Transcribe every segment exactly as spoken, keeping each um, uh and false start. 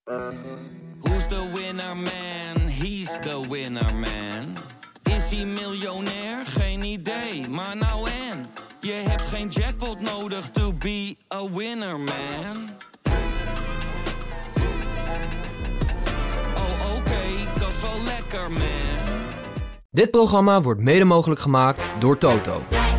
Who's the winner man? He's the winner man. Is hij miljonair? Geen idee, maar nou en. Je hebt geen jackpot nodig to be a winner man. Oh oké, okay, dat is wel lekker man. Dit programma wordt mede mogelijk gemaakt door Toto.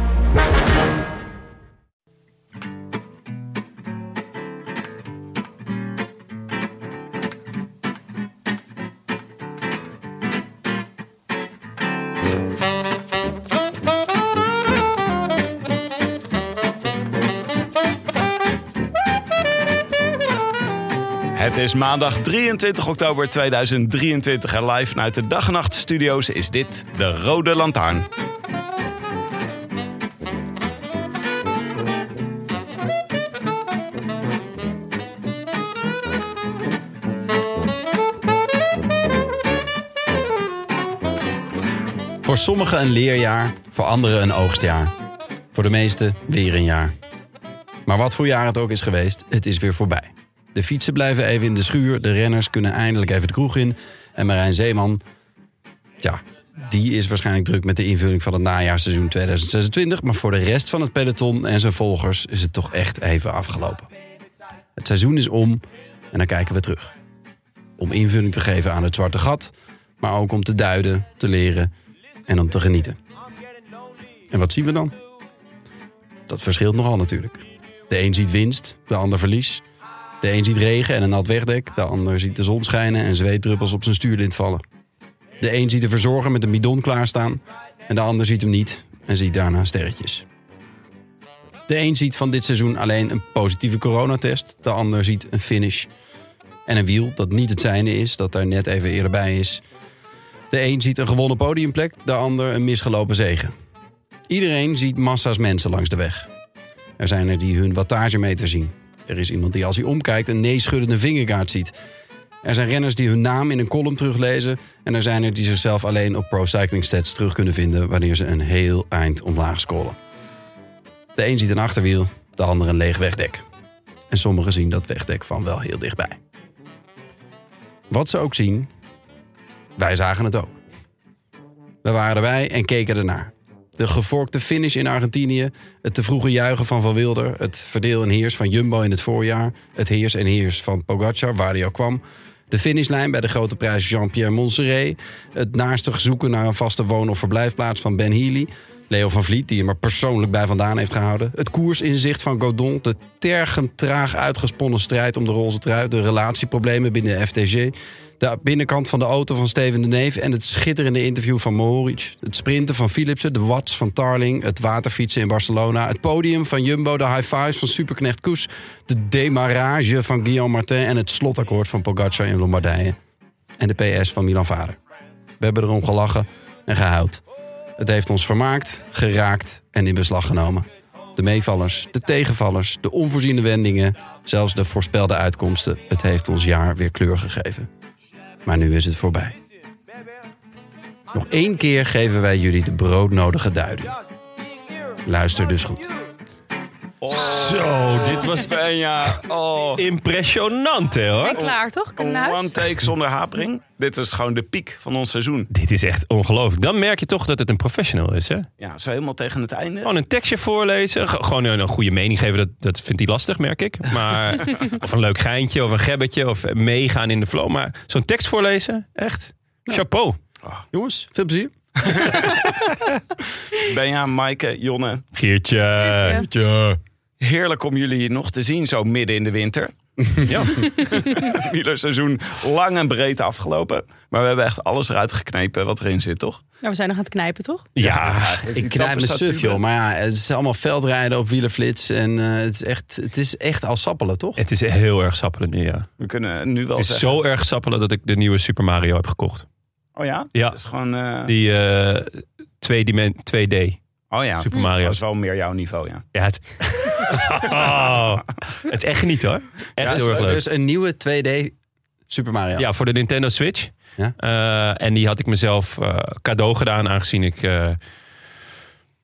Het is maandag drieëntwintig oktober tweeduizend drieëntwintig en live vanuit de Dag en Nacht Studio's is dit de Rode Lantaarn. Voor sommigen een leerjaar, voor anderen een oogstjaar. Voor de meesten weer een jaar. Maar wat voor jaar het ook is geweest, het is weer voorbij. De fietsen blijven even in de schuur, de renners kunnen eindelijk even de kroeg in. En Marijn Zeeman, ja, die is waarschijnlijk druk met de invulling van het najaarseizoen tweeduizend zesentwintig. Maar voor de rest van het peloton en zijn volgers is het toch echt even afgelopen. Het seizoen is om en dan kijken we terug. Om invulling te geven aan het zwarte gat, maar ook om te duiden, te leren en om te genieten. En wat zien we dan? Dat verschilt nogal natuurlijk. De een ziet winst, de ander verlies. De een ziet regen en een nat wegdek. De ander ziet de zon schijnen en zweetdruppels op zijn stuurlint vallen. De een ziet de verzorger met een bidon klaarstaan. En de ander ziet hem niet en ziet daarna sterretjes. De een ziet van dit seizoen alleen een positieve coronatest. De ander ziet een finish. En een wiel dat niet het zijne is, dat daar net even eerder bij is. De een ziet een gewonnen podiumplek. De ander een misgelopen zege. Iedereen ziet massa's mensen langs de weg. Er zijn er die hun wattagemeter zien. Er is iemand die als hij omkijkt een nee-schuddende vingerkaart ziet. Er zijn renners die hun naam in een column teruglezen. En er zijn er die zichzelf alleen op Pro Cycling Stats terug kunnen vinden wanneer ze een heel eind omlaag scrollen. De een ziet een achterwiel, de ander een leeg wegdek. En sommigen zien dat wegdek van wel heel dichtbij. Wat ze ook zien, wij zagen het ook. We waren erbij en keken ernaar. De gevorkte finish in Argentinië, het te vroege juichen van Van Wilder, het verdeel en heers van Jumbo in het voorjaar, het heers en heers van Pogacar, waar hij ook kwam, de finishlijn bij de grote prijs Jean-Pierre Montserrat, het naastig zoeken naar een vaste woon- of verblijfplaats van Ben Healy, Leo van Vliet, die hem er persoonlijk bij vandaan heeft gehouden, het koersinzicht van Godon, de tergend traag uitgesponnen strijd om de roze trui, de relatieproblemen binnen de F D G, de binnenkant van de auto van Steven de Neef en het schitterende interview van Mohoric. Het sprinten van Philipsen, de watts van Tarling, het waterfietsen in Barcelona, het podium van Jumbo, de high fives van Superknecht Koes, de demarrage van Guillaume Martin en het slotakkoord van Pogacar in Lombardije. En de P S van Milan Vader. We hebben erom gelachen en gehuild. Het heeft ons vermaakt, geraakt en in beslag genomen. De meevallers, de tegenvallers, de onvoorziene wendingen, zelfs de voorspelde uitkomsten. Het heeft ons jaar weer kleur gegeven. Maar nu is het voorbij. Nog één keer geven wij jullie de broodnodige duiding. Luister dus goed. Oh. Zo, dit was bijna oh. impressionant, hè, hoor. We zijn klaar, toch? Kunnen naar huis? One take zonder hapering. Dit is gewoon de piek van ons seizoen. Dit is echt ongelooflijk. Dan merk je toch dat het een professional is, hè? Ja, zo helemaal tegen het einde. Gewoon een tekstje voorlezen. G- gewoon een, een goede mening geven, dat, dat vindt hij lastig, merk ik. Maar, of een leuk geintje, of een gebbetje, of meegaan in de flow. Maar zo'n tekst voorlezen, echt, chapeau. Oh. Jongens, veel plezier. Benja, Maaike, Jonne. Geertje. Geertje. Heerlijk om jullie hier nog te zien, zo midden in de winter. Ja. Wielerseizoen lang en breed afgelopen. Maar we hebben echt alles eruit geknepen wat erin zit, toch? Nou, we zijn nog aan het knijpen, toch? Ja, ik knijp me suf, joh. Maar ja, het is allemaal veldrijden op wielerflits. En uh, het, is echt, het is echt al sappelen, toch? het is heel erg sappelen nu, ja. We kunnen nu wel Het is zeggen... zo erg sappelen dat ik de nieuwe Super Mario heb gekocht. Oh ja? Ja. Het is gewoon... Uh... Die uh, twee D. Oh ja, Super Mario. Dat is wel meer jouw niveau, ja. Ja, het... oh, het is echt genieten, hoor. Echt ja, heel erg leuk. Dus een nieuwe twee D Super Mario. Ja, voor de Nintendo Switch. Ja? Uh, en die had ik mezelf uh, cadeau gedaan, aangezien ik... Uh,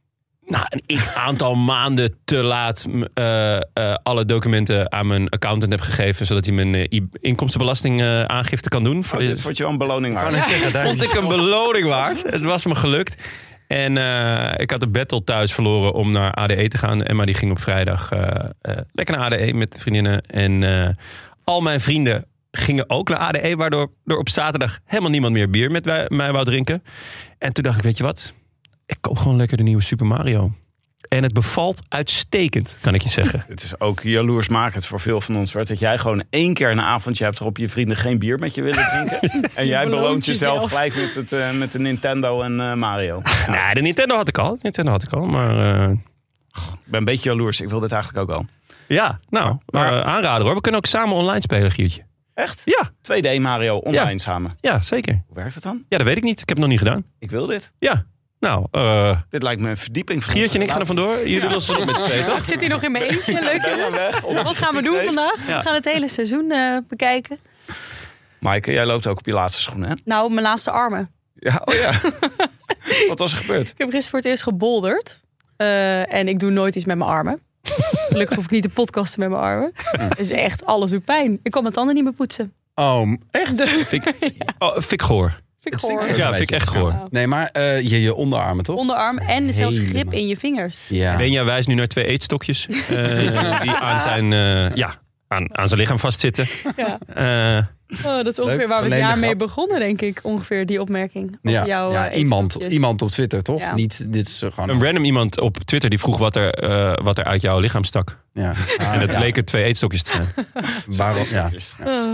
nou, een x aantal maanden te laat uh, uh, alle documenten aan mijn accountant heb gegeven, zodat hij mijn uh, inkomstenbelastingaangifte uh, kan doen. Oh, dit vond je wel een beloning waard. Ja, zeggen, dat vond ik een beloning waard. Het was me gelukt. En uh, ik had de battle thuis verloren om naar A D E te gaan. Emma die ging op vrijdag uh, uh, lekker naar A D E met vriendinnen. En uh, al mijn vrienden gingen ook naar A D E, waardoor er op zaterdag helemaal niemand meer bier met mij, mij wou drinken. En toen dacht ik, weet je wat? Ik koop gewoon lekker de nieuwe Super Mario. En het bevalt uitstekend, kan ik je zeggen. Het is ook jaloersmakend voor veel van ons. Dat jij gewoon één keer een avondje hebt waarop je vrienden geen bier met je willen drinken. En jij beloont jezelf, jezelf gelijk met, het, uh, met de Nintendo en uh, Mario. Ja. Nee, de Nintendo had ik al. Nintendo had ik al, maar... Uh... Ik ben een beetje jaloers. Ik wil dit eigenlijk ook al. Ja, nou, maar, uh, aanraden hoor. We kunnen ook samen online spelen, Giertje. Echt? Ja. twee D Mario online ja. samen? Ja, zeker. Hoe werkt het dan? Ja, dat weet ik niet. Ik heb het nog niet gedaan. Ik wil dit. Ja. Nou, uh, dit lijkt me een verdieping. Giertje en ik gaan er vandoor. Jullie ja. lossen het op met z'n tweeën, toch? Ik zit hier nog in mijn eentje. Leuk jongens. Wat gaan we doen vandaag? Ja. We gaan het hele seizoen uh, bekijken. Maaike, jij loopt ook op je laatste schoenen, hè? Nou, mijn laatste armen. Ja, oh ja. Wat was er gebeurd? Ik heb gisteren voor het eerst gebolderd. Uh, en ik doe nooit iets met mijn armen. Gelukkig hoef ik niet te podcasten met mijn armen. Het is echt, alles doet pijn. Ik kan mijn tanden niet meer poetsen. Oh, echt? Vind ik, oh, vind ik goor. Vind ik goor. Ja, vind ik echt goor. Nee, maar uh, je, je onderarmen, toch? Onderarmen en zelfs grip in je vingers. Ja. Benja wijst nu naar twee eetstokjes. Uh, die aan zijn, uh, ja, aan, aan zijn lichaam vastzitten. Ja. Uh, Oh, dat is ongeveer Leuk, waar we het jaar mee begonnen, denk ik. Ongeveer die opmerking. Ja, jouw, ja uh, iemand, iemand op Twitter, toch? Ja. Niet, dit is gewoon... Een random iemand op Twitter die vroeg wat er, uh, wat er uit jouw lichaam stak. Ja. Ah, en het ja. bleken twee eetstokjes te zijn. Waarom? Ja. Uh.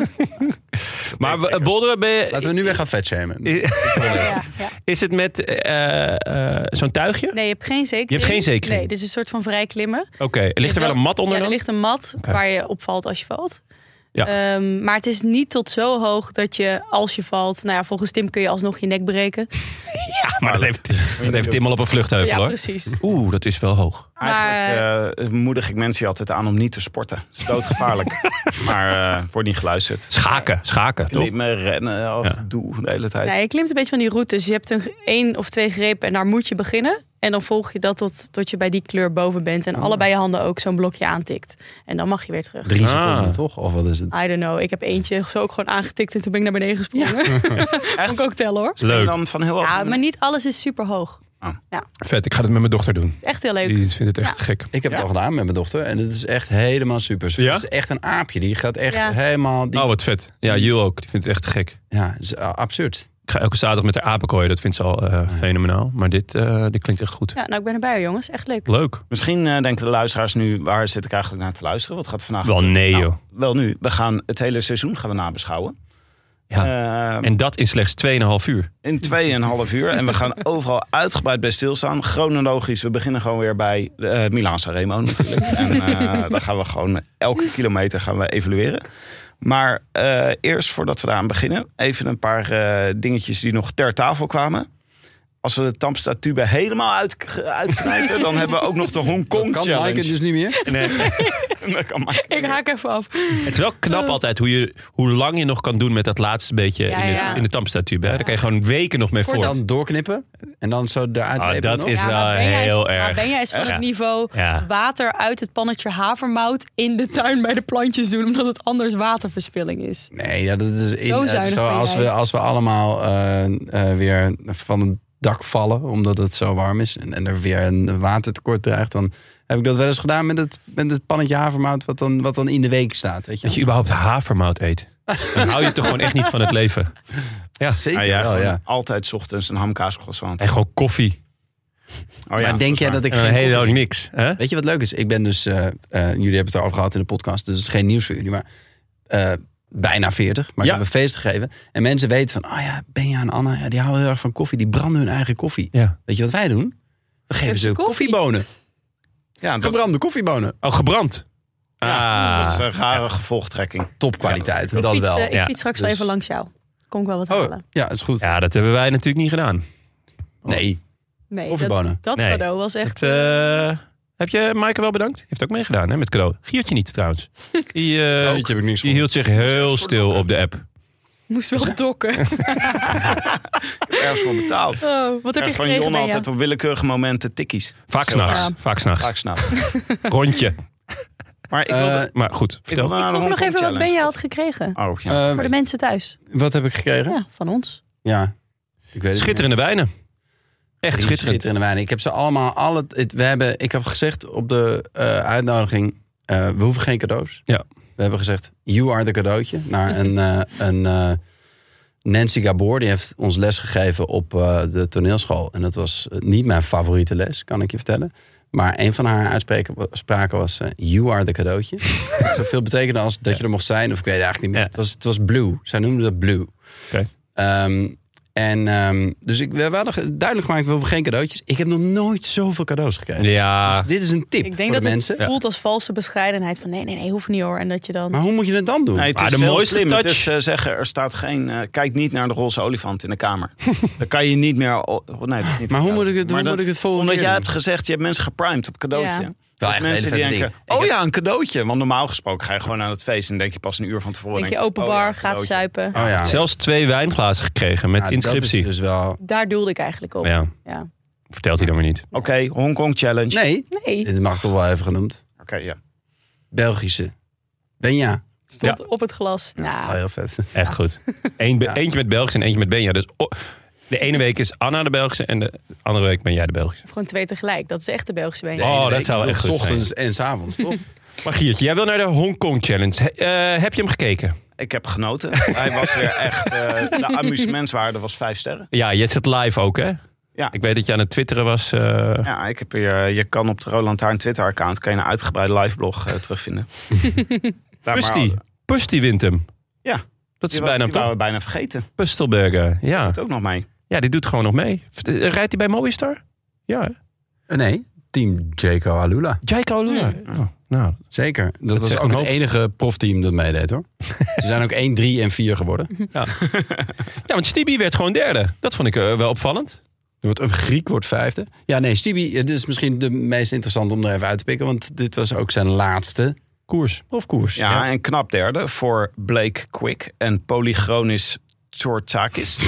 Maar uh, bolderen ben je... Laten we nu weer gaan vetshamen. Dus ja, ja. Is het met uh, uh, zo'n tuigje? Nee, je hebt geen zekering. Je hebt geen zekering? Nee, dit is een soort van vrij klimmen. Oké, okay. Ligt er wel een mat onder Ja, dan? er ligt een mat okay. waar je op valt als je valt. Ja. Um, maar het is niet tot zo hoog dat je, als je valt... Nou ja, volgens Tim kun je alsnog je nek breken. Ja, maar dat heeft, dat heeft Tim al op een vluchtheuvel, ja, hoor. precies. Oeh, dat is wel hoog. Eigenlijk uh, moedig ik mensen altijd aan om niet te sporten. Het is doodgevaarlijk. maar uh, wordt niet geluisterd. Schaken, schaken, toch? Niet meer rennen, of ja. doe de hele tijd. Ja, je klimt een beetje van die routes. Je hebt een één of twee grepen en daar moet je beginnen. En dan volg je dat tot, tot je bij die kleur boven bent. En oh. allebei je handen ook zo'n blokje aantikt. En dan mag je weer terug. Drie ah. seconden, toch? Of wat is het? I don't know. Ik heb eentje zo ook gewoon aangetikt en toen ben ik naar beneden gesprongen. Ja. Vond ik ook tellen, hoor. Leuk. Dan van heel ja, maar niet alles is super hoog. Oh. Ja. Vet, ik ga het met mijn dochter doen. Echt heel leuk. Die vindt het echt ja. gek. Ik heb ja. het al gedaan met mijn dochter. En het is echt helemaal super. Ja? Het is echt een aapje. Die gaat echt ja. helemaal... Die... Oh, wat vet. Ja, Jill ook. Die vindt het echt gek. Ja, het is uh, absurd. Ik ga elke zaterdag met haar apen gooien. Dat vindt ze al uh, ja. fenomenaal. Maar dit, uh, dit klinkt echt goed. Ja, nou, ik ben erbij, jongens. Echt leuk. Leuk. Misschien uh, denken de luisteraars nu... waar zit ik eigenlijk naar te luisteren? Wat gaat vandaag... Wel nee, nou, joh. Wel nu. We gaan het hele seizoen gaan we nabeschouwen. Ja. Uh, en dat in slechts twee komma vijf uur. In twee komma vijf uur. En we gaan overal uitgebreid bij stilstaan. Chronologisch. We beginnen gewoon weer bij uh, Milaan Sanremo natuurlijk. En uh, dan gaan we gewoon elke kilometer gaan we evalueren. Maar uh, eerst voordat we daaraan beginnen... even een paar uh, dingetjes die nog ter tafel kwamen. Als we de Tampsta-tube helemaal uit, uitknijpen... dan hebben we ook nog de Hongkong kan Challenge. Maaike dus niet meer? Nee. Dat kan Maaike ik haak even af. Het is wel knap altijd hoe, je, hoe lang je nog kan doen... met dat laatste beetje ja, in de, ja. in de Tampsta-tube. Ja. Daar kan je gewoon weken nog mee voort. Dan doorknippen en dan zo eruit oh, dat nog? is ja, wel heel is, erg. Ben jij eens van ja. het niveau ja. water uit het pannetje havermout... in de tuin bij de plantjes doen... omdat het anders waterverspilling is? Nee, ja, dat is... In, zo zuinig zo als, we, als we allemaal uh, uh, weer van een dak vallen... omdat het zo warm is en, en er weer een watertekort dreigt... dan heb ik dat wel eens gedaan met het, met het pannetje havermout... Wat dan, wat dan in de week staat. Weet je, dat je überhaupt havermout eet. Dan hou je toch gewoon echt niet van het leven. Ja, zeker ah, ja, wel, ja. Altijd 's ochtends een hamkaascroissant. En gewoon koffie. Oh, ja, maar denk jij dat ik geen geen helemaal niks? Hè? Weet je wat leuk is? Ik ben dus... Uh, uh, jullie hebben het erover gehad in de podcast... dus het is geen nieuws voor jullie, maar... Uh, bijna veertig, maar ja. ik heb een feest gegeven. En mensen weten van, oh ja, Benja en Anna... Ja, die houden heel erg van koffie, die branden hun eigen koffie. Ja. Weet je wat wij doen? We geven ze koffie. koffiebonen. Ja, dat Gebrande is... koffiebonen. Oh, gebrand. Ja, ah. dat is een rare ja. gevolgtrekking. Topkwaliteit, ja. dat ik fiets, wel. Uh, ik ja. fiets straks dus... wel even langs jou. Kom ik wel wat oh, halen. Ja, is goed. Ja, dat hebben wij natuurlijk niet gedaan. Oh. Nee. Nee, koffiebonen. dat, dat nee. cadeau was echt... Het, uh, heb je Maaike wel bedankt? Die heeft ook meegedaan hè, met cadeau. Giertje niet trouwens. Die, uh, Giertje heb ik niks die hield zich heel stil op de app. Moest wel dokken. Ergens voor betaald. Oh, wat heb je En van gekregen, Jon Benja? altijd op willekeurige momenten tikkies. Vaak Zo. s'nachts. Ja. Vaak s'nachts. Vaak snap. Rondje. Maar ik wilde... Eh, Maar goed, ik vertel. wilde naar de Vroeg nog Hongkong even wat Challenge. Benja had gekregen. Oh, ja. Eh, Voor de mensen thuis. Wat heb ik gekregen? Ja, van ons. Ja. Ik weet het Schitterende wijnen. Echt niet. Drie schitterend. schitterende wijnen. Ik heb ze allemaal... Alle, het, we hebben, ik heb gezegd op de uh, uitnodiging... Uh, we hoeven geen cadeaus. Ja. We hebben gezegd, you are the cadeautje. Naar een, uh, een uh, Nancy Gabor. Die heeft ons les gegeven op uh, de toneelschool. En dat was niet mijn favoriete les, kan ik je vertellen. Maar een van haar uitspraken was... Uh, you are the cadeautje. Dat zoveel betekende als dat je er mocht zijn. Of ik weet het eigenlijk niet meer. Ja. Het, was, het was blue. Zij noemde dat blue. Oké. Um, en um, dus ik, we hadden duidelijk gemaakt, we hoeven geen cadeautjes. Ik heb nog nooit zoveel cadeaus gekregen. Ja. Dus dit is een tip Ik denk voor dat de het mensen. voelt als valse bescheidenheid. Van nee, nee, nee, hoeft niet hoor. En dat je dan... Maar hoe moet je het dan doen? Nee, het Maar is de heel mooiste slim. Het touch- is uh, zeggen, er staat geen... Uh, kijk niet naar de roze olifant in de kamer. Dan kan je niet meer... Oh, nee, dat is niet Maar hoe verkouden. moet ik het, hoe Maar dan- moet ik het volgende Omdat keer jij doen? hebt gezegd, je hebt mensen geprimed op cadeautje. Ja. Dus Wel echt mensen hele die vette denken, dingen. oh Ik ja, een cadeautje. Want normaal gesproken ga je gewoon aan het feest... en denk je pas een uur van tevoren... denk je denk open oh ja, bar, een gaat cadeautje. zuipen. Oh ja. Zelfs twee wijnglazen gekregen met Ja, inscriptie. Dat is dus wel... Daar doelde ik eigenlijk op. Ja, Ja. vertelt hij dan maar niet. Oké, okay, Hongkong Challenge. Nee, Nee, dit mag toch wel even genoemd. Oké, ja. Belgische. Benja. stond op het glas. Nou, Oh, heel vet. Echt goed. Eén, be- Ja. Eentje met Belgisch en eentje met Benja. Dus oh, de ene week is Anna de Belgische en de andere week ben jij de Belgische. of gewoon twee tegelijk. Dat is echt de Belgische Oh, wijn. dat Nee, zou wel ik echt bedoel, goed 's ochtends en 's avonds, toch? Maar Giertje, jij wil naar de Hongkong Challenge. He- eh, heb je hem gekeken? Ik heb genoten. Hij was weer echt... Uh, de amusementswaarde was vijf sterren. Ja, je zit live ook, hè? Ja. Ik weet dat je aan het twitteren was. eh, Ja, ik heb hier, je kan op de Roland Taarn Twitter-account... kan je een uitgebreide liveblog uh, terugvinden. Daar Pusti. maar- Pusti wint hem. Ja. Dat is Die, bijna die waren toch? we bijna vergeten. Pustelberger. Ja. Dat ook nog mee. Ja, die doet gewoon nog mee. Rijdt hij bij Movistar? Ja, hè? Uh, nee, team Jaco Alula. Jaiko Lula. Hmm. Oh, nou, Zeker. Dat, was zegt ook een het hoop. enige profteam dat meedeed, hoor. Ze zijn ook één, drie en vier geworden. ja, want Stibi werd gewoon derde. Dat vond ik uh, wel opvallend. Er wordt een Griek wordt vijfde. Ja, nee, Stibi, het is misschien de meest interessant om er even uit te pikken. Want dit was ook zijn laatste Koers. profkoers. Ja, Ja. en knap derde voor Blake Quick en Polychronis Tsortsakis.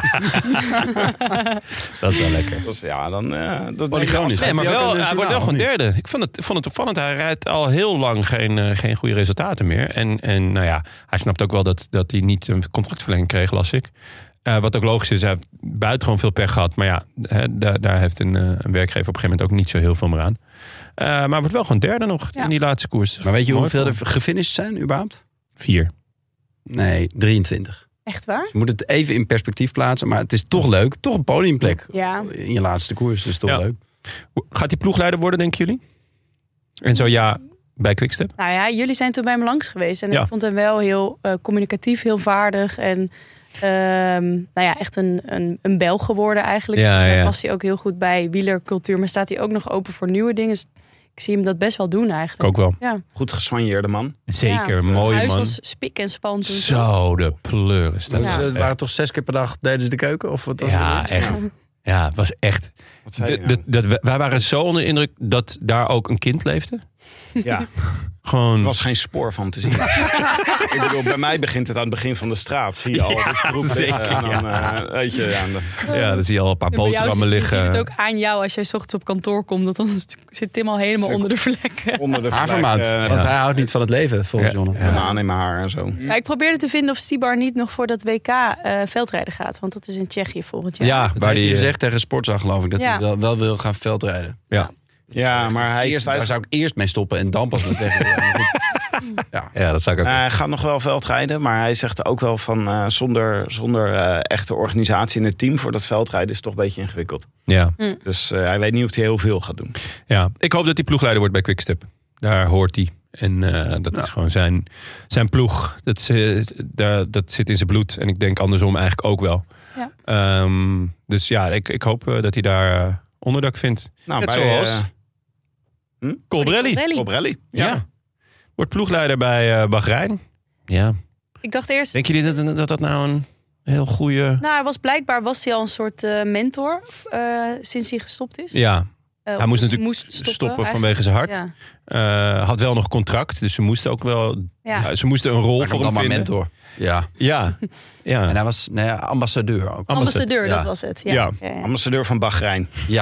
Dat is wel lekker. Dus ja, dan... Uh, dat Polychronisch. Nee, maar Heeft hij ook wel, een hij wordt wel journaal, gewoon of niet? derde. Ik vond het, vond het opvallend. Hij rijdt al heel lang geen, uh, geen goede resultaten meer. En, en nou ja, hij snapt ook wel dat, dat hij niet een contractverlenging kreeg, las ik. Uh, wat ook logisch is, hij heeft buitengewoon veel pech gehad. Maar ja, hè, daar, daar heeft een, uh, een werkgever op een gegeven moment ook niet zo heel veel meer aan. Uh, maar wordt wel gewoon derde nog Ja. in die laatste koers. Maar weet je Mooi hoeveel voor er gefinished zijn überhaupt? hem. Vier. Nee, drieëntwintig. Echt waar? Dus je moet het even in perspectief plaatsen. Maar het is toch leuk. Toch een podiumplek Ja. in je laatste koers. Dus toch Ja. leuk. Gaat hij ploegleider worden, denken jullie? En zo ja, bij Quickstep? Nou ja, jullie zijn toen bij me langs geweest. En Ja. ik vond hem wel heel uh, communicatief, heel vaardig. En um, nou ja, echt een, een, een Belg geworden eigenlijk. Ja, Volgens mij ja. past hij ook heel goed bij wielercultuur. Maar staat hij ook nog open voor nieuwe dingen. Dus ik zie hem dat best wel doen Ik eigenlijk. ook wel. Ja. Goed gesoigneerde man. Zeker, Ja, mooie Het huis man. was spik en span toen. Zo, de pleuris. Dat Dus, is eh, echt- het waren toch zes keer per dag deden ze de keuken? Of wat was ja, het? echt. Ja, het was echt. Wat zei je De- nou? dat- dat- wij waren zo onder de indruk dat daar ook een kind leefde. Ja, er Gewoon. was geen spoor van te zien. Ik bedoel, bij mij begint het aan het begin van de straat. Zie je al de troep zeker, liggen. En dan, uh, weet je, ja, de- Ja, dat zie je al een paar En bij jou boterhammen zie- je liggen. ziet het ook aan jou als jij 's ochtends op kantoor komt. Dat dan zit Tim al helemaal Zeker. onder de vlekken. onder de vlek, Havermout. eh, Want hij houdt niet van het leven, volgens Ja. Jonne. Ja. banaan in mijn haar en zo. Ja, ik probeerde te vinden of Stibar niet nog voor dat W K uh, veldrijden gaat. Want dat is in Tsjechië volgend jaar. Ja, Dat waar heeft die. hij eh, gezegd tegen Sportza, geloof ik. Dat Ja. hij wel, wel wil gaan veldrijden. Ja. Ja, maar hij, Eerst, daar twijfelt- zou ik eerst mee stoppen en dan pas met weg. Ja. ja, dat zou ik ook. Nou, hij gaat nog wel veldrijden, maar hij zegt ook wel van uh, zonder, zonder uh, echte organisatie in het team voor dat veldrijden is het toch een beetje ingewikkeld. Ja. Dus uh, hij weet niet of hij heel veel gaat doen. Ja, ik hoop dat hij ploegleider wordt bij Quickstep. Daar hoort hij. En uh, dat Ja. is gewoon zijn, zijn ploeg. Dat, zit- daar- dat zit in zijn bloed. En ik denk andersom eigenlijk ook wel. Ja. Um, dus ja, ik, ik hoop uh, dat hij daar uh, onderdak vindt. Nou, Net bij, zoals uh, Colbrelli. Colbrelli. Colbrelli. Ja. Ja. Wordt ploegleider bij uh, Bahrein. Ja. Ik dacht eerst, Denk jullie dat, dat dat nou een heel goede... nou, hij was blijkbaar was hij al een soort uh, mentor uh, sinds hij gestopt is. Ja, Uh, hij moest of natuurlijk moest stoppen, stoppen, vanwege zijn hart. Ja. Uh, had wel nog contract, dus ze moesten ook wel... Ja. Ja, ze moesten een rol Maar voor dan hem maar vinden. mentor. Ja. Ja, ja. En hij was nee, ambassadeur ook. Ambassadeur, Ja. dat was het. Ja. Ja. Ja, ja. Ambassadeur van Bahrein. Ja.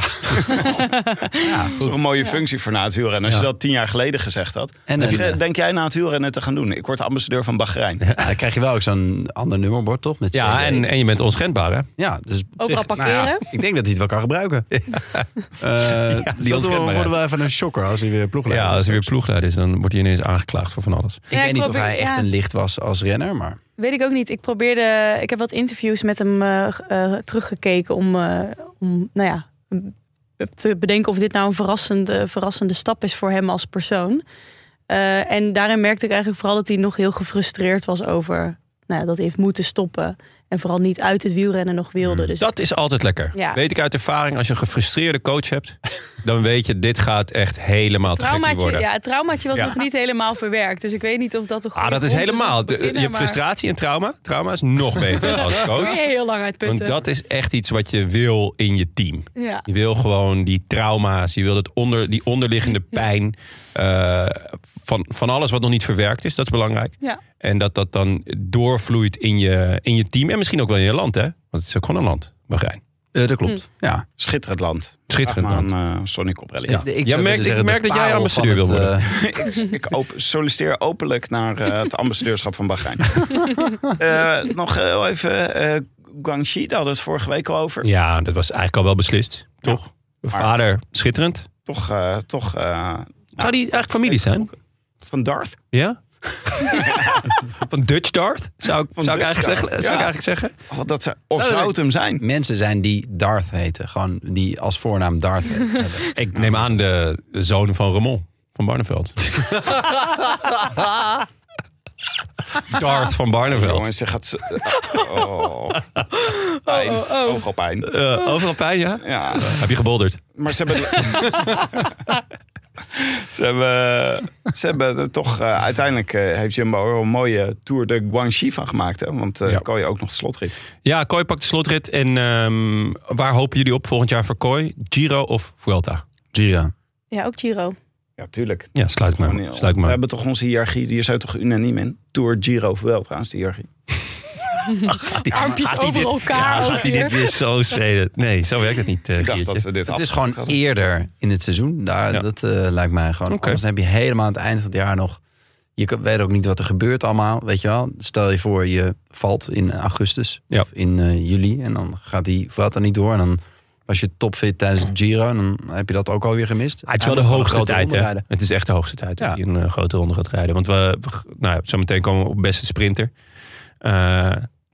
ja, Dat is toch een mooie functie voor na het wielrennen. Als Ja. je dat tien jaar geleden gezegd had. En Heb een- je- denk jij na het wielrennen te gaan doen? Ik word ambassadeur van Bahrein. Ja, dan krijg je wel ook zo'n ander nummerbord, toch? Met Ja, C D. en, en je bent onschendbaar, hè? Ja, dus op Overal zich, parkeren. nou ja, ik denk dat hij het wel kan gebruiken. Ja. Uh, die die onschendbaarheid. worden wel even een shocker als hij weer ploegleider Ja, is. als hij weer ploegleider is, dan wordt hij ineens aangeklaagd voor van alles. Ik Ja, weet ik niet of probeer- hij echt ja. een licht was als renner, maar... Weet ik ook niet. Ik probeerde, ik heb wat interviews met hem uh, uh, teruggekeken om, uh, om, nou ja, te bedenken of dit nou een verrassende, verrassende stap is voor hem als persoon. Uh, en daarin merkte ik eigenlijk vooral dat hij nog heel gefrustreerd was over, nou ja, dat hij heeft moeten stoppen. En vooral niet uit het wielrennen nog wilde. Dus Dat is altijd lekker. Ja. Weet ik uit ervaring, als je een gefrustreerde coach hebt, dan weet je, dit gaat echt helemaal te gekkie traumaatje, worden. ja, het traumaatje was Ja. nog niet helemaal verwerkt. Dus ik weet niet of dat een goede Ah, dat is grond helemaal. om te De- beginnen, je hebt maar frustratie en trauma. Trauma is nog beter als daar coach. kun je heel lang Want uitputten. dat is echt iets wat je wil in je team. Ja. Je wil gewoon die trauma's, je wil het onder, die onderliggende pijn uh, van, van alles wat nog niet verwerkt is. Dat is belangrijk. Ja. En dat dat dan doorvloeit in je, in je team en misschien ook wel in je land, hè? Want het is ook gewoon een land, Bahrein. Uh, dat klopt, ja. Schitterend land. Schitterend Vraag land. maar aan uh, Sonny Coprelli. Ja, Ja. ik Ja, zou merk- willen ik zeggen, merk de dat jij parel ambassadeur van wil het, worden. uh, ik ik op, solliciteer openlijk naar uh, het ambassadeurschap van Bahrein. uh, nog heel even uh, Guangxi, daar hadden we het vorige week al over. Ja, dat was eigenlijk al wel beslist, toch? Mijn Maar- vader, schitterend. Toch, uh, toch. Uh, Zou die eigenlijk familie zijn? Van Darth? Ja? Van Dutch Darth? Zou ik, Van zou ik, Dutch eigenlijk, Darth, zeggen, zou ik ja. eigenlijk zeggen? Oh, dat zijn, of Zou zou er- het hem zijn? mensen zijn die Darth heten. Gewoon die als voornaam Darth hebben. Ik neem aan de, de zoon van Ramon van Barneveld. Darth van Barneveld. Jongens, ze gaat... Oh, pijn. Oh, oh, oh. Overal pijn. Uh, overal pijn, ja? Ja, Heb je gebolderd? maar ze hebben... ze hebben, ze hebben er toch... Uh, uiteindelijk uh, heeft Jumbo er een mooie Tour de Guangxi van gemaakt. Hè? Want uh, Ja. kan je ook nog de slotrit. Ja, Kooi pakt de slotrit. En um, waar hopen jullie op volgend jaar voor Kooi? Giro of Vuelta? Gira. Ja, ook Giro. Ja, tuurlijk. Ja, sluit maar. Gewoon, Sluit We maar. hebben toch onze hiërarchie, die is er toch unaniem in? Tour, Giro, Vuelta, trouwens, die hiërarchie. Armpjes Gaat hij over dit- elkaar Ja, ook gaat hij dit weer. weer zo spelen? Nee, zo werkt het niet, uh, Ik dacht Giertje. dat we dit Het af- is gewoon hadden. eerder in het seizoen. Daar, Ja. Dat uh, lijkt mij gewoon. Oké. Anders heb je helemaal aan het eind van het jaar nog... Je kan- weet ook niet wat er gebeurt allemaal, weet je wel. Stel je voor, je valt in augustus Ja. of in uh, juli. En dan gaat die Vuelta niet door. En dan was je topfit tijdens het Giro. En dan heb je dat ook alweer gemist. Ah, het is Hij wel de moet gewoon hoogste een grote tijd, ronde hè? rijden. Het is echt de hoogste tijd dat Ja. hij een uh, grote ronde gaat rijden. Want we, we nou, ja, zo meteen komen we op beste sprinter. Uh,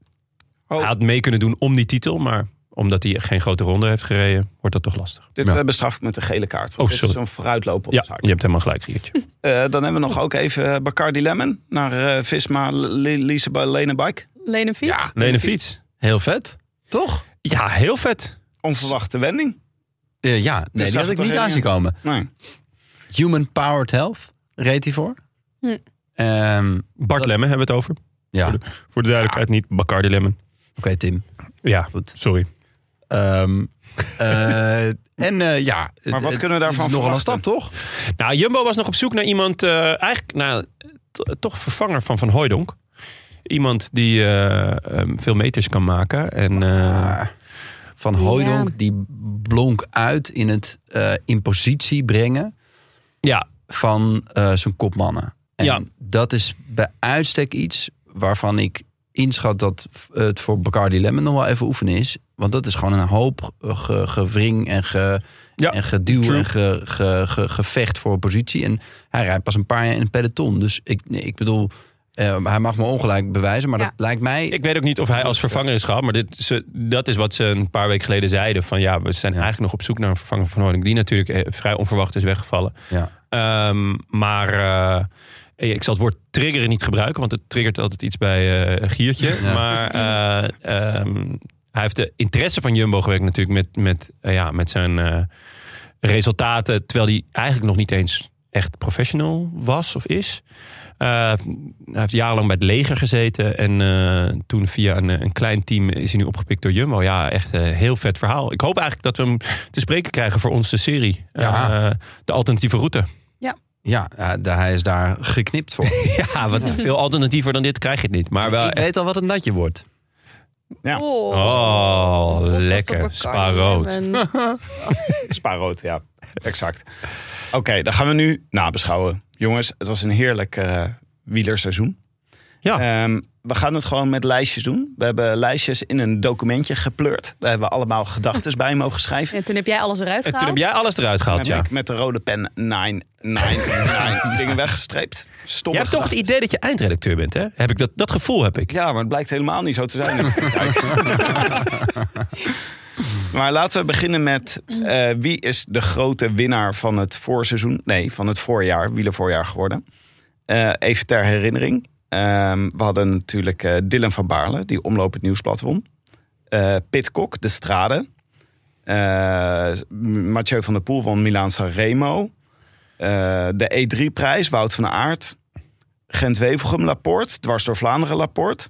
Oh. Hij had mee kunnen doen om die titel, maar omdat hij geen grote ronde heeft gereden, wordt dat toch lastig. Dit Ja. uh, bestraf ik met een gele kaart. Oh, Want dit sorry. is zo'n vooruitlopen op Ja, de zaak. je hebt helemaal gelijk, Giertje. Uh, dan hebben we nog ook even Bacardi Lemon naar uh, Visma Lise Lene Bike. Lenen fiets. Ja. Lene fiets. Heel vet, toch? Ja, heel vet. Onverwachte wending. Uh, ja, nee, die zag had ik het niet toch aan zien even- komen. Nee. Human Powered Health reed hij voor. Hm. Ehm, Bart Dat- Lemmen hebben we het over. ja, Voor oké de, voor de duidelijkheid niet Bacardi Lemon. Tim. Ja, Goed. sorry. Ehm, uh, en uh, ja, Maar wat het- kunnen we daarvan het is nogal een verwachten? stap, toch? Nou, Jumbo was nog op zoek naar iemand, uh, eigenlijk nou, t- toch vervanger van Van Hooijdonk. Iemand die uh, um, veel meters kan maken. En, uh, Ah, Van Hooijdonk, Ja. die blonk uit in het uh, in positie brengen ja, van uh, zijn kopmannen. En Ja. dat is bij uitstek iets waarvan ik inschat dat het voor Bacardi Lemon nog wel even oefenen is. Want dat is gewoon een hoop ge, gevring en, ge, Ja, en geduw true. en ge, ge, ge- gevecht voor positie. En hij rijdt pas een paar jaar in het peloton. Dus ik, nee, ik bedoel, uh, hij mag me ongelijk bewijzen. Maar Ja. dat lijkt mij... ik weet ook niet of hij als vervanger is gehad. Maar dit, ze, dat is wat ze een paar weken geleden zeiden. Van ja, we zijn Ja. eigenlijk nog op zoek naar een vervanger van Van Hooijdonk. Die natuurlijk eh, vrij onverwacht is weggevallen. Ja. Um, maar uh, ik zal het woord triggeren niet gebruiken, want het triggert altijd iets bij uh, Giertje. Ja. Maar uh, um, hij heeft de interesse van Jumbo gewekt natuurlijk met, met, uh, ja, met zijn uh, resultaten. Terwijl hij eigenlijk nog niet eens echt professional was of is. Uh, hij heeft jarenlang bij het leger gezeten. En uh, toen via een, een klein team is hij nu opgepikt door Jumbo. Ja, echt een heel vet verhaal. Ik hoop eigenlijk dat we hem te spreken krijgen voor onze serie. Ja. Uh, de alternatieve route. Ja, ja, de- hij is daar geknipt voor. Ja, wat veel alternatiever dan dit krijg je het niet. Maar wel Ik weet al wat het natje wordt. Ja, Oh, Oh, podcast lekker. over Spaarrood. Cardi en- spaarrood, ja. Exact. Oké, okay, dan gaan we nu nabeschouwen. Jongens, het was een heerlijk uh, wielerseizoen. Ja. Um, we gaan het gewoon met lijstjes doen. We hebben lijstjes in een documentje gepleurd. Daar hebben we allemaal gedachten bij mogen schrijven. En toen heb jij alles eruit En gehaald. toen heb jij alles eruit Dan gehaald, heb ja. ik met de rode pen negen negen negen dingen weggestreept. Stomme Je hebt toch het gedachten. idee dat je eindredacteur bent, hè? Heb ik dat, dat gevoel heb ik. Ja, maar het blijkt helemaal niet zo te zijn. Kijk. Maar laten we beginnen met uh, wie is de grote winnaar van het voorseizoen? Nee, van het voorjaar, wielervoorjaar geworden. Uh, even ter herinnering. Um, we hadden natuurlijk uh, Dylan van Baarle, die Omloop het Nieuwsblad won. Uh, Pidcock, de Strade. Uh, Mathieu van der Poel won Milaan-San Remo. Uh, de E drie prijs, Wout van Aert. Gent-Wevelgem, Laporte. Dwars door Vlaanderen, Laporte.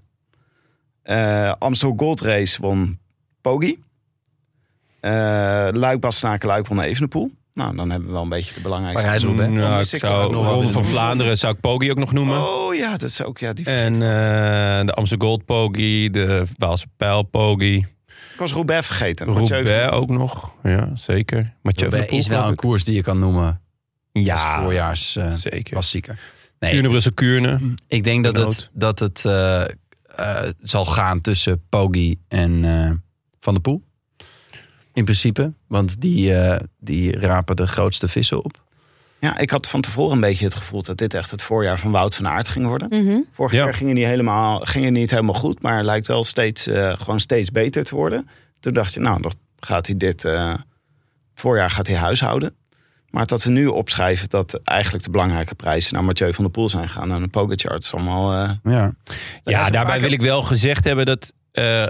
Uh, Amstel Gold Race won Poggi. Uh, Luik-Bastenaken-Luik won Evenepoel. Nou, dan hebben we wel een beetje de belangrijkste. Parijs-Roubaix. Nou, Dan ik mis ik zou toch nog wel Ronde van willen noemen. Vlaanderen zou ik Poggi ook nog noemen. Oh ja, dat is ook ja, die. En uh, de Amstel Gold Poggi, de Waalse Pijl Poggi. Ik was Roubaix vergeten. Mathieu Roubaix van- ook nog. Ja, zeker. Mathieu van der Roubaix Poel, is wel geloof een ik. koers die je kan noemen als Ja, voorjaars uh, zeker. klassieker. Nee, Kuurne-Brussel, Kuurne. ik denk dat Nood. het, dat het uh, uh, zal gaan tussen Poggi en uh, Van der Poel. In principe, want die, uh, die rapen de grootste vissen op. Ja, ik had van tevoren een beetje het gevoel dat dit echt het voorjaar van Wout van Aert ging worden. Mhm. Vorig Ja. jaar ging het niet helemaal, ging het niet helemaal goed, maar het lijkt wel steeds, uh, gewoon steeds beter te worden. Toen dacht je, nou, dan gaat hij dit uh, voorjaar gaat hij huishouden. Maar dat we nu opschrijven dat eigenlijk de belangrijke prijzen naar Mathieu van der Poel zijn gegaan en de Pogacar, het is allemaal. Uh, Ja. Ja, daarbij maken- wil ik wel gezegd hebben dat... Uh, uh,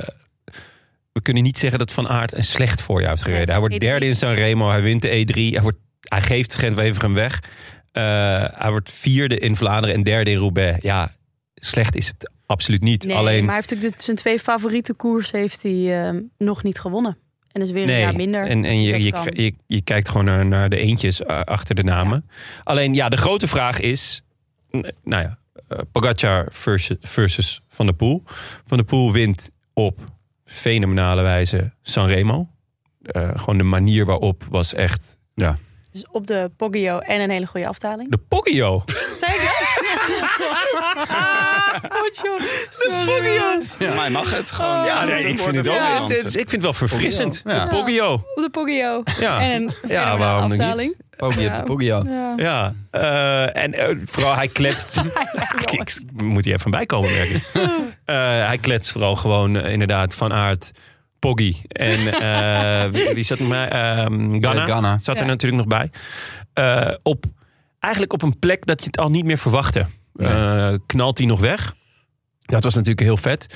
we kunnen niet zeggen dat Van Aert een slecht voorjaar heeft gereden. Hij wordt E drie. derde in San Remo, hij wint de E drie. Hij, wordt, hij geeft Gent-Wevelgem weg. Uh, hij wordt vierde in Vlaanderen en derde in Roubaix. Ja, slecht is het absoluut niet. Nee, Alleen, maar hij heeft natuurlijk de- zijn twee favoriete koers heeft hij uh, nog niet gewonnen. En dat is weer een nee, jaar minder. en, en je, dat je, kan. je, je kijkt gewoon naar, naar de eentjes uh, achter de namen. Alleen, ja, de grote vraag is... n- Nou ja, uh, Pogacar versus, versus Van der Poel. Van der Poel wint op fenomenale wijze Sanremo. Uh, gewoon de manier waarop was echt... Ja. Dus op de Poggio en een hele goede afdaling. De Poggio. Zei ik dat? Poggio. De Poggio. Voor mij mag het gewoon. Ja, nee, ik vind het wel, Ja. het- ik vind het wel verfrissend. Ja. De Poggio. Op de Poggio. Ja. En een Ja, ja, waarom niet? afdaling. Poggi op de Poggio. Ja. Ja, uh, en uh, vooral hij kletst... jongens. Ik moet hier even bij komen, merk ik. Uh, hij kletst vooral gewoon uh, inderdaad Van Aert, Poggi. En uh, wie, wie zat er bij? Um, Ganna, Uh, Ganna. zat er Ja. natuurlijk nog bij. Uh, op, eigenlijk op een plek dat je het al niet meer verwachtte. Uh, knalt hij nog weg. Dat was natuurlijk heel vet.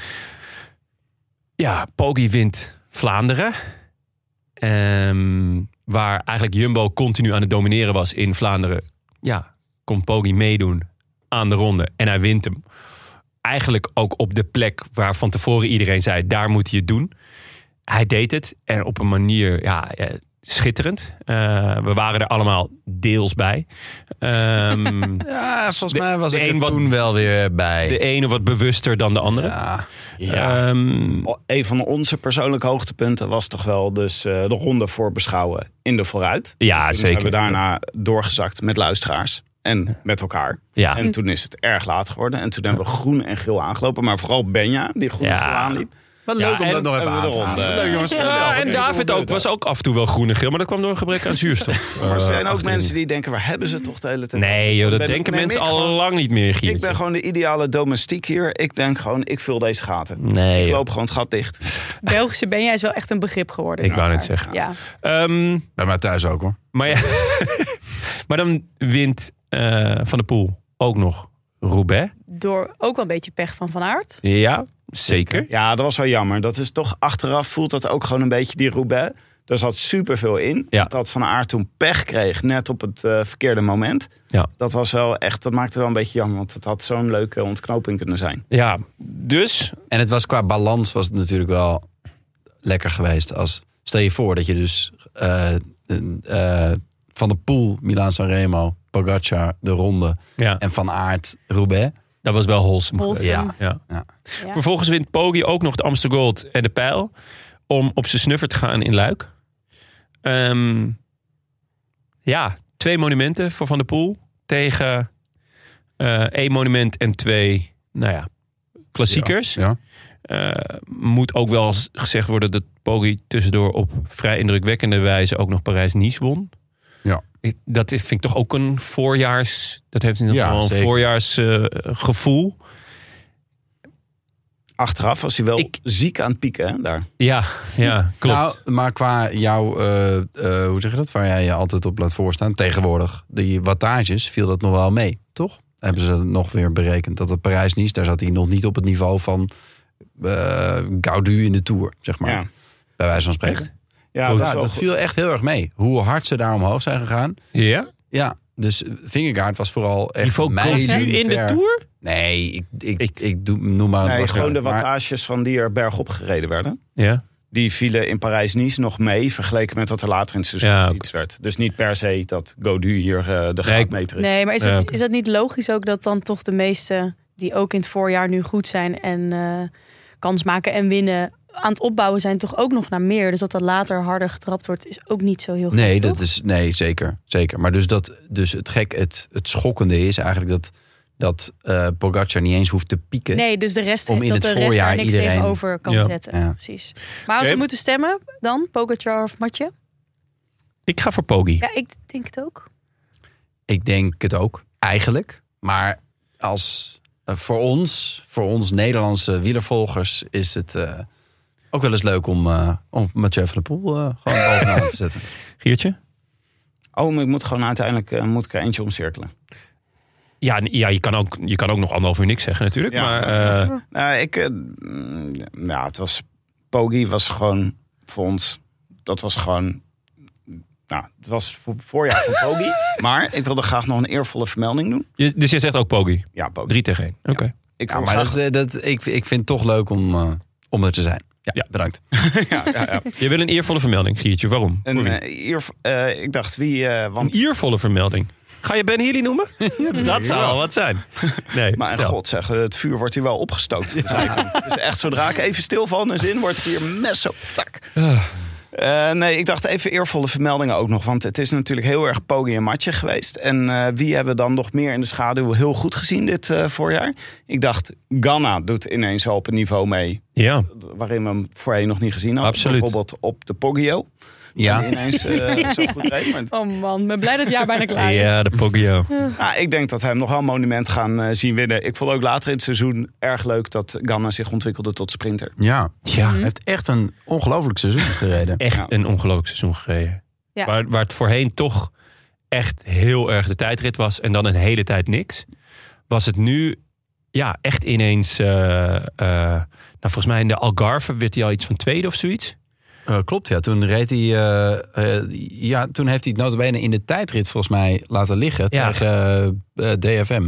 Ja, Poggi wint Vlaanderen. Um, waar eigenlijk Jumbo continu aan het domineren was in Vlaanderen. Ja, kon Poggi meedoen aan de ronde. En hij wint hem. Eigenlijk ook op de plek waar van tevoren iedereen zei... daar moet hij het doen. Hij deed het. En op een manier, ja, schitterend. Uh, we waren er allemaal deels bij. Um, Ja, volgens de- mij was de ik een er wat- toen wel weer bij. de ene wat bewuster dan de andere. Ja. Ja. Um, Een van onze persoonlijke hoogtepunten was toch wel dus uh, de ronde voorbeschouwen in de vooruit. ja, Toen zeker. zijn we daarna doorgezakt met luisteraars en met elkaar. Ja. En toen is het erg laat geworden. En toen hebben we groen en geel aangelopen. Maar vooral Benja, die groen en Ja. geel aanliep. Wat Ja, leuk om en- dat nog even en aan te de ronde. halen. Leuk jongens. Ja, Vertel, wat en is er David gebeurd ook, was ook af en toe wel groen en geel. Maar dat kwam door een gebrek aan zuurstof. Maar er zijn Uh, ook achterin. mensen die denken, waar hebben ze toch de hele tijd? Nee Dus joh, dan dat ben- denken neem mensen ik al gewoon- lang niet meer, Giertje. Ik ben gewoon de ideale domestiek hier. Ik denk gewoon, ik vul deze gaten. Nee, Ik joh. loop gewoon het gat dicht. Belgische Benja is wel echt een begrip geworden. Ik dit wou jaar. net zeggen. Ja. Ehm, Bij mij thuis ook hoor. maar, ja, maar dan wint uh, Van der Poel ook nog Roubaix. Door ook wel een beetje pech van Van Aert. Ja, zeker. Ja, dat was wel jammer. Dat is toch achteraf voelt dat ook gewoon een beetje die Roubaix. Daar zat superveel in. Ja. Dat Van Aert toen pech kreeg, net op het uh, verkeerde moment. Ja. Dat was wel echt, dat maakte wel een beetje jammer. Want het had zo'n leuke ontknoping kunnen zijn. Ja, dus... En het was qua balans was het natuurlijk wel lekker geweest. Als, stel je voor dat je dus uh, uh, Van der Poel, Milaan-San Remo, Pogacar de ronde Ja, en Van Aert Roubaix. dat was wel wholesome. Wholesome. Ja. Ja. Ja. Ja. Vervolgens wint Poggi ook nog de Amstel Gold en de Pijl. Om op zijn snuffer te gaan in Luik. Ehm, ja, twee monumenten voor Van der Poel. Tegen uh, één monument en twee, nou ja, klassiekers. Ja. Uh, moet ook wel gezegd worden dat Poggi tussendoor op vrij indrukwekkende wijze ook nog Parijs-Nice won. Ja. Ik, dat is, vind ik toch ook een voorjaars... Dat heeft in ieder Ja, geval een zeker. voorjaarsgevoel. Achteraf was hij wel Ik- ziek aan het pieken, hè, daar. ja, ja, klopt. Nou, maar qua jouw, uh, uh, hoe zeg je dat, waar jij je altijd op laat voorstaan, tegenwoordig, die wattages, viel dat nog wel mee, toch? Hebben ze nog weer berekend dat het Parijs-Nice, daar zat hij nog niet op het niveau van uh, Gaudu in de Tour, zeg maar. Ja, Bij wijze van spreken. Echt? ja, Ja, dat, is wel dat goed. viel echt heel erg mee. Hoe hard ze daar omhoog zijn gegaan. Ja? Ja, dus Vingegaard was vooral echt Niveau mijlen Gaudu in de ver. Tour? Nee, ik, ik, Ik- ik, doe, noem maar het Nee, gewoon de maar- wattages van die er bergop gereden werden. Ja. Die vielen in Parijs-Nice nog mee, vergeleken met wat er later in het seizoen Ja, gefietst werd. Dus niet per se dat Gaudu hier uh, de Nee, graadmeter is. Nee, maar is, Ja, het, oké. is dat niet logisch ook dat dan toch de meesten die ook in het voorjaar nu goed zijn en eh, kans maken en winnen aan het opbouwen zijn toch ook nog naar meer. Dus dat dat later harder getrapt wordt is ook niet zo heel gek, Nee, toch? dat is, nee zeker, zeker. Maar dus, dat, dus het gek, het, het schokkende is eigenlijk dat, dat uh, Pogacar niet eens hoeft te pieken. Nee, dus de rest, Om in dat het de rest voorjaar daar niks iedereen- tegenover kan Ja. zetten. Ja. Precies. Maar als Oké. we moeten stemmen, dan Pogacar of Matje? Ik ga voor Poggi. Ja, ik denk het ook. Ik denk het ook, eigenlijk. Maar als, uh, voor ons, voor ons Nederlandse wielervolgers, is het uh, ook wel eens leuk om, uh, om Mathieu van der Poel uh, gewoon bovenaan te zetten. Giertje? Oh, maar ik moet gewoon uiteindelijk uh, moet ik er eentje omcirkelen. Ja, n- ja je, kan ook, je kan ook nog anderhalf uur niks zeggen natuurlijk. Ja. Maar uh, Nou, ik, uh, mm, ja, het was Poggi was gewoon voor ons. Dat was gewoon. Nou, het was voor voorjaar van Poggi. Maar ik wilde graag nog een eervolle vermelding doen. je, dus je zegt ook Poggi. Ja, Poggi. Drie tegen één. Oké. Ik Ja, wil maar graag- dat, uh, dat, ik, ik vind het toch leuk om, uh, om er te zijn. Ja, Ja. bedankt. ja, ja, ja. Je wil een eervolle vermelding, Giertje. Waarom? En, Voor wie? uh, eer, uh, ik dacht wie. Uh, Een want, eervolle vermelding. Ga je Ben Healy noemen? Dat zou wel wat zijn. Nee, maar vertel. god zeg, het vuur wordt hier wel opgestookt. Dus eigenlijk, het is echt zodra ik even stilval in de zin, wordt het hier mes op tak. Uh, nee, ik dacht even eervolle vermeldingen ook nog. Want het is natuurlijk heel erg Poggi en Matje geweest. En uh, wie hebben we dan nog meer in de schaduw heel goed gezien dit uh, voorjaar? Ik dacht, Ganna doet ineens wel op een niveau mee. Ja, Waarin we hem voorheen nog niet gezien hadden. Absoluut. Bijvoorbeeld op de Poggio. Ja. Die ineens uh, zo goed reed. Maar, Oh man, ik ben blij dat het jaar bijna klaar is. ja de Poggio. nou, ik denk dat we hem nog wel een monument gaan uh, zien winnen. Ik vond ook later in het seizoen erg leuk dat Ganna zich ontwikkelde tot sprinter. Ja, Ja, hij heeft echt een ongelooflijk seizoen gereden. echt Ja. een ongelooflijk seizoen gereden. Ja. Waar, waar het voorheen toch echt heel erg de tijdrit was en dan een hele tijd niks. Was het nu ja, echt ineens... Uh, uh, nou, volgens mij in de Algarve werd hij al iets van tweede of zoiets. Uh, klopt, ja. Toen reed hij. Uh, uh, ja, toen heeft hij het nota bene in de tijdrit volgens mij laten liggen Ja. tegen uh, D F M.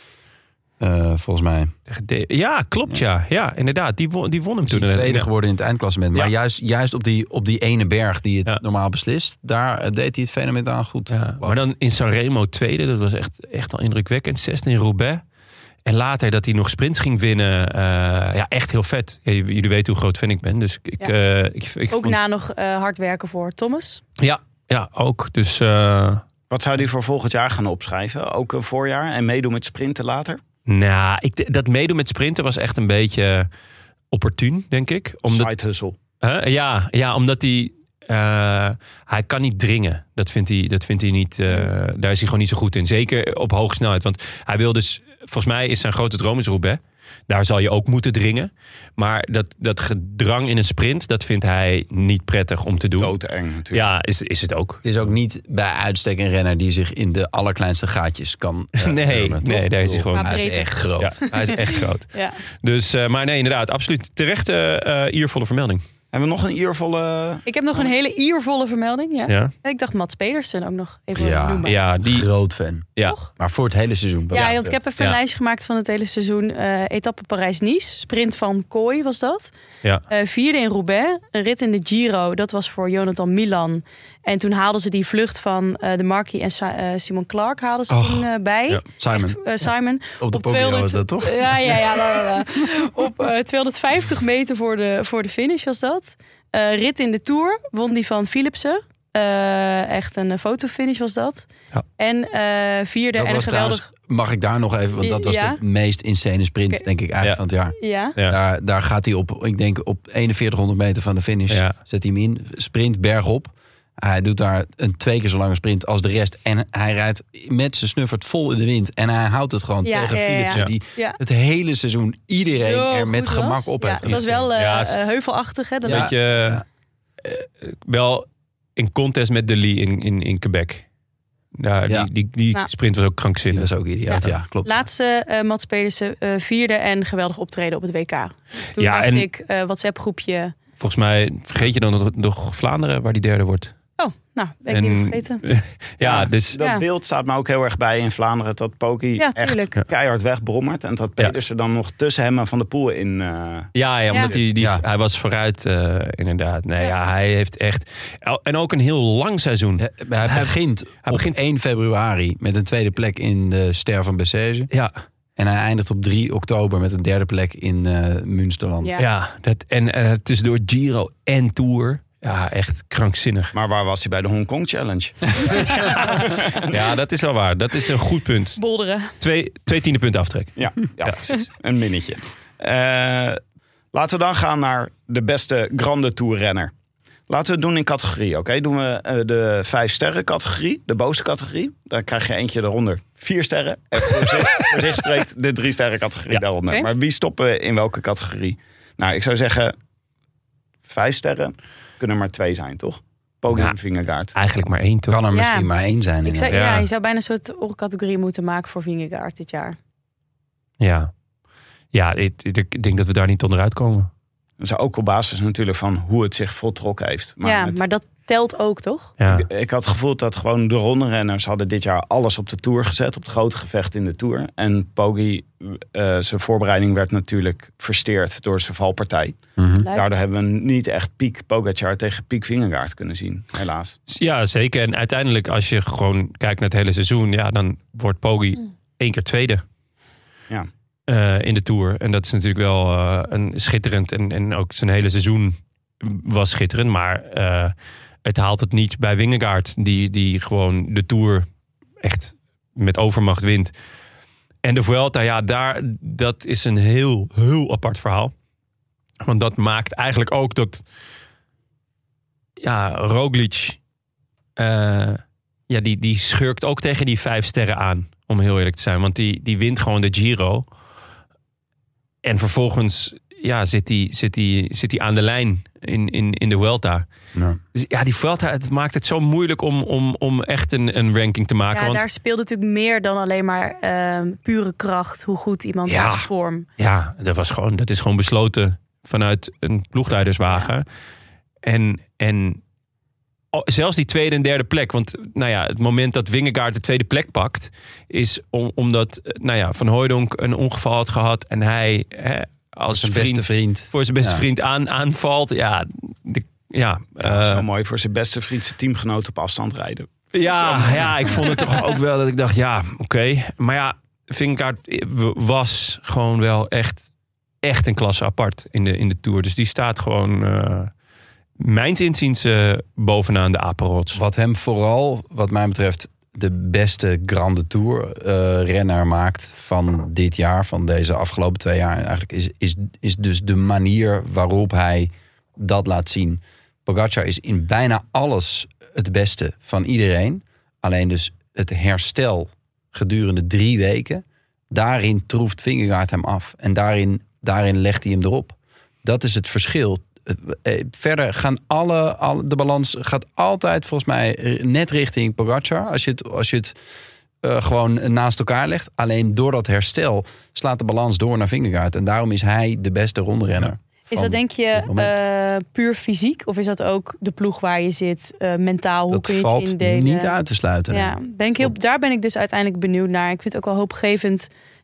Uh, volgens mij. De- Ja, klopt ja. Ja, inderdaad. Die won, die won hem Is toen. hij tweede Ja. geworden in het eindklassement. Maar Ja. juist, juist op, die, op die ene berg die het Ja. normaal beslist, daar uh, deed hij het fenomenaal goed. Ja, maar dan in Sanremo tweede, dat was echt, echt al indrukwekkend. Zesde in Roubaix. En later dat hij nog sprints ging winnen. Uh, ja, echt heel vet. Ja, j- jullie weten hoe groot fan ik ben. Dus ik, Ja. uh, ik, ik Ook vond- na nog uh, hard werken voor Thomas. Ja, ja, ook. Dus uh, Wat zou hij voor volgend jaar gaan opschrijven? Ook een voorjaar en meedoen met sprinten later? nou, ik, dat meedoen met sprinten was echt een beetje opportun, denk ik. Omdat, Side hustle. Huh? ja, ja, omdat hij... Uh, hij kan niet dringen. Dat vindt hij, dat vindt hij niet... Uh, daar is hij gewoon niet zo goed in. Zeker op hoge snelheid. Want hij wil dus... Volgens mij is zijn grote droom is Roubaix. Daar zal je ook moeten dringen. Maar dat, dat gedrang in een sprint... dat vindt hij niet prettig om te doen. Doodeng natuurlijk. Ja, is, is het ook. Het is ook niet bij uitstek een renner die zich in de allerkleinste gaatjes kan. Uh, Nee, hurmen, toch? nee, daar is hij gewoon- Maar Hij is breedte. echt groot. Ja, hij is echt groot. Ja. Dus, uh, maar nee, inderdaad, absoluut. Terechte uh, eervolle vermelding. Hebben we nog een eervolle... Ik heb nog een hele iervolle vermelding. Ja. Ja, Ik dacht Mats Pedersen ook nog even Ja. noemen. ja die... Groot fan. Ja. Maar voor het hele seizoen. wel. Ja, want ik heb even een Ja. lijstje gemaakt van het hele seizoen. Uh, etappe Parijs-Nice, sprint van Kooi was dat. Ja. Uh, vierde in Roubaix, een rit in de Giro, dat was voor Jonathan Milan. En toen haalden ze die vlucht van uh, de Marquis en Sa- uh, Simon Clark haalden ze Och, toen uh, bij. Ja, Simon. Echt, uh, Simon. Op de Poggio was dat toch? Ja, ja, ja. La, la, la. Op uh, tweehonderdvijftig meter voor de, voor de finish was dat. Uh, rit in de Tour won die van Philipsen. Uh, echt een fotofinish was dat. Ja. En uh, vierde Dat en was een geweldig... trouwens, mag ik daar nog even, want dat was Ja. de meest insane sprint, Oké. denk ik eigenlijk Ja. van het jaar. Ja. Ja. Daar, daar gaat hij op, ik denk op eenenveertighonderd meter van de finish, Ja. zet hij hem in, sprint bergop. Hij doet daar een twee keer zo lange sprint als de rest. En hij rijdt met zijn snuffert vol in de wind. En hij houdt het gewoon Ja, tegen ja, ja, Philipsen. ja. Die Ja. het hele seizoen iedereen Zo er met goed gemak was. op Ja, heeft het was gezien. wel uh, Ja, uh, s- heuvelachtig. Hè? Dat Ja. was- Beetje, Ja. eh, wel in contest met de Lee in, in, in Quebec. Ja, Ja. Die, die, die Nou. sprint was ook Die krankzinnig. was ook idioot, ja, Ja. klopt. Laatste uh, Mats Pedersen uh, vierde en geweldig optreden op het W K. Dus toen Ja, dacht en- ik, uh, WhatsApp groepje... Volgens mij vergeet je dan nog, nog Vlaanderen, waar die derde wordt. Oh, nou, ben ik niet meer vergeten. ja, dus Dat Ja. beeld staat me ook heel erg bij in Vlaanderen. Dat Poggi Ja, echt tuurlijk. keihard wegbrommert. En dat Pedersen dan nog tussen hem en Van der Poel in... uh, ja, ja, omdat Ja. Hij, die, Ja. hij was vooruit, uh, inderdaad. Nee, ja. Ja. hij heeft echt... En ook een heel lang seizoen. Hij, hij begint hij op begint- één februari met een tweede plek in de Ster van Bessèges. Ja, En hij eindigt op drie oktober met een derde plek in uh, Münsterland. Ja. ja dat, en uh, tussendoor Giro en Tour. Ja, echt krankzinnig. maar waar was hij bij de Hongkong Challenge? Ja, dat is wel waar. Dat is een goed punt. Bolderen. Twee, twee tiende punten aftrek. Ja, ja, precies. Een minnetje. Uh, laten we dan gaan naar de beste Grande Tour renner. Laten we het doen in categorie, oké? Doen we uh, de vijf sterren categorie, de bovenste categorie. Dan krijg je eentje daaronder vier sterren. En voor zich, voor zich spreekt de drie sterren categorie Ja. daaronder. Oké. Maar wie stoppen we in welke categorie? Nou, ik zou zeggen, vijf sterren kunnen maar twee zijn, toch? Poggi Ja. en Vingegaard. Eigenlijk maar één, toch? Kan er Ja. misschien maar één zijn. Ik zou, inderdaad. ja. Ja. je zou bijna een soort oorcategorie moeten maken voor Vingegaard dit jaar. Ja. Ja, ik, ik denk dat we daar niet onderuit komen. Dus ook op basis natuurlijk van hoe het zich voltrokken heeft. Maar ja, met- maar dat telt ook, toch? Ja. Ik, ik had het gevoel dat gewoon de rondrenners hadden dit jaar alles op de Tour gezet. Op het grote gevecht in de Tour. En Poggi, uh, zijn voorbereiding werd natuurlijk versteerd door zijn valpartij. Mhm. Lijkt- Daardoor hebben we niet echt piek Pogacar tegen piek Vingegaard kunnen zien. Helaas. Ja, zeker. En uiteindelijk, als je gewoon kijkt naar het hele seizoen, ja, dan wordt Poggi één keer tweede. Ja. Uh, in de Tour. En dat is natuurlijk wel uh, een schitterend. En, en ook zijn hele seizoen was schitterend. Maar uh, het haalt het niet bij Vingegaard. Die, die gewoon de Tour echt met overmacht wint. En de Vuelta, ja, daar, dat is een heel, heel apart verhaal. Want dat maakt eigenlijk ook dat... Ja, Roglic... Uh, ja, die, die schurkt ook tegen die vijf sterren aan. Om heel eerlijk te zijn. Want die, die wint gewoon de Giro. En vervolgens ja, zit hij zit die, zit die aan de lijn in, in, in de Vuelta. Ja. Dus ja, die Vuelta, het maakt het zo moeilijk om, om, om echt een, een ranking te maken. Ja, want daar speelt natuurlijk meer dan alleen maar um, pure kracht. Hoe goed iemand Ja. is vorm. ja, dat, was gewoon, dat is gewoon besloten vanuit een ploegleiderswagen. Ja. En, en oh, zelfs die tweede en derde plek. Want nou ja, het moment dat Vingegaard de tweede plek pakt... is om, omdat nou ja, Van Hooijdonk een ongeval had gehad... en hij hè, als Zijn vriend, beste vriend. voor zijn beste Ja. vriend aan, aanvalt. Ja, de, ja, Ja, uh, zo mooi voor zijn beste vriend, zijn teamgenoot op afstand rijden. Ja, ja, ik vond het toch ook wel dat ik dacht, ja, oké. Okay. Maar ja, Vingegaard was gewoon wel echt, echt een klasse apart in de, in de Tour. Dus die staat gewoon, uh, mijns inziens, uh, bovenaan de apenrots. Wat hem vooral, wat mij betreft, de beste Grande Tour uh, renner maakt van dit jaar, van deze afgelopen twee jaar eigenlijk, is, is, is dus de manier waarop hij dat laat zien. Pogacar is in bijna alles het beste van iedereen. Alleen dus het herstel gedurende drie weken, daarin troeft Vingegaard hem af. En daarin, daarin legt hij hem erop. Dat is het verschil. Verder gaan alle, alle de balans gaat altijd volgens mij net richting Pogacar. Als je het, als je het uh, gewoon naast elkaar legt. Alleen door dat herstel slaat de balans door naar Vingegaard. En daarom is hij de beste rondrenner. Is dat denk je uh, puur fysiek? Of is dat ook de ploeg waar je zit? Uh, mentaal, hoe dat kun je het valt indelen? niet uit te sluiten. Ja, ben ik heel, daar ben ik dus uiteindelijk benieuwd naar. Ik vind het ook wel hoopgevend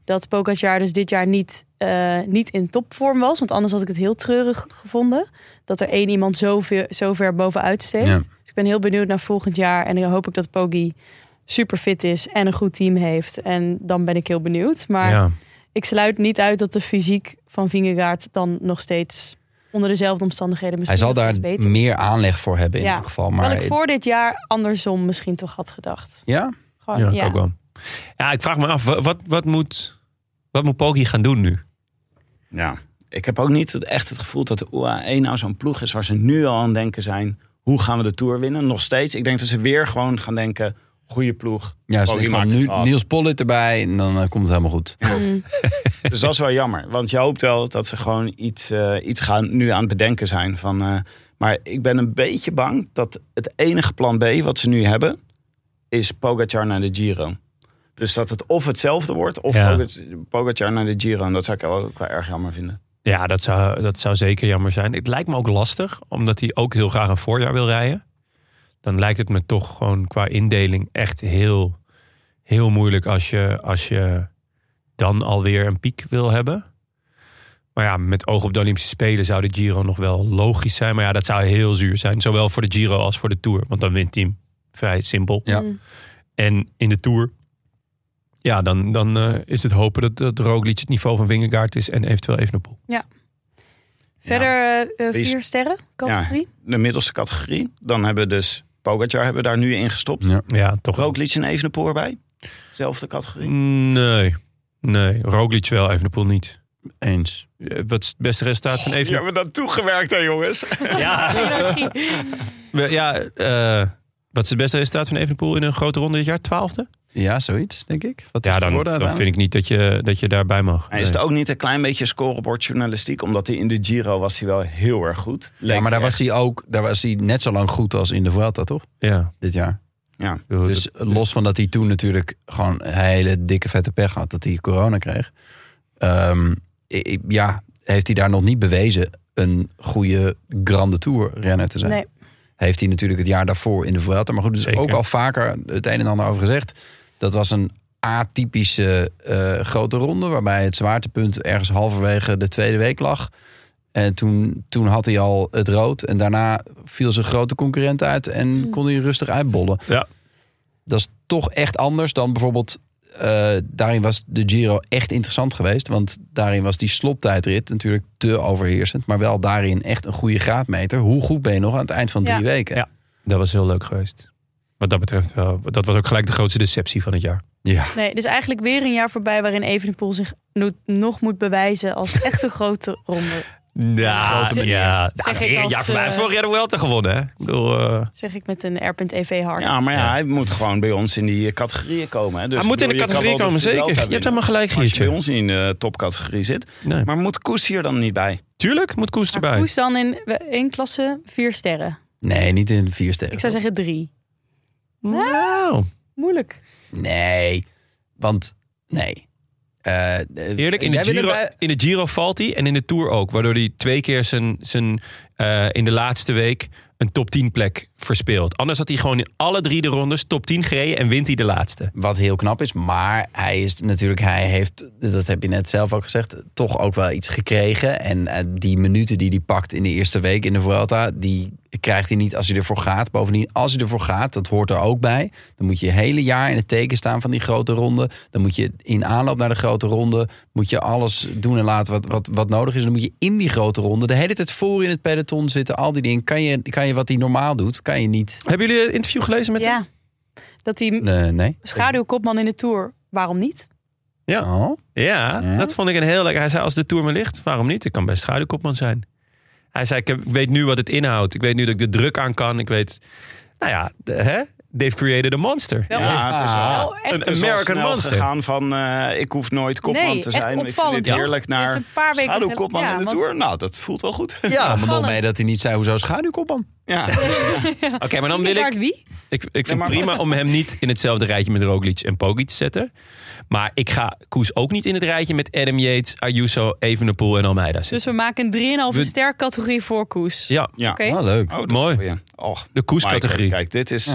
dat Pogacar dus dit jaar niet, uh, niet in topvorm was. Want anders had ik het heel treurig gevonden. Dat er één iemand zo, veel, zo ver bovenuit steekt. Ja. Dus ik ben heel benieuwd naar volgend jaar. En dan hoop ik dat Poggi super fit is en een goed team heeft. En dan ben ik heel benieuwd. Maar Ja. ik sluit niet uit dat de fysiek van Vingegaard dan nog steeds onder dezelfde omstandigheden misschien Hij zal nog daar steeds beter meer aanleg voor hebben in Ja. ieder geval. Terwijl Maar ik voor dit jaar andersom misschien toch had gedacht. ja? Gewoon, Ja, ja. ik ook wel. Ja, ik vraag me af, wat, wat, moet, wat moet Poggi gaan doen nu? Ja, ik heb ook niet het- echt het gevoel dat de U A E nou zo'n ploeg is waar ze nu al aan het denken zijn. Hoe gaan we de Tour winnen? Nog steeds. Ik denk dat ze weer gewoon gaan denken, goede ploeg. Ja, ze Poggi denken maakt gewoon het nu af. Niels Pollitt erbij en dan uh, komt het helemaal goed. Mm. Dus dat is wel jammer. Want je hoopt wel dat ze gewoon iets, uh, iets gaan nu aan het bedenken zijn. Van, uh, maar ik ben een beetje bang dat het enige plan B wat ze nu hebben, is Pogacar naar de Giro. Dus dat het of hetzelfde wordt, of Ja. Pogacar naar de Giro. En dat zou ik ook wel erg jammer vinden. Ja, dat zou, dat zou zeker jammer zijn. Het lijkt me ook lastig, omdat hij ook heel graag een voorjaar wil rijden. Dan lijkt het me toch gewoon qua indeling echt heel, heel moeilijk als je, als je dan alweer een piek wil hebben. Maar ja, met oog op de Olympische Spelen zou de Giro nog wel logisch zijn. Maar ja, dat zou heel zuur zijn. Zowel voor de Giro als voor de Tour. Want dan wint hij hem vrij simpel. Ja. Mm. En in de Tour, ja, dan, dan uh, is het hopen dat, dat Roglic het niveau van Vingegaard is en eventueel Evenepoel. Verder uh, uh, Wie is- vier sterren categorie. De middelste categorie. Dan hebben we dus Pogacar hebben we daar nu in gestopt. Ja. Ja, toch wel. Roglic en Evenepoel erbij. Zelfde categorie. Nee, nee. Roglic wel, Evenepoel niet. Eens. Eh, Wat is het beste resultaat van Je Evenepoel? hebt dat toegewerkt hè jongens. Ja, ja eh, wat is het beste resultaat van Evenepoel in een grote ronde dit jaar? Twaalfde? Ja, zoiets, denk ik. Wat is Ja, het dan, geworden dan vind ik niet dat je, dat je daarbij mag. Hij is het ook niet een klein beetje scorebordjournalistiek. Omdat hij in de Giro was hij wel heel erg goed. Leek Ja, maar daar hij was hij ook daar was hij net zo lang goed als in de Vuelta, toch? Ja. Dit jaar. Ja. Ik bedoel, Dus dat- los van dat hij toen natuurlijk gewoon een hele dikke vette pech had. Dat hij corona kreeg. Ehm, i- ja, heeft hij daar nog niet bewezen een goede Grande Tour renner te zijn. Nee. Heeft hij natuurlijk het jaar daarvoor in de Vuelta. Maar goed, er is Zeker. ook al vaker het een en ander over gezegd. Dat was een atypische eh, grote ronde. Waarbij het zwaartepunt ergens halverwege de tweede week lag. En toen, toen had hij al het rood. En daarna viel zijn grote concurrent uit. En Mm. kon hij rustig uitbollen. Ja. Dat is toch echt anders dan bijvoorbeeld... eh, daarin was de Giro echt interessant geweest. Want daarin was die slottijdrit natuurlijk te overheersend. Maar wel daarin echt een goede graadmeter. Hoe goed ben je nog aan het eind van drie Ja. weken? Ja. Dat was heel leuk geweest. Wat dat betreft wel. Dat was ook gelijk de grootste deceptie van het jaar. Ja. Nee, dus eigenlijk weer een jaar voorbij waarin Evenepoel zich no- nog moet bewijzen als echt een grote ronde. Ja, Zeg- ja. zeg Nou, ik een als, jaar voor mij. Hij heeft eh, voor Red Bull te gewonnen, hè? Ik bedoel, uh, Zeg ik met een R.E V hart. Ja, maar ja, Ja. hij moet gewoon bij ons in die categorieën komen. Hè. Dus hij moet in de ik bedoel, je categorie kan wel komen, de zeker. Vuelta Je hebt winnen. helemaal gelijk, Als je bij Giertje. ons in de topcategorie zit. Nee. Maar moet Koes hier dan niet bij? Tuurlijk, moet Koes Maar erbij. Koes dan in één klasse vier sterren. Nee, niet in vier sterren. Ik zou zeggen drie. Nou, Moeilijk. Nee, want nee. Eh, eerlijk, in de, jij wil Giro, erbij- in de Giro valt hij en in de Tour ook. Waardoor hij twee keer zijn, zijn, uh, in de laatste week een top tien plek verspeelt. Anders had hij gewoon in alle drie de rondes top tien gereden en wint hij de laatste. Wat heel knap is, maar hij is natuurlijk, hij heeft, dat heb je net zelf ook gezegd, toch ook wel iets gekregen. En uh, die minuten die hij pakt in de eerste week in de Vuelta, die krijgt hij niet als hij ervoor gaat. Bovendien, als hij ervoor gaat, dat hoort er ook bij. Dan moet je het hele jaar in het teken staan van die grote ronde. Dan moet je in aanloop naar de grote ronde, moet je alles doen en laten wat, wat, wat nodig is. Dan moet je in die grote ronde de hele tijd voor in het peloton zitten. Al die dingen, kan je, kan je wat hij normaal doet, kan je niet. Hebben jullie het interview gelezen met hem? Ja. Dat hij Uh, nee. schaduwkopman in de Tour. Waarom niet? Ja. Oh. Ja, Ja. dat vond ik een heel lekker. Hij zei, als de Tour me ligt, waarom niet? Ik kan best schaduwkopman zijn. Hij zei, ik, heb, ik weet nu wat het inhoudt. Ik weet nu dat ik de druk aan kan. Ik weet, nou ja, de, hè? They've created a monster. Wel, Ja, het is wel- wel echt een Het is wel American snel monster. gegaan van uh, ik hoef nooit kopman Nee, te echt zijn. Ik vind opvallend, het ja. heerlijk Het is naar een paar weken schaduwkopman geleden- in de ja, Tour. Nou, dat voelt wel goed. Ja, maar nog opvallend. mee dat hij niet zei, hoezo schaduwkopman? Ja. Oké, maar dan wil Vingegaard ik... wie? Ik, ik vind maar- prima om hem niet in hetzelfde rijtje met Roglic en Poggi te zetten. Maar ik ga Koes ook niet in het rijtje met Adam Yates, Ayuso, Evenepoel en Almeida zetten. Dus we maken een drie komma vijf We- ster categorie voor Koes. Ja, Ja. Oké. Oh, leuk. Oh, dat is Mooi. een goeie. Oh, de Koes-categorie. Michael, kijk, dit is Ja. uh,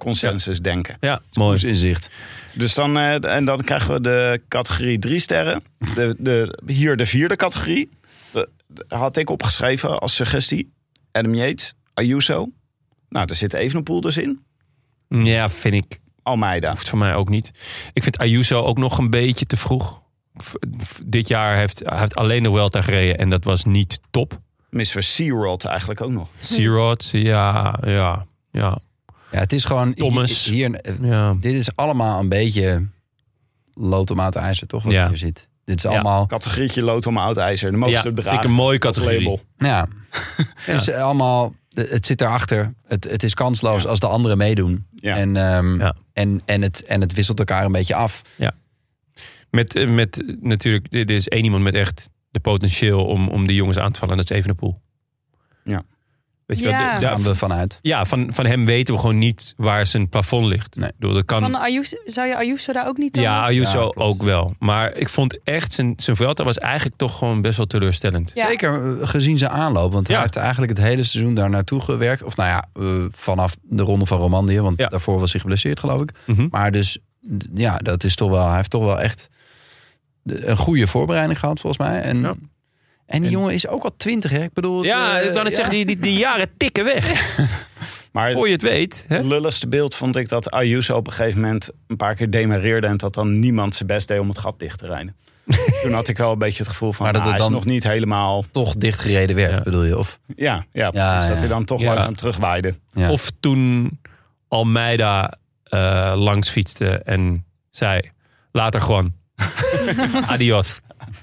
consensus denken. Ja, mooi. inzicht. Dus dan, uh, en dan krijgen we de categorie drie sterren. De, de, hier de vierde categorie. De, de, had ik opgeschreven als suggestie. Adam Yates, Ayuso. Nou, daar zit Evenepoel dus in. Ja, vind ik. Almeida. Hoeft voor mij ook niet. Ik vind Ayuso ook nog een beetje te vroeg. Dit jaar heeft hij heeft alleen de Vuelta gereden en dat was niet top. mister Searod eigenlijk ook nog. Searod, ja, ja, ja. Ja, het is gewoon... Thomas. Hier, ja. dit is allemaal een beetje lood om oud ijzer, toch? Wat Ja. hier zit. Dit is Ja. allemaal... Categorietje lood om oud ijzer. De Ja, mogen ze vind dragen. ik een mooie Dat categorie. label. Ja. Het is allemaal... Het zit erachter. Het, het is kansloos Ja. als de anderen meedoen. Ja. En, um, Ja. en, en, het, en het wisselt elkaar een beetje af. Met, met natuurlijk, dit is één iemand met echt de potentieel om, om die jongens aan te vallen. En dat is Evenepoel. Ja. Weet je Ja. wel, Daar de- gaan we vanuit. ja, van, van hem weten we gewoon niet waar zijn plafond ligt. Nee. Ik bedoel, dat kan, Van Ayuso, zou je Ayuso daar ook niet dan? ja, Ayuso Ja, klopt. ook wel. Maar ik vond echt, zijn, zijn Vuelta was eigenlijk toch gewoon best wel teleurstellend. Ja. Zeker uh, gezien zijn aanloop. Want hij Ja. heeft eigenlijk het hele seizoen daar naartoe gewerkt. Of nou ja, uh, vanaf de ronde van Romandie. Want Ja. daarvoor was hij geblesseerd, geloof ik. Mhm. Maar dus, d- ja, dat is toch wel... Hij heeft toch wel echt de- een goede voorbereiding gehad, volgens mij. En, Ja. en die En- jongen is ook al twintig, hè? Ik bedoel... het, Ja, uh, ik kan het ja. zeggen, die, die, die jaren tikken weg. Maar Voor je het weet. Hè? het lulligste beeld vond ik dat Ayuso op een gegeven moment een paar keer demareerde en dat dan niemand zijn best deed om het gat dicht te rijden. Toen had ik wel een beetje het gevoel van, Maar dat nou, het hij is dan- nog niet helemaal... Toch dichtgereden werd, Ja. bedoel je? Of, Ja, ja precies. Ja, Dat ja. hij dan toch Ja. langzaam terugwaaide. ja. Of toen Almeida uh, langs fietste en zei, later gewoon. Adios.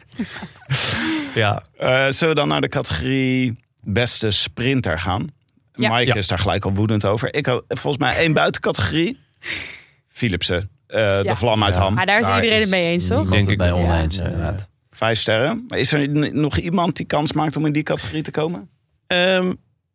Ja, Uh, zullen we dan naar de categorie beste sprinter gaan? Ja. Mike Ja. is daar gelijk al woedend over. Ik had volgens mij één buitencategorie. Philipsen, uh, de vlam uit Ja. Ham. Maar daar is Daar iedereen is het mee eens, toch? niemand Denk het ik mee wel. oneens, Ja. inderdaad. Vijf sterren. Maar is er n- nog iemand die kans maakt om in die categorie te komen? Ehm,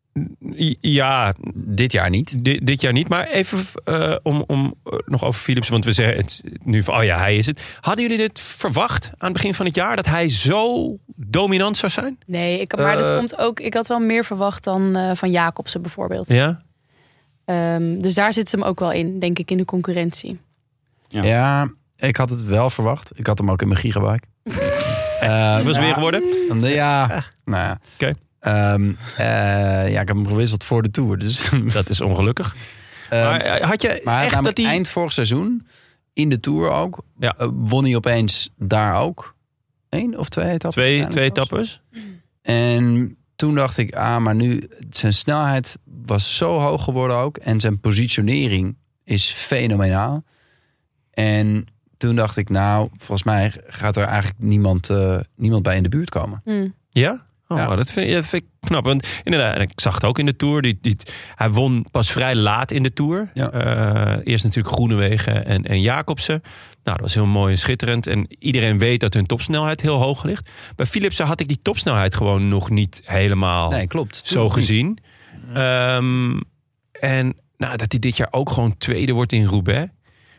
ja, Dit jaar niet. Dit, dit jaar niet, maar even uh, om, om uh, nog over Philips, want we zeggen het nu van, oh ja, hij is het. Hadden jullie dit verwacht aan het begin van het jaar, dat hij zo dominant zou zijn? Nee, ik, maar dat Uh, komt ook... Ik had wel meer verwacht dan uh, van Jacobsen bijvoorbeeld. Ja? Um, dus daar zit hem ook wel in, denk ik, in de concurrentie. Ja. Ja, ik had het wel verwacht. Ik had hem ook in mijn gigabike. Uh, Hoeveel is nou, meer geworden? Ja, nou ja. Oké. Ehm, uh, ja, ik heb hem gewisseld voor de Tour. Dus, Dat is ongelukkig. Ehm, maar uh, had je maar echt namelijk dat hij... eind vorig seizoen, in de Tour ook, Ja. uh, won hij opeens daar ook. Eén of twee etappes? Twee, twee uiteindelijk was. etappes? En toen dacht ik, ah, maar nu, zijn snelheid was zo hoog geworden ook. En zijn positionering is fenomenaal. En toen dacht ik, nou, volgens mij gaat er eigenlijk niemand, uh, niemand bij in de buurt komen. Hmm. Ja? Oh, Ja. Dat vind, ja, vind ik knap. Want inderdaad, en ik zag het ook in de Tour. Die, die, hij won pas vrij laat in de Tour. Ja. Uh, eerst natuurlijk Groenewegen en, en Jacobsen. Nou, dat was heel mooi en schitterend. En iedereen weet dat hun topsnelheid heel hoog ligt. Bij Philipsen had ik die topsnelheid gewoon nog niet helemaal Nee, klopt. zo Toen gezien. Um, en nou, dat hij dit jaar ook gewoon tweede wordt in Roubaix.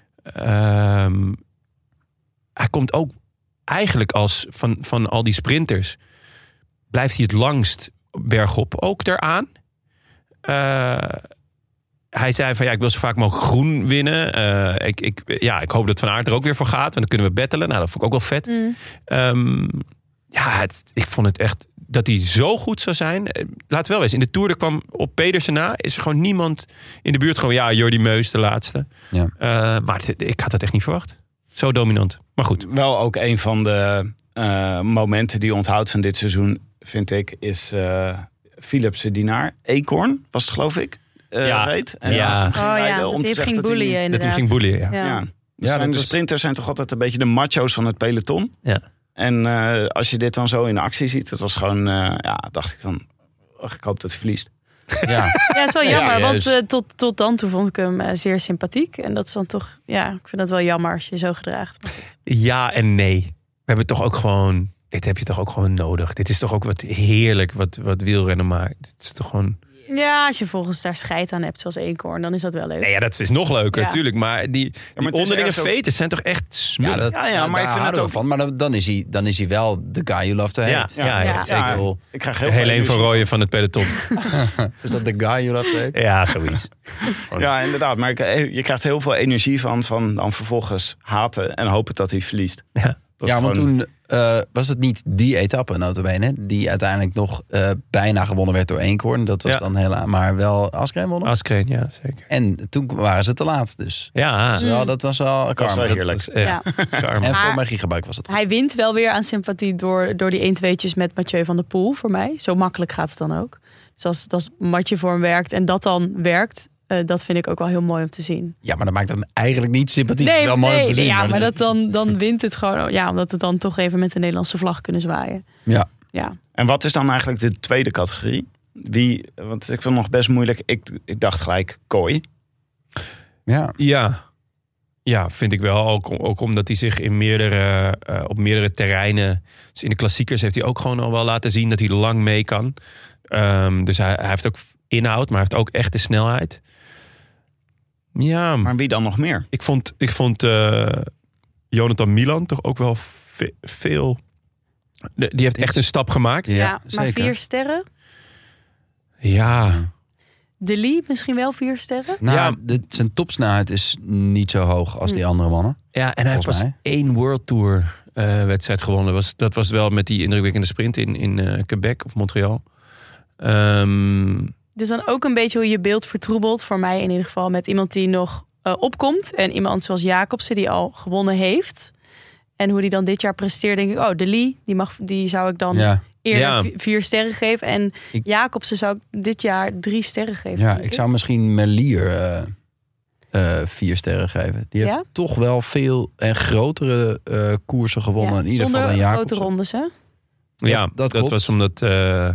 Um, hij komt ook eigenlijk als van, van al die sprinters... blijft hij het langst bergop ook eraan. Uh, hij zei van ja, ik wil zo vaak mogelijk groen winnen. Uh, ik, ik, ja, ik hoop dat Van Aert er ook weer voor gaat. Want dan kunnen we battelen. Nou, dat vond ik ook wel vet. Hmm. Um, ja, het, ik vond het echt dat hij zo goed zou zijn. Laat het wel wezen. In de Tour, er kwam op Pedersen na, is er gewoon niemand in de buurt. Gewoon ja, Jordi Meus de laatste. Ja. Uh, maar het, ik had het echt niet verwacht. Zo dominant. Maar goed. Wel ook een van de uh, momenten die onthoudt van dit seizoen, vind ik, is uh, Philipsen die naar Eekhoorn, was het geloof ik, uh, Ja. reed. En Ja. als hem ging Oh rijden, ja, om dat te hij zeggen ging dat hij boelieën niet- Dat hij inderdaad. ging boelieën, ja. Ja. Ja. Dus Ja, zijn dat de was- sprinters zijn toch altijd een beetje de macho's van het peloton. Ja. En uh, als je dit dan zo in actie ziet, dat was gewoon, uh, ja, dacht ik van, oh, ik hoop dat hij verliest. Ja. Ja, het is wel Ja, jammer, want serieus. uh, tot, tot dan toe vond ik hem uh, zeer sympathiek. En dat is dan toch, ja, ik vind dat wel jammer als je je zo gedraagt. Maar goed. Ja en nee. We hebben toch ook gewoon dit heb je toch ook gewoon nodig. Dit is toch ook wat heerlijk wat, wat wielrennen maakt. Het is toch gewoon... Ja, als je volgens daar scheid aan hebt, zoals Eenkhoorn, dan is dat wel leuk. Nee, ja, dat is nog leuker, Ja. natuurlijk. Maar die, die maar het is onderlinge ergens ook- fetes zijn toch echt smullen? Ja, dat, Ja, ja, ja, maar ik vind het het ook- van. Maar dan, dan, is hij, dan is hij wel de guy you love to hate. Ja, ja, ja, Ja. zeker. Ik bedoel, Ik krijg heel veel Helene van energie. Rooyen van het peloton. is dat de guy you love to hate? Ja, zoiets. Ja, inderdaad. Maar ik, je krijgt heel veel energie van, van dan vervolgens haten en hopen dat hij verliest. Ja. Dat is Ja, want gewoon- toen uh, was het niet die etappe, nota bene, die uiteindelijk nog uh, bijna gewonnen werd door Eenkhoorn. Dat was Ja. dan helaas, maar wel Askreen wonnen. Askreen, ja, zeker. En toen waren ze te laat, dus. Ja, Dus wel, dat was wel Dat was karma. wel heerlijk. dat is echt Ja. karma. En Maar- voor mijn gigabuik was het. Hij wint wel weer aan sympathie door, door die een-tweetjes met Mathieu van der Poel, voor mij. Zo makkelijk gaat het dan ook. Dus als, als Mathieu voor hem werkt en dat dan werkt, uh, dat vind ik ook wel heel mooi om te zien. Ja, maar dat maakt hem eigenlijk niet sympathiek. Het is wel mooi om te zien. ja, maar, dit- dat dan, dan wint het gewoon. Ja, omdat het dan toch even met de Nederlandse vlag kunnen zwaaien. Ja. Ja. En wat is dan eigenlijk de tweede categorie? Wie, want ik vind het nog best moeilijk. Ik, ik dacht gelijk Kooi. Ja. Ja. Ja, vind ik wel. Ook, ook omdat hij zich in meerdere, uh, op meerdere terreinen... Dus in de klassiekers heeft hij ook gewoon al wel laten zien dat hij lang mee kan. Um, dus hij, hij heeft ook inhoud, maar hij heeft ook echt de snelheid. Ja, Maar wie dan nog meer? ik vond, ik vond uh, Jonathan Milan toch ook wel ve- veel... De- Die heeft echt een stap gemaakt. Ja, Ja, maar zeker. vier sterren. Ja, De Lee misschien wel vier sterren. Nou, Ja. de, zijn topsnelheid is niet zo hoog als die andere mannen. ja en hij heeft Volgens pas mij. één World Tour uh, wedstrijd gewonnen. Was, dat was wel met die indrukwekkende sprint in, in uh, Quebec of Montreal. Um, Dus dan ook een beetje hoe je beeld vertroebelt. Voor mij in ieder geval met iemand die nog uh, opkomt. En iemand zoals Jacobsen die al gewonnen heeft. En hoe die dan dit jaar presteert, denk ik... oh, De Lee, die, mag, die zou ik dan Ja, eerder Ja. vi- vier sterren geven. En Ik- Jacobsen zou ik dit jaar drie sterren geven. ja denk ik zou misschien Merlier uh, uh, vier sterren geven. Die heeft Ja? toch wel veel en grotere uh, koersen gewonnen. Ja, in ieder zonder geval dan grote Jacobsen. rondes, hè? ja, dat dat, klopt. was omdat uh,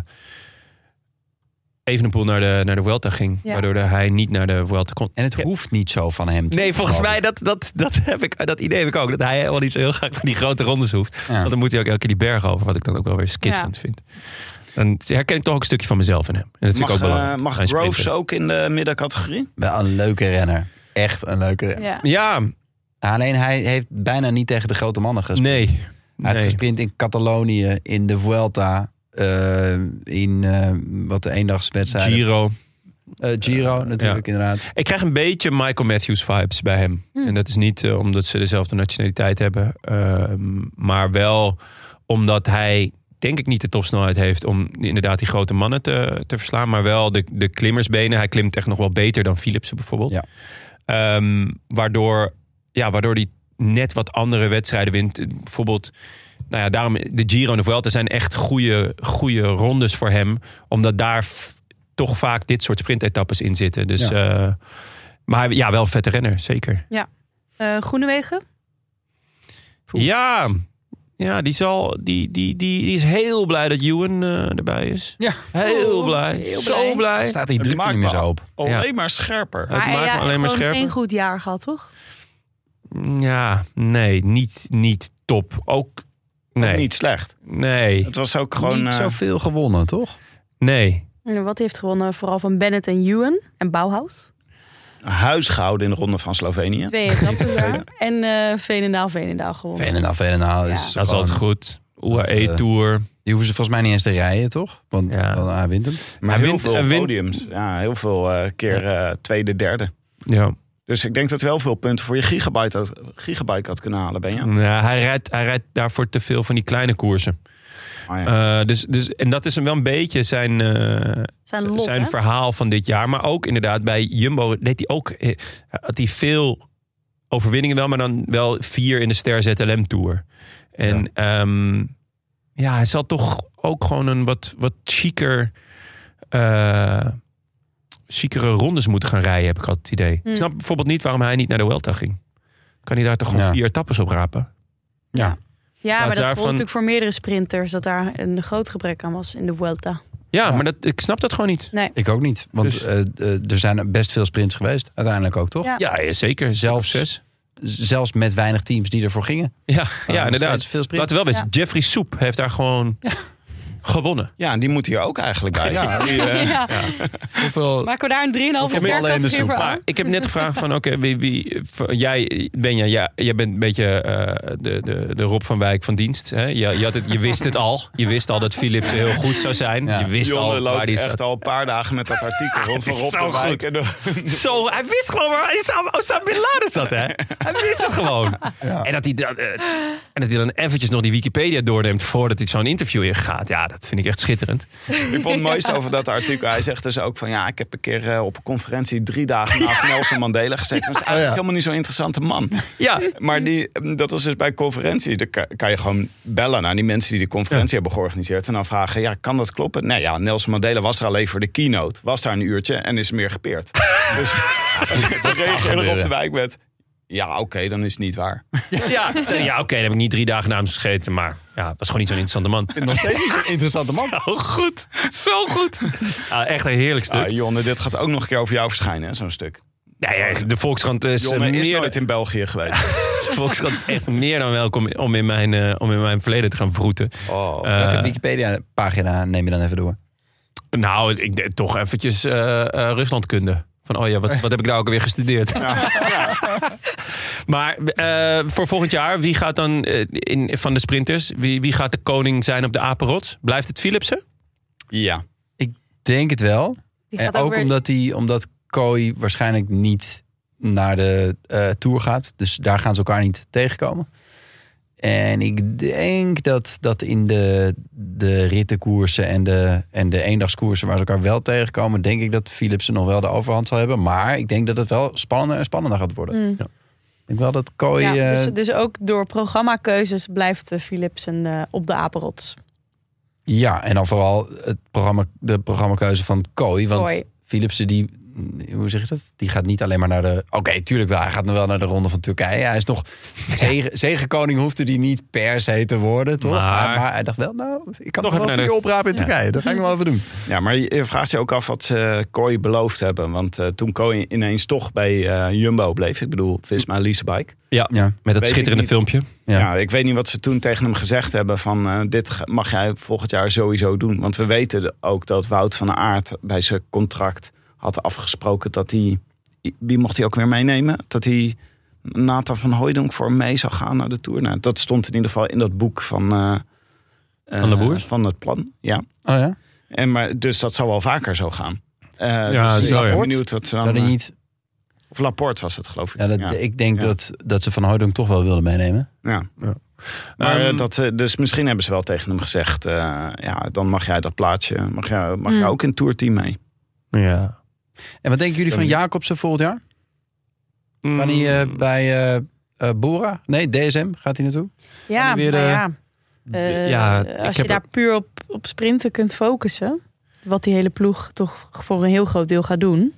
Evenepoel naar de, naar de Vuelta ging. Ja. Waardoor de, hij niet naar de Vuelta kon. En het Ja. hoeft niet zo van hem te Nee, volgens geloof mij, ik. dat, dat, dat, heb ik, dat idee heb ik ook. Dat hij helemaal niet zo heel graag die grote rondes hoeft. Ja. Want dan moet hij ook elke keer die berg over. Wat ik dan ook wel weer skitterend vind. Dan herken ik toch ook een stukje van mezelf in hem. En dat vind Mag, ik ook uh, belangrijk. mag Hij is Groves sprinter. ook in de middencategorie? Wel een leuke renner. Echt een leuke renner. Ja. Ja, Alleen hij heeft bijna niet tegen de grote mannen gesprint. nee. Hij heeft nee. gesprint in Catalonië, in de Vuelta, uh, in uh, wat de eendagswedstrijden. Giro. Uh, Giro natuurlijk ja. inderdaad. Ik krijg een beetje Michael Matthews vibes bij hem. Hm. En dat is niet uh, omdat ze dezelfde nationaliteit hebben. Uh, maar wel omdat hij, denk ik, niet de topsnelheid heeft om inderdaad die grote mannen te, te verslaan. Maar wel de, de klimmersbenen. Hij klimt echt nog wel beter dan Philipsen bijvoorbeeld. Ja. Um, waardoor, ja, waardoor hij net wat andere wedstrijden wint. Bijvoorbeeld, nou ja, daarom de Giro en de Vuelta zijn echt goede, goede rondes voor hem. Omdat daar f- toch vaak dit soort sprintetappes in zitten. Dus, Ja. uh, maar ja, wel een vette renner, zeker. Uh, Groenewegen? Oeh. Ja, ja die, zal, die, die, die, die is heel blij dat Ewan uh, erbij is. Ja. Heel Oh, blij. heel Zo blij. blij. Staat die Het druk er maakt niet meer me zo op. Alleen maar scherper. Het Maar maakt ja, me alleen maar gewoon scherper. geen goed jaar gehad, toch? Ja, nee, niet, niet top. Ook, nee. Ook niet slecht. Nee, Het was ook gewoon... Niet uh, zoveel gewonnen, toch? nee. En wat heeft gewonnen? Vooral van Bennett en Ewan en Bauhaus. huis gehouden in de Ronde van Slovenië. Twee etappes daar. En uh, Veenendaal, Veenendaal gewonnen. Veenendaal, Veenendaal Ja. is Dat is gewoon- altijd goed. U A Dat, E uh, Tour. Die hoeven ze volgens mij niet eens te rijden, toch? Want Ja. wel, hij wint hem. Maar Hij heel wint- veel hij wint- podiums. Ja, heel veel uh, keer uh, tweede, derde. Ja. Dus ik denk dat wel veel punten voor je gigabyte had, gigabyte had kunnen halen, ben je? Ja, hij, rijdt, hij rijdt daarvoor te veel van die kleine koersen. Oh, ja. Uh, dus, dus, en dat is wel een beetje zijn, uh, Zijn lot, zijn hè? verhaal van dit jaar. Maar ook inderdaad bij Jumbo deed hij ook eh, had hij veel overwinningen wel, maar dan wel vier in de Ster Z L M Tour. En ja, um, ja hij zal toch ook gewoon een wat, wat chiquer, uh, chicere rondes moeten gaan rijden, heb ik altijd het idee. Hmm. Ik snap bijvoorbeeld niet waarom hij niet naar de Vuelta ging. Kan hij daar toch gewoon Ja. vier etappes op rapen? Ja. Ja, maar dat daarvan- gold natuurlijk voor meerdere sprinters dat daar een groot gebrek aan was in de Vuelta. Ja, Ja. maar dat, ik snap dat gewoon niet. Nee. Ik ook niet. Want Dus- uh, uh, er zijn best veel sprints geweest. Uiteindelijk ook, toch? Ja. Ja, ja zeker. Zelfs- Zelfs zes. zelfs met weinig teams die ervoor gingen. Ja, Uh, ja inderdaad. Veel sprint. Laten we wel weten, Ja. Jeffrey Soep heeft daar gewoon ja. gewonnen. Ja, die moet hier ook eigenlijk bij. Ja. Die, uh, Ja. Hoeveel... Maken we daar een drieënhalf Hoeveel ster ballen in de categorie soep? voor Maar aan? ik heb net gevraagd van, oké, okay, wie, wie, jij, Benja, ja, jij bent een beetje uh, de, de, de Rob van Wijk van dienst. Hè? Je, je, had het, je wist het al. Je wist al dat Philips heel goed zou zijn. Ja. Je wist Jonne al waar loopt die echt zat. al een paar dagen met dat artikel rond van is Rob zo de Wijk. goed. En de- Zo, hij wist gewoon waar Osama Osama Bin Laden zat, hè? Hij wist het gewoon. Ja. En, dat hij dan, uh, en dat hij dan eventjes nog die Wikipedia doorneemt voordat hij zo'n interview in gaat. Ja, dat vind ik echt schitterend. Ik vond het mooiste over dat artikel. Hij zegt dus ook van ja, ik heb een keer uh, op een conferentie drie dagen naast Nelson Mandela gezeten. Dat is eigenlijk Oh ja. helemaal niet zo'n interessante man. Ja, Maar die, dat was dus bij conferentie. Dan kan- kan je gewoon bellen naar die mensen die de conferentie Ja. hebben georganiseerd. En dan vragen, ja, kan dat kloppen? Nee, ja, Nelson Mandela was er alleen voor de keynote. Was daar een uurtje en is meer gepeerd. Dus dan reageerde Rob de Wijk met... Ja, oké, okay, dan is het niet waar. ja, zei, ja oké, okay, dan heb ik niet drie dagen naast hem gescheten. Maar ja, was gewoon niet zo'n interessante man. Nog steeds niet zo'n interessante man. Zo goed, zo goed. Ah, echt een heerlijk stuk. Ah, Jonne, dit gaat ook nog een keer over jou verschijnen, hè, zo'n stuk. Nee, ja, de Volkskrant is, Jonne uh, is meer, nooit in België geweest. de Volkskrant is echt meer dan welkom om in mijn, uh, om in mijn verleden te gaan vroeten. Oh. Uh, Welke Wikipedia-pagina neem je dan even door? Nou, ik denk toch eventjes uh, uh, Ruslandkunde. Van, oh ja, wat, wat heb ik nou ook alweer gestudeerd? Ja. Maar uh, voor volgend jaar, wie gaat dan uh, in, van de sprinters, wie, wie gaat de koning zijn op de Apenrots? Blijft het Philipsen? Ja. Denk het wel. Die En gaat ook ook weer... omdat, die, omdat Kooi waarschijnlijk niet naar de uh, Tour gaat. Dus daar gaan ze elkaar niet tegenkomen. En ik denk dat, dat in de, de rittenkoersen en de, en de eendagskoersen waar ze elkaar wel tegenkomen, denk ik dat Philipsen nog wel de overhand zal hebben. Maar ik denk dat het wel spannender en spannender gaat worden. Mm. Ja. Ik denk wel dat Kooi... Ja, dus, uh, dus ook door programmakeuzes blijft uh, Philipsen uh, op de apenrots. ja, en dan vooral het programma, de programmakeuze van Kooi. Want Kooi. Philipsen die... Hoe zeg je dat? Die gaat niet alleen maar naar de... Oké, okay, tuurlijk wel. Hij gaat nog wel naar de Ronde van Turkije. Hij is nog... Zegen, zegenkoning hoefde die niet per se te worden, toch? Maar, maar, maar hij dacht wel, nou, ik kan nog nog wel even voor naar je oprapen in Ja. Turkije. Dat ga ik nog wel even doen. Ja, maar je vraagt je ook af wat ze Kooi beloofd hebben. Want uh, toen Kooi ineens toch bij uh, Jumbo bleef. Ik bedoel, Visma Leasebike. Ja, Ja. met dat Weet schitterende ik niet. filmpje. Ja. Ja. ik weet niet wat ze toen tegen hem gezegd hebben van uh, dit mag jij volgend jaar sowieso doen. Want we weten ook dat Wout van Aert bij zijn contract had afgesproken dat hij... Wie mocht hij ook weer meenemen? Dat hij Nathan van Hooijdonk voor hem mee zou gaan naar de Tour. Nou, dat stond in ieder geval in dat boek van, uh, Van de uh, Boers? van het plan. Ja. Oh ja? En maar, dus dat zou wel vaker zo gaan. Uh, Ja, dus zo, ik ben ja. benieuwd wat ze dan... Zou die uh, niet... Of Laporte was het, geloof ik. Ja, dat, ja. Ik denk Ja. dat, dat ze Van Hooijdonk toch wel wilden meenemen. Ja. Ja. Maar Um, uh, dat, uh, dus misschien hebben ze wel tegen hem gezegd... Uh, ja, dan mag jij dat plaatsje... Mag jij, mag Mm. jij ook in het tourteam mee? Ja. En wat denken jullie van Jacobsen volgend jaar? Mm. Kan hij uh, bij uh, uh, Bora? Nee, D S M gaat hij naartoe? Ja, Kan die weer, maar uh, ja. Uh, ja, als ik je heb daar er- puur op, op sprinten kunt focussen, wat die hele ploeg toch voor een heel groot deel gaat doen.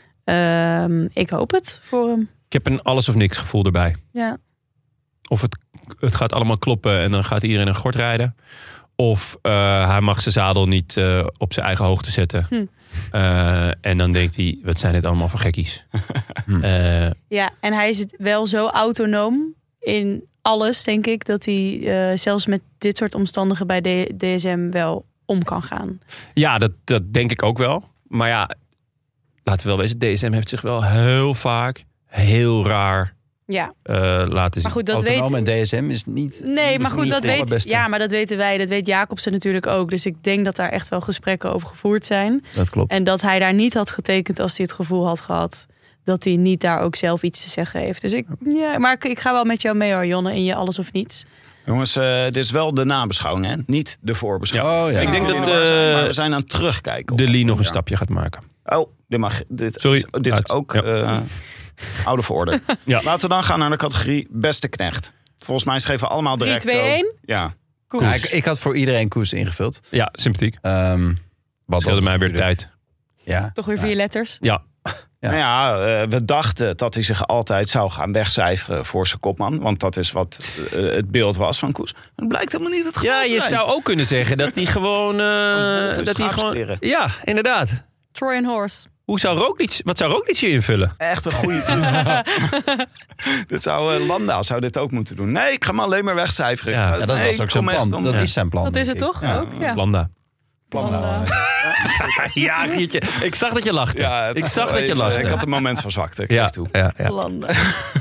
Uh, ik hoop het voor hem. Ik heb een alles of niks gevoel erbij. Ja. Of het, het gaat allemaal kloppen en dan gaat iedereen een gort rijden. Of uh, hij mag zijn zadel niet uh, op zijn eigen hoogte zetten. Hm. Uh, en dan denkt hij, wat zijn dit allemaal voor gekkies? Hm. Uh, ja, en hij is wel zo autonoom in alles, denk ik, dat hij uh, zelfs met dit soort omstandigheden bij D S M wel om kan gaan. Ja, dat, dat denk ik ook wel. Maar ja, laten we wel wezen, D S M heeft zich wel heel vaak heel raar ja. uh, laten zien. Maar goed, dat Autonoom weet... en D S M is niet... Nee, is maar goed, niet dat het weet... allerbeste. Ja, maar dat weten wij. Dat weet Jacobsen natuurlijk ook. Dus ik denk dat daar echt wel gesprekken over gevoerd zijn. Dat klopt. En dat hij daar niet had getekend als hij het gevoel had gehad dat hij niet daar ook zelf iets te zeggen heeft. Dus ik, ja, maar ik, ik ga wel met jou mee hoor, Jonne, in je alles of niets. Jongens, uh, dit is wel de nabeschouwing, hè? Niet de voorbeschouwing. Oh, ja. Ik denk Ja. dat Uh, zijn, maar we uh, zijn aan het terugkijken. de op Lee dat nog een jaar. stapje gaat maken. Oh, dit, mag, dit, Sorry. dit Uit. is ook Ja. uh, oude verorde. Ja. Laten we dan gaan naar de categorie beste knecht. Volgens mij schreven we allemaal drie, direct twee, zo. één Ja. Koers. Ja, ik, ik had voor iedereen Koes ingevuld. Ja, sympathiek. Um, wat Scheelde dat mij weer natuurlijk- tijd. Ja. Toch weer Ja. vier letters. Ja, Ja. Nou ja, uh, we dachten dat hij zich altijd zou gaan wegcijferen voor zijn kopman. Want dat is wat uh, het beeld was van Koes. Het blijkt helemaal niet het geval ja te je zijn. zou ook kunnen zeggen dat hij gewoon... Uh, wolf in dat hij gewoon schaapskleren. ja, inderdaad. Troy and Horse. Hoe zou Roglic, wat zou Roglic hier invullen? Echt een goede truc. Dit zou uh, Landa zou dit ook moeten doen. Nee, ik ga hem alleen maar wegcijferen. Ja, Ik ga- Ja, dat nee, was ik ook zijn kom echt plan. om- Dat is zijn plan. Dat is het denk ik. toch Ja. ook? Ja. Landa. Landa. Ja, Gietje. Ik zag dat je lachte. Ja, het ik was zag wel dat je even- lachte. Ik had een moment van zwakte, ik ja, geef toe. ja, ja. Landa.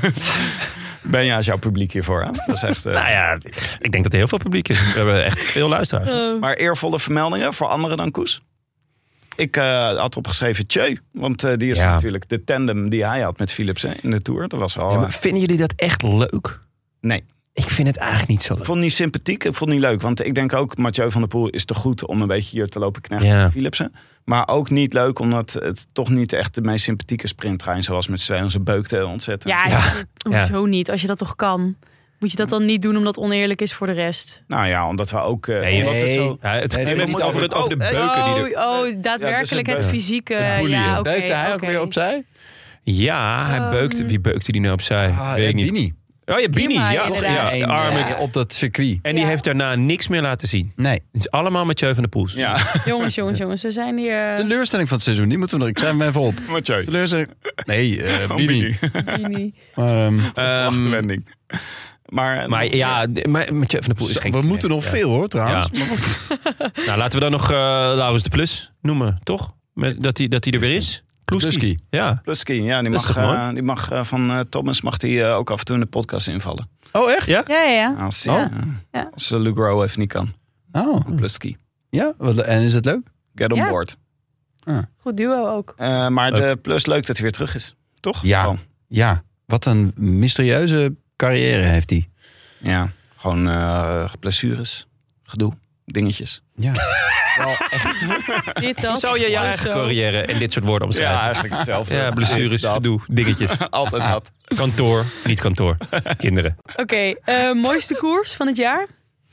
Ben je als jouw publiek hiervoor? Hè? Dat is echt, uh, Nou ja, ik denk dat er heel veel publiek is. We hebben echt veel luisteraars. Uh, Maar eervolle vermeldingen voor anderen dan Koes? Ik uh, had opgeschreven Tjeu. Want uh, die is Ja. natuurlijk de tandem die hij had met Philipsen in de Tour. Dat was wel... Ja, uh, maar vinden jullie dat echt leuk? nee, Ik vind het eigenlijk niet zo ik leuk. vond het niet sympathiek. Ik vond het niet leuk. Want ik denk ook, Mathieu van der Poel is te goed om een beetje hier te lopen knechten Ja. met Philipsen. Maar ook niet leuk omdat het toch niet echt de meest sympathieke sprinttrein zoals met Sven zijn beukte ontzettend. ja, Ja. hoezo niet? Als je dat toch kan. Moet je dat dan niet doen omdat het oneerlijk is voor de rest? Nou ja, omdat we ook... Uh, Nee, omdat het zo... Ja, het Nee, gaat we niet moeten over, het, over- over de oh, beuken die er... Oh, oh daadwerkelijk Ja, dus het het fysieke. het boelien. Ja, oké. Beukte hij ook oké. weer opzij? Ja, hij Ehm. beukte. Wie beukte die nou opzij? Ah, Weet ik niet. Bini. Oh ja, Bini. Bima, Ja, inderdaad. ja, Eén, de arme. ja, op dat circuit. En die Ja. heeft daarna niks meer laten zien. Nee. Het is allemaal Mathieu van der Poel. Ja, Jongens, jongens, jongens. We zijn hier... Teleurstelling van het seizoen, die moeten we nog. Ik schrijf hem even op. Mathieu. Teleurstelling. Nee, uh, Oh, Bini. Bini. Um, Ehm, Achterwending. Maar, maar ja, de- maar Mathieu van der Poel is geen... we moeten nog ja. veel hoor, trouwens. Ja. Maar goed. Nou, laten we dan nog uh, Laurens de Plus noemen, toch? Met, dat hij dat hij er weer is. Ploeski. Ja. Plusky, ja, die Dat is mag, toch mooi? uh, die mag uh, van uh, Thomas mag die uh, ook af en toe in de podcast invallen. Oh, echt? Ja? Ja, ja, ja. Als, die, Oh. uh, Ja. als uh, Luke Rowe even niet kan. Oh, Plusky. ja. Wat- En is het leuk? Get on Ja. board. Goed duo ook. Uh, maar Leuk. de plus leuk dat hij weer terug is. Toch? Ja. Gewoon. Ja. Wat een mysterieuze carrière heeft hij. Ja. Gewoon uh, blessures, gedoe, dingetjes. Ja. Wel echt. Dit, dat. Zou je je Oh, eigen zo. carrière in dit soort woorden omschrijven? Ja, eigenlijk hetzelfde. Ja, blessures, Dit, dat. gedoe, dingetjes. Altijd dat. Kantoor, niet kantoor. Kinderen. Oké, eh, mooiste koers van het jaar?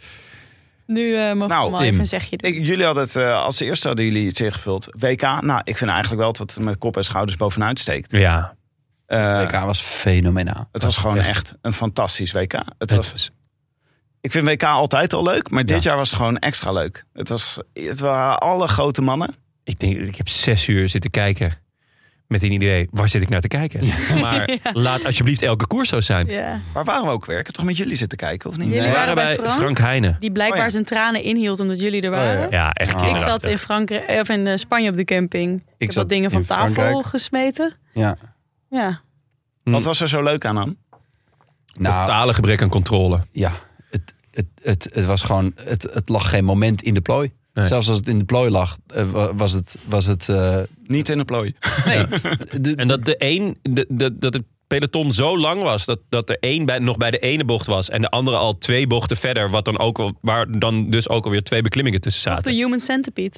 Nu uh, mogen we Nou, allemaal Tim. even een zegje doen. Ik, jullie hadden het, uh, als eerste hadden jullie het ingevuld. W K, nou, ik vind eigenlijk wel dat het met kop en schouders bovenuit steekt. Ja. Uh, W K was fenomenaal. het was gewoon echt. echt een fantastisch W K. Het Het was, was- ik vind W K altijd al leuk, maar dit Ja. jaar was het gewoon extra leuk. Het, was, het waren alle grote mannen. Ik denk, ik heb zes uur zitten kijken. Met een idee, waar zit ik naar te kijken? Maar Ja. laat alsjeblieft elke koers zo zijn. Ja. Waar waren we ook weer? Ik heb toch met jullie zitten kijken, of niet? Jullie We Nee. waren bij bij Frank, Frank? Heijnen. Die blijkbaar Oh ja. zijn tranen inhield omdat jullie er Oh ja. waren. Ja, echt Ik Ik kinderachtig. zat in, Frankrijk, of in eh, Spanje op de camping. Ik, heb zat wat dingen van in tafel Frankrijk. gesmeten. Ja. Ja. Wat was er zo leuk aan dan? Nou, Totale gebrek aan controle. ja. Het, het, het, het was gewoon... Het, het lag geen moment in de plooi. Nee. Zelfs als het in de plooi lag, eh, wa- was het... Was het uh, Niet in de plooi. nee. De, En dat, de een, de, de, dat het peloton zo lang was dat, dat er één bij, nog bij de ene bocht was en de andere al twee bochten verder, wat dan ook, wel- waar dan dus ook alweer twee beklimmingen tussen Of zaten. de human centipede.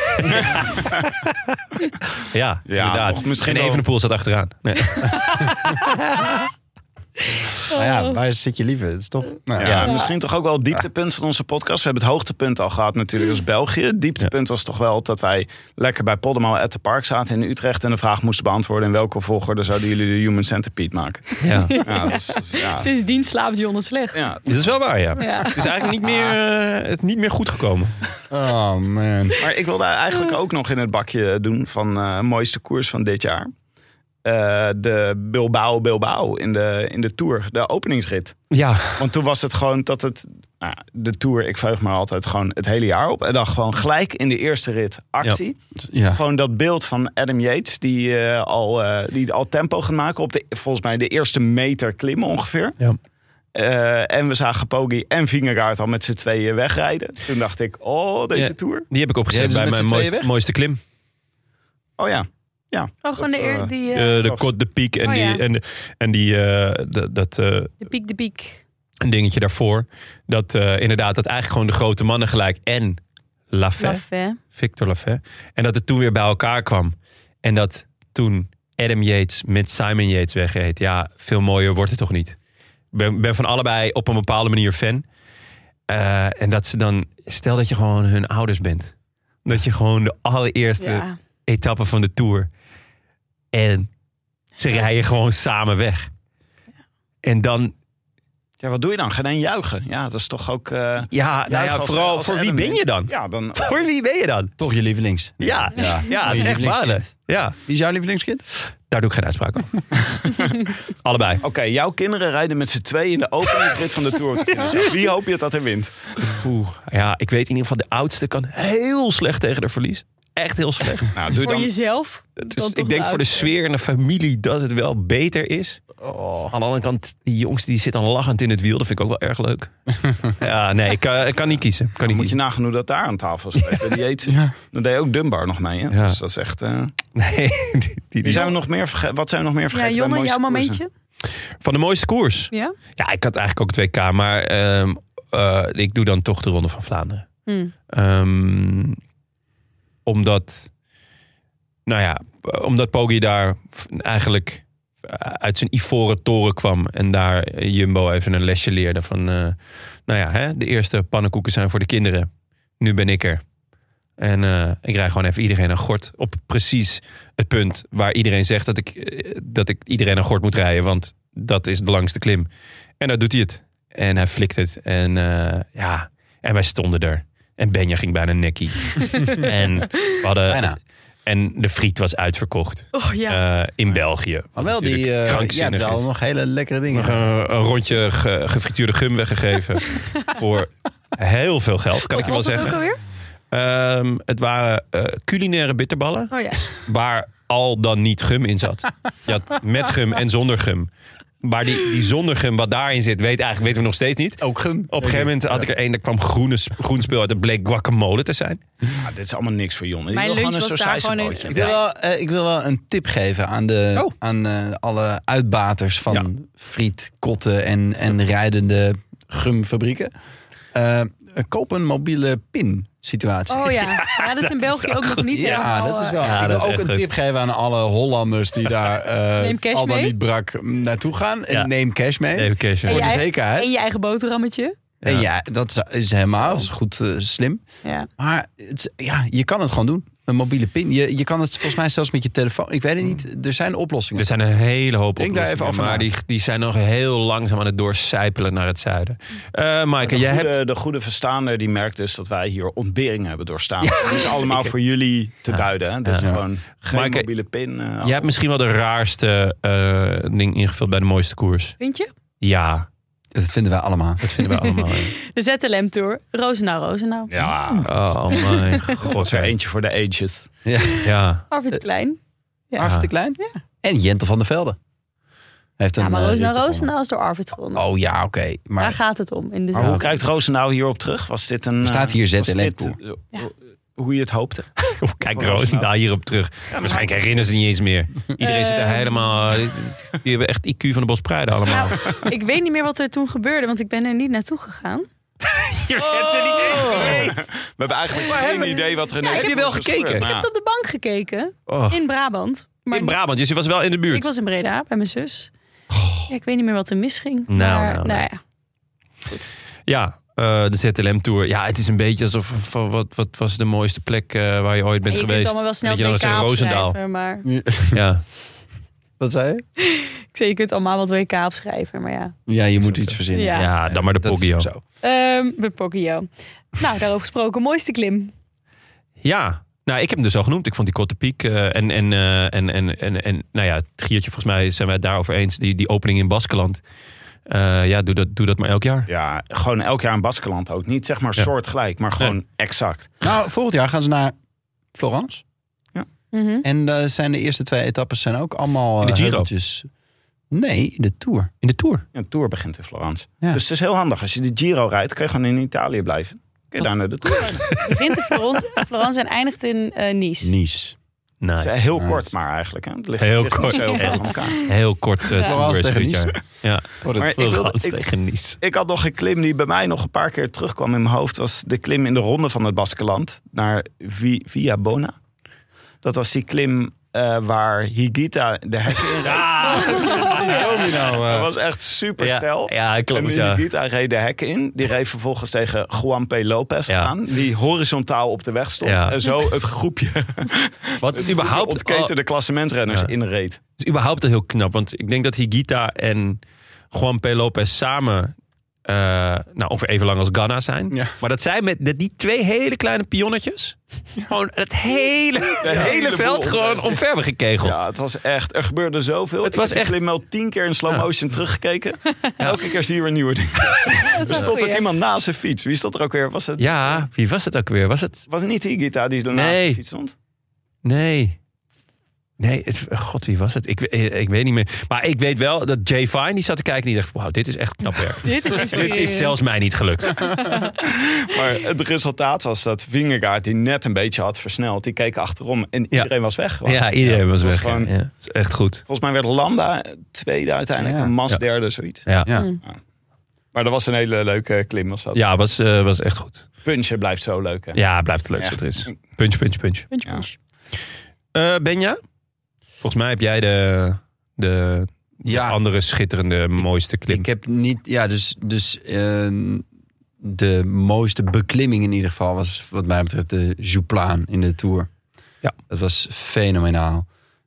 Ja, inderdaad. toch misschien en wel. Evenepoel zat achteraan. Nee. nou ja, waar zit je liever? Het is toch... Nou, Ja, ja. misschien toch ook wel het dieptepunt van onze podcast. We hebben het hoogtepunt al gehad natuurlijk als België. Het dieptepunt was toch wel dat wij lekker bij Podemo at the Park zaten in Utrecht en de vraag moesten beantwoorden in welke volgorde zouden jullie de human centipede maken. Ja. Ja, dat is, ja. Sindsdien slaapt Jonne slecht. Ja. Dit is wel waar, ja. Ja. Het is eigenlijk niet meer, eh, het niet meer goed gekomen. Oh man. Maar ik wilde eigenlijk ook nog in het bakje doen van uh, mooiste koers van dit jaar. Uh, de Bilbao Bilbao in de, in de Tour, de openingsrit. Ja, Want toen was het gewoon dat het... Nou, de Tour, ik verheug me er altijd gewoon het hele jaar op. En dan gewoon gelijk in de eerste rit actie. Ja. Gewoon dat beeld van Adam Yates die, uh, al, uh, die al tempo gaat maken op de, volgens mij de eerste meter klimmen ongeveer. Ja. Uh, en we zagen Poggi en Vingegaard al met z'n tweeën wegrijden. Toen dacht ik, oh, deze Ja. Tour. Die heb ik opgezet Jij bij dus met mijn z'n tweeën mooiste, weg? mooiste klim. Oh ja. Ja, Oh, gewoon de, Dat, eer, uh, die, Eh, uh, de Côte de Piek en Oh, die, ja. en, de- en die eh, de- dat... eh, de piek, de piek. een dingetje daarvoor. Dat uh, inderdaad, dat eigenlijk gewoon de grote mannen gelijk en Lafay, Laf, hè? Victor Lafay. En dat het toen weer bij elkaar kwam. En dat toen Adam Yates met Simon Yates wegreed. Ja, veel mooier wordt het toch niet. Ik ben, ben van allebei op een bepaalde manier fan. Uh, en dat ze dan, stel dat je gewoon hun ouders bent. Dat je gewoon de allereerste Ja. etappe van de Tour. En ze rijden gewoon samen weg. En dan Ja, wat doe je dan? Ga je dan juichen? Ja, dat is toch ook... Uh, ja, nou ja, als, vooral als voor wie Adam ben je dan? Ja, dan... Voor wie ben je dan? Toch je lievelings. Ja, ja, ja, ja je echt balen. Ja. Wie is jouw lievelingskind? Daar doe ik geen uitspraak over. Allebei. Oké, okay, jouw kinderen rijden met z'n tweeën in de openingsrit van de Tour. Wie hoop je dat er wint? Oeh, ja, ik weet in ieder geval, de oudste kan heel slecht tegen de verlies. Echt heel slecht. Nou, doe voor dan... jezelf? Het is, ik denk de voor de sfeer in de familie dat het wel beter is. Oh. Aan de andere kant, die jongste die zit dan lachend in het wiel. Dat vind ik ook wel erg leuk. Ja, nee, ik kan, ik kan niet kiezen. Kan niet moet kiezen. je nagaan hoe dat daar aan tafel is. Die eet, ja. Dan deed ook Dunbar nog mee. Hè? Ja. Dus dat is echt... Uh... Nee, die, die, die die zijn we nog meer verge- wat zijn we nog meer vergeten? Ja, Jonne, jouw koersen? momentje? Van de mooiste koers? Ja? Ja, ik had eigenlijk ook het W K. Maar um, uh, ik doe dan toch de Ronde van Vlaanderen. Hmm. Um, omdat... Nou ja, omdat Poggi daar eigenlijk uit zijn ivoren toren kwam. En daar Jumbo even een lesje leerde van... Uh, nou ja, hè, de eerste pannenkoeken zijn voor de kinderen. Nu ben ik er. En uh, ik rijd gewoon even iedereen een gort. Op precies het punt waar iedereen zegt dat ik, dat ik iedereen een gort moet rijden. Want dat is de langste klim. En dat doet hij het. En hij flikt het. En uh, ja, en wij stonden er. En Benja ging bijna nekkie. En we hadden... Bijna. En de friet was uitverkocht. Oh, ja. uh, in België. Maar wel, die, uh, je hebt wel nog hele lekkere dingen. Nog een, een rondje ge, gefrituurde gum weggegeven. Voor heel veel geld, kan Wat ik je wel was zeggen. Het ook alweer? Um, het waren uh, culinaire bitterballen. Oh ja. Waar al dan niet gum in zat. Je had met gum en zonder gum. Maar die, die zonder gum wat daarin zit, weet eigenlijk, weten we nog steeds niet. Ook gum. Op een gegeven moment had ik er één, daar kwam groene, groen spul uit. Dat bleek guacamole te zijn. Ja, dit is allemaal niks voor Jonne. Mijn lunch was daar gewoon in. Ik wil, wel, uh, ik wil wel een tip geven aan, de, oh. aan uh, alle uitbaters van ja. friet, kotten en, en rijdende gumfabrieken. Uh, koop een mobiele pin situatie. Oh ja, ja dat is in België ook nog niet. Ja, helemaal, dat is wel. Ja, ik wil dat is ook een goed. tip geven aan alle Hollanders die daar uh, al dan mee. niet brak naartoe gaan. Ja. Neem cash mee. Neem cash mee. Voor de jij, zekerheid. En je eigen boterhammetje. Ja. En ja, dat is helemaal dat is goed uh, slim. Ja. Maar het, ja, je kan het gewoon doen. Een mobiele pin. Je, je kan het volgens mij zelfs met je telefoon. Ik weet het niet. Er zijn oplossingen. Er zijn een hele hoop Denk daar oplossingen. even over maar na. die, die zijn nog heel langzaam aan het doorcijpelen naar het zuiden. Uh, Maaike, de, jij goede, hebt... de goede verstaander die merkt dus dat wij hier ontberingen hebben doorstaan. Ja, niet allemaal zeker. voor jullie te Ja. duiden. Hè? Dus Ja. gewoon geen Maaike, mobiele pin. Uh, Jij hebt misschien wel de raarste uh, ding ingevuld bij de mooiste koers. Vind je? Ja, Dat vinden wij allemaal. dat vinden we allemaal. Ja. De Z L M Tour. Rozenau, Rozenau. Ja, Oh mijn god. god, er eentje voor de ages. Ja. Ja. Arvid Klein. Ja. Arvid de Klein? Ja. En Jentel van der Velde. Heeft Ja, een, maar uh, Rozenau, rit Rozenau is door Arvid gewonnen. Oh ja, oké. Okay. Daar Maar gaat het om in de Maar zaal. hoe kijkt Rozenau hierop terug? Was dit een... Er staat hier uh, Z L M was dit, Tour. uh, Ja. Hoe je het hoopte? Kijk, Roos, daar hierop terug. Waarschijnlijk herinneren ze niet eens meer. Iedereen zit er Ehm. helemaal... Die hebben echt I Q van de Bospruiden allemaal. Nou, ik weet niet meer wat er toen gebeurde, want ik ben er niet naartoe gegaan. Je bent er niet eens geweest. We hebben eigenlijk geen idee wat er in Ja, deze heb je wel koers gekeken? gebeurt. Ik heb het op de bank gekeken. Oh. In Brabant. Maar In Brabant, dus je was wel in de buurt. ik was in Breda bij mijn zus. Ja, ik weet niet meer wat er misging. Nou, maar, nou, nou nou. ja. Goed. Ja, uh, de Z L M Tour. Ja, het is een beetje alsof... Van, wat, wat was de mooiste plek uh, waar je ooit bent je geweest? kunt allemaal wel snel Dat je dan W K zegt Roosendaal. opschrijven, maar... Ja. Wat zei je? Ik zei, je kunt allemaal wat W K opschrijven, maar ja. Ja, je moet iets verzinnen. Ja. Ja, dan maar de Dat is Poggio. zo. Um, de Poggio. Nou, daarover gesproken. Mooiste klim. Ja, nou, ik heb hem dus al genoemd. Ik vond die Korte Piek uh, en, en, uh, en, en, en, en, nou ja, Giertje, volgens mij zijn wij het daarover eens. Die, die opening in Baskeland. Uh, ja, doe dat, doe dat maar elk jaar. Ja, gewoon elk jaar in Baskeland ook. Niet zeg maar Ja. soortgelijk, maar gewoon Nee. exact. Nou, volgend jaar gaan ze naar Florence. Mm-hmm. En uh, zijn de eerste twee etappes zijn ook allemaal In de uh, Giro? heuveltjes. Nee, in de Tour. In de Tour. Ja, de Tour begint in Florence. Ja. Dus het is heel handig. Als je de Giro rijdt, kun je gewoon in Italië blijven. Kun je daar naar de Tour rijden. Begint in Florence, Florence en eindigt in uh, Nice. Nice. Het Nice. is heel Nice. kort maar eigenlijk. Hè. Het ligt, Heel ligt niet kort. zo heel veel Heel- aan elkaar. Heel kort uh, Ja. Tour Florence is tegen dit Nice. jaar. Ja, Oh, dat Maar ik, wilde, Florence ik, tegen Nice. ik had nog een klim die bij mij nog een paar keer terugkwam in mijn hoofd. Was de klim in de ronde van het Baskeland naar Vi- Via Bona. Dat was die klim uh, waar Higuita de hekken in reed. Dat was echt super stijl. Ja, ja, klopt. En Ja. Higuita reed de hekken in. Die reed vervolgens tegen Juan P. Lopez Ja. aan. Die horizontaal op de weg stond. Ja. En zo het groepje Wat het überhaupt, ontketende klassementrenners Ja. inreed. is überhaupt al heel knap. Want ik denk dat Higuita en Juan P. Lopez samen uh, nou, ongeveer even lang als Ghana zijn. Ja. Maar dat zijn met die twee hele kleine pionnetjes. Gewoon het hele, De hele, hele veld gewoon omver gekegeld. Ja, het was echt, er gebeurde zoveel. Het Ik was heb echt- de klim al tien keer in slow motion teruggekeken. Elke keer zie je weer nieuwe dingen. Er stond ook goeie. iemand naast zijn fiets. Wie stond er ook weer? Was het, Ja, wie was het ook weer? Was het? was het niet Higita die er naast Nee. zijn fiets stond? Nee. Nee, het, god, wie was het? Ik, ik, ik weet niet meer. Maar ik weet wel dat Jay Fine, die zat te kijken en die dacht, wauw, dit is echt knap werk. Dit is Dit inspirerend. is zelfs mij niet gelukt. Maar het resultaat was dat Vingegaard, die net een beetje had versneld, die keek achterom en Ja. iedereen was weg. gewoon. Ja, iedereen was het weg. Gewoon, ja. Ja, het is echt goed. Volgens mij werd Landa tweede uiteindelijk, Ja. en Mas Ja. derde, zoiets. Ja, Ja. Maar dat was een hele leuke klim. Was dat. ja was, uh, was echt goed. Punchen blijft zo leuk. Hè? Ja, het blijft het leukste Echt. wat er is. Punch, punch, punch. Punch, Ja. punch. Uh, Benja? Volgens mij heb jij de, de, de Ja. andere schitterende, mooiste klim. Ik heb niet... Ja, dus, dus uh, de mooiste beklimming in ieder geval was wat mij betreft de Jouplaan in de Tour. Ja. Dat was fenomenaal.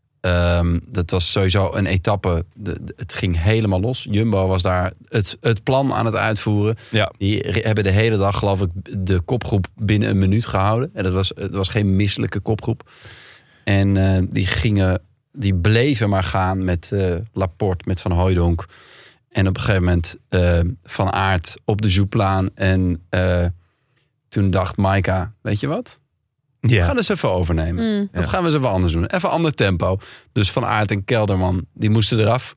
Um, dat was sowieso een etappe. De, de, het ging helemaal los. Jumbo was daar het, het plan aan het uitvoeren. Ja. Die re- hebben de hele dag, geloof ik, de kopgroep binnen een minuut gehouden. En dat was, het was geen misselijke kopgroep. En uh, die gingen, die bleven maar gaan met uh, Laporte, met Van Hooijdonk. En op een gegeven moment uh, Van Aert op de Jouplaan. En uh, toen dacht Maika, weet je wat? We Ja. gaan eens even overnemen. Mm. Dat Ja. gaan we eens even anders doen. Even ander tempo. Dus Van Aert en Kelderman, die moesten eraf.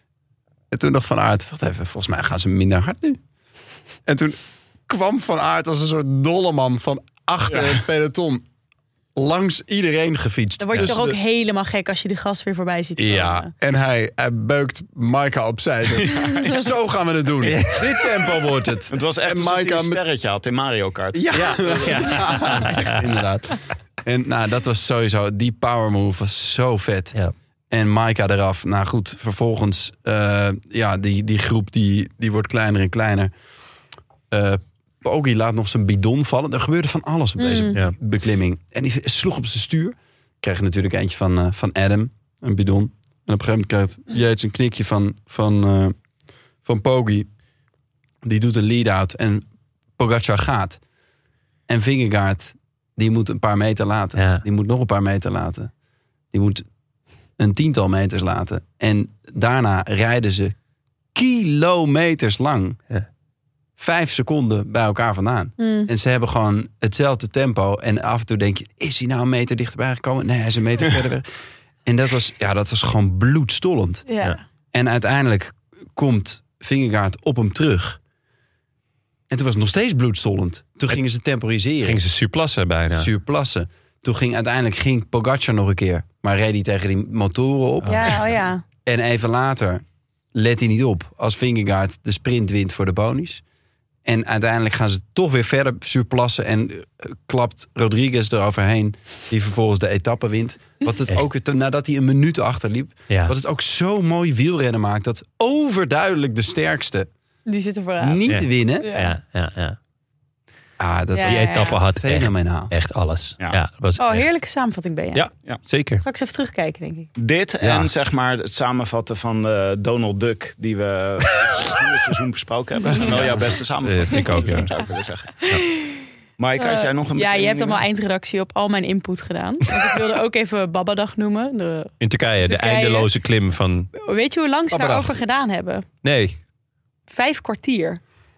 En toen dacht Van Aert, wacht even, volgens mij gaan ze minder hard nu. En toen kwam Van Aert als een soort dolleman van achter het peloton langs iedereen gefietst. Dan word je Dus toch ook de- helemaal gek als je die gast weer voorbij ziet komen. Ja, en hij, hij beukt Maika opzij. Zegt, zo gaan we het doen. Dit tempo wordt het. Het was echt En alsof hij Maika een met- sterretje had in Mario Kart. Ja, ja. Echt, inderdaad. En nou, dat was sowieso, die power move was zo vet. Ja. En Maika eraf. Nou goed, vervolgens, uh, ja, die, die groep die, die wordt kleiner en kleiner. Uh, Poggi laat nog zijn bidon vallen. Er gebeurde van alles op deze Mm. Ja. beklimming. En die sloeg op zijn stuur. Kreeg natuurlijk eentje van, uh, van Adam, een bidon. En op een gegeven moment krijgt Yates een knikje van, van, uh, van Poggi. Die doet een lead-out en Pogacar gaat. En Vingegaard, die moet een paar meter laten. Ja. Die moet nog een paar meter laten. Die moet een tiental meters laten. En daarna rijden ze kilometers lang. Ja. Vijf seconden bij elkaar vandaan. Mm. En ze hebben gewoon hetzelfde tempo. En af en toe denk je, is hij nou een meter dichterbij gekomen? Nee, hij is een meter verder weg. En dat was, ja, dat was gewoon bloedstollend. Ja. Ja. En uiteindelijk komt Vingegaard op hem terug. En toen was het nog steeds bloedstollend. Toen gingen ze temporiseren. Gingen ze surplassen bijna. Surplassen. Toen ging uiteindelijk ging Pogacar nog een keer. Maar reed hij tegen die motoren op. Ja, oh ja. En even later let hij niet op. Als Vingegaard de sprint wint voor de bonies. En uiteindelijk gaan ze toch weer verder surplassen. En uh, klapt Rodriguez eroverheen. Die vervolgens de etappe wint. Wat het Echt? ook, te- nadat hij een minuut achterliep. Ja. Wat het ook zo mooi wielrennen maakt. Dat overduidelijk de sterkste Die zit er vooraan. niet Ja. winnen. Ja. Ja, ja, ja. Ah, dat Ja, was Die etappe had echt, fenomenaal. echt alles. Ja. Ja. dat was Oh, echt- heerlijke samenvatting ben je. Ja. Ja. Zeker. Straks even terugkijken, denk ik. Dit Ja. en zeg maar het samenvatten van uh, Donald Duck die we in het seizoen besproken hebben. Dat is wel jouw beste samenvatting. Eh, vind ik ook, ja. Zou ik willen zeggen. Ja. Mike, had jij nog een Ja, je hebt beklimming? allemaal eindredactie op al mijn input gedaan. Want ik wilde ook even Babadag noemen. De... In Turkije, Turkije. de eindeloze klim van... Weet je hoe lang ze Babadag. daarover gedaan hebben? Nee. Vijf kwartier.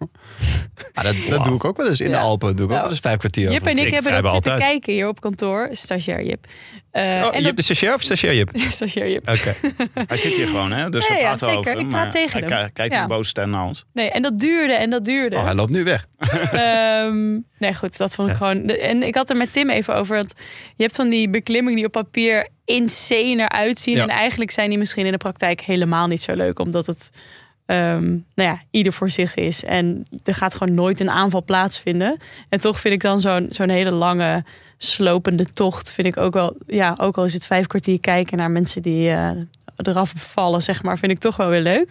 Ah, dat, dat doe ik ook wel eens in de Ja. Alpen. Doe ik ook Nou, wel eens vijf kwartier Jip over. en ik, Ik hebben dat vrijwel zitten altijd. kijken hier op kantoor. Stagiair Jip. Uh, Oh, en je dat... hebt de stagiair of stagiair Jip? Stagiair Jip. Oké. Hij zit hier gewoon, hè? Dus Ja, we ja, praten zeker. over hem. Ik praat maar tegen hij hem. ki- kijkt Ja. met boze stem naar ons. Nee, en dat duurde en dat duurde. Oh, hij loopt nu weg. Ehm, nee, goed, dat vond ik Ja. gewoon... En ik had er met Tim even over. Want je hebt van die beklimmingen die op papier insane eruit zien. Ja. En eigenlijk zijn die misschien in de praktijk helemaal niet zo leuk. Omdat het, um, nou ja, ieder voor zich is. En er gaat gewoon nooit een aanval plaatsvinden. En toch vind ik dan zo'n zo'n hele lange, slopende tocht... vind ik ook wel, ja, ook al is het vijf kwartier kijken naar mensen die uh, eraf vallen, zeg maar... vind ik toch wel weer leuk.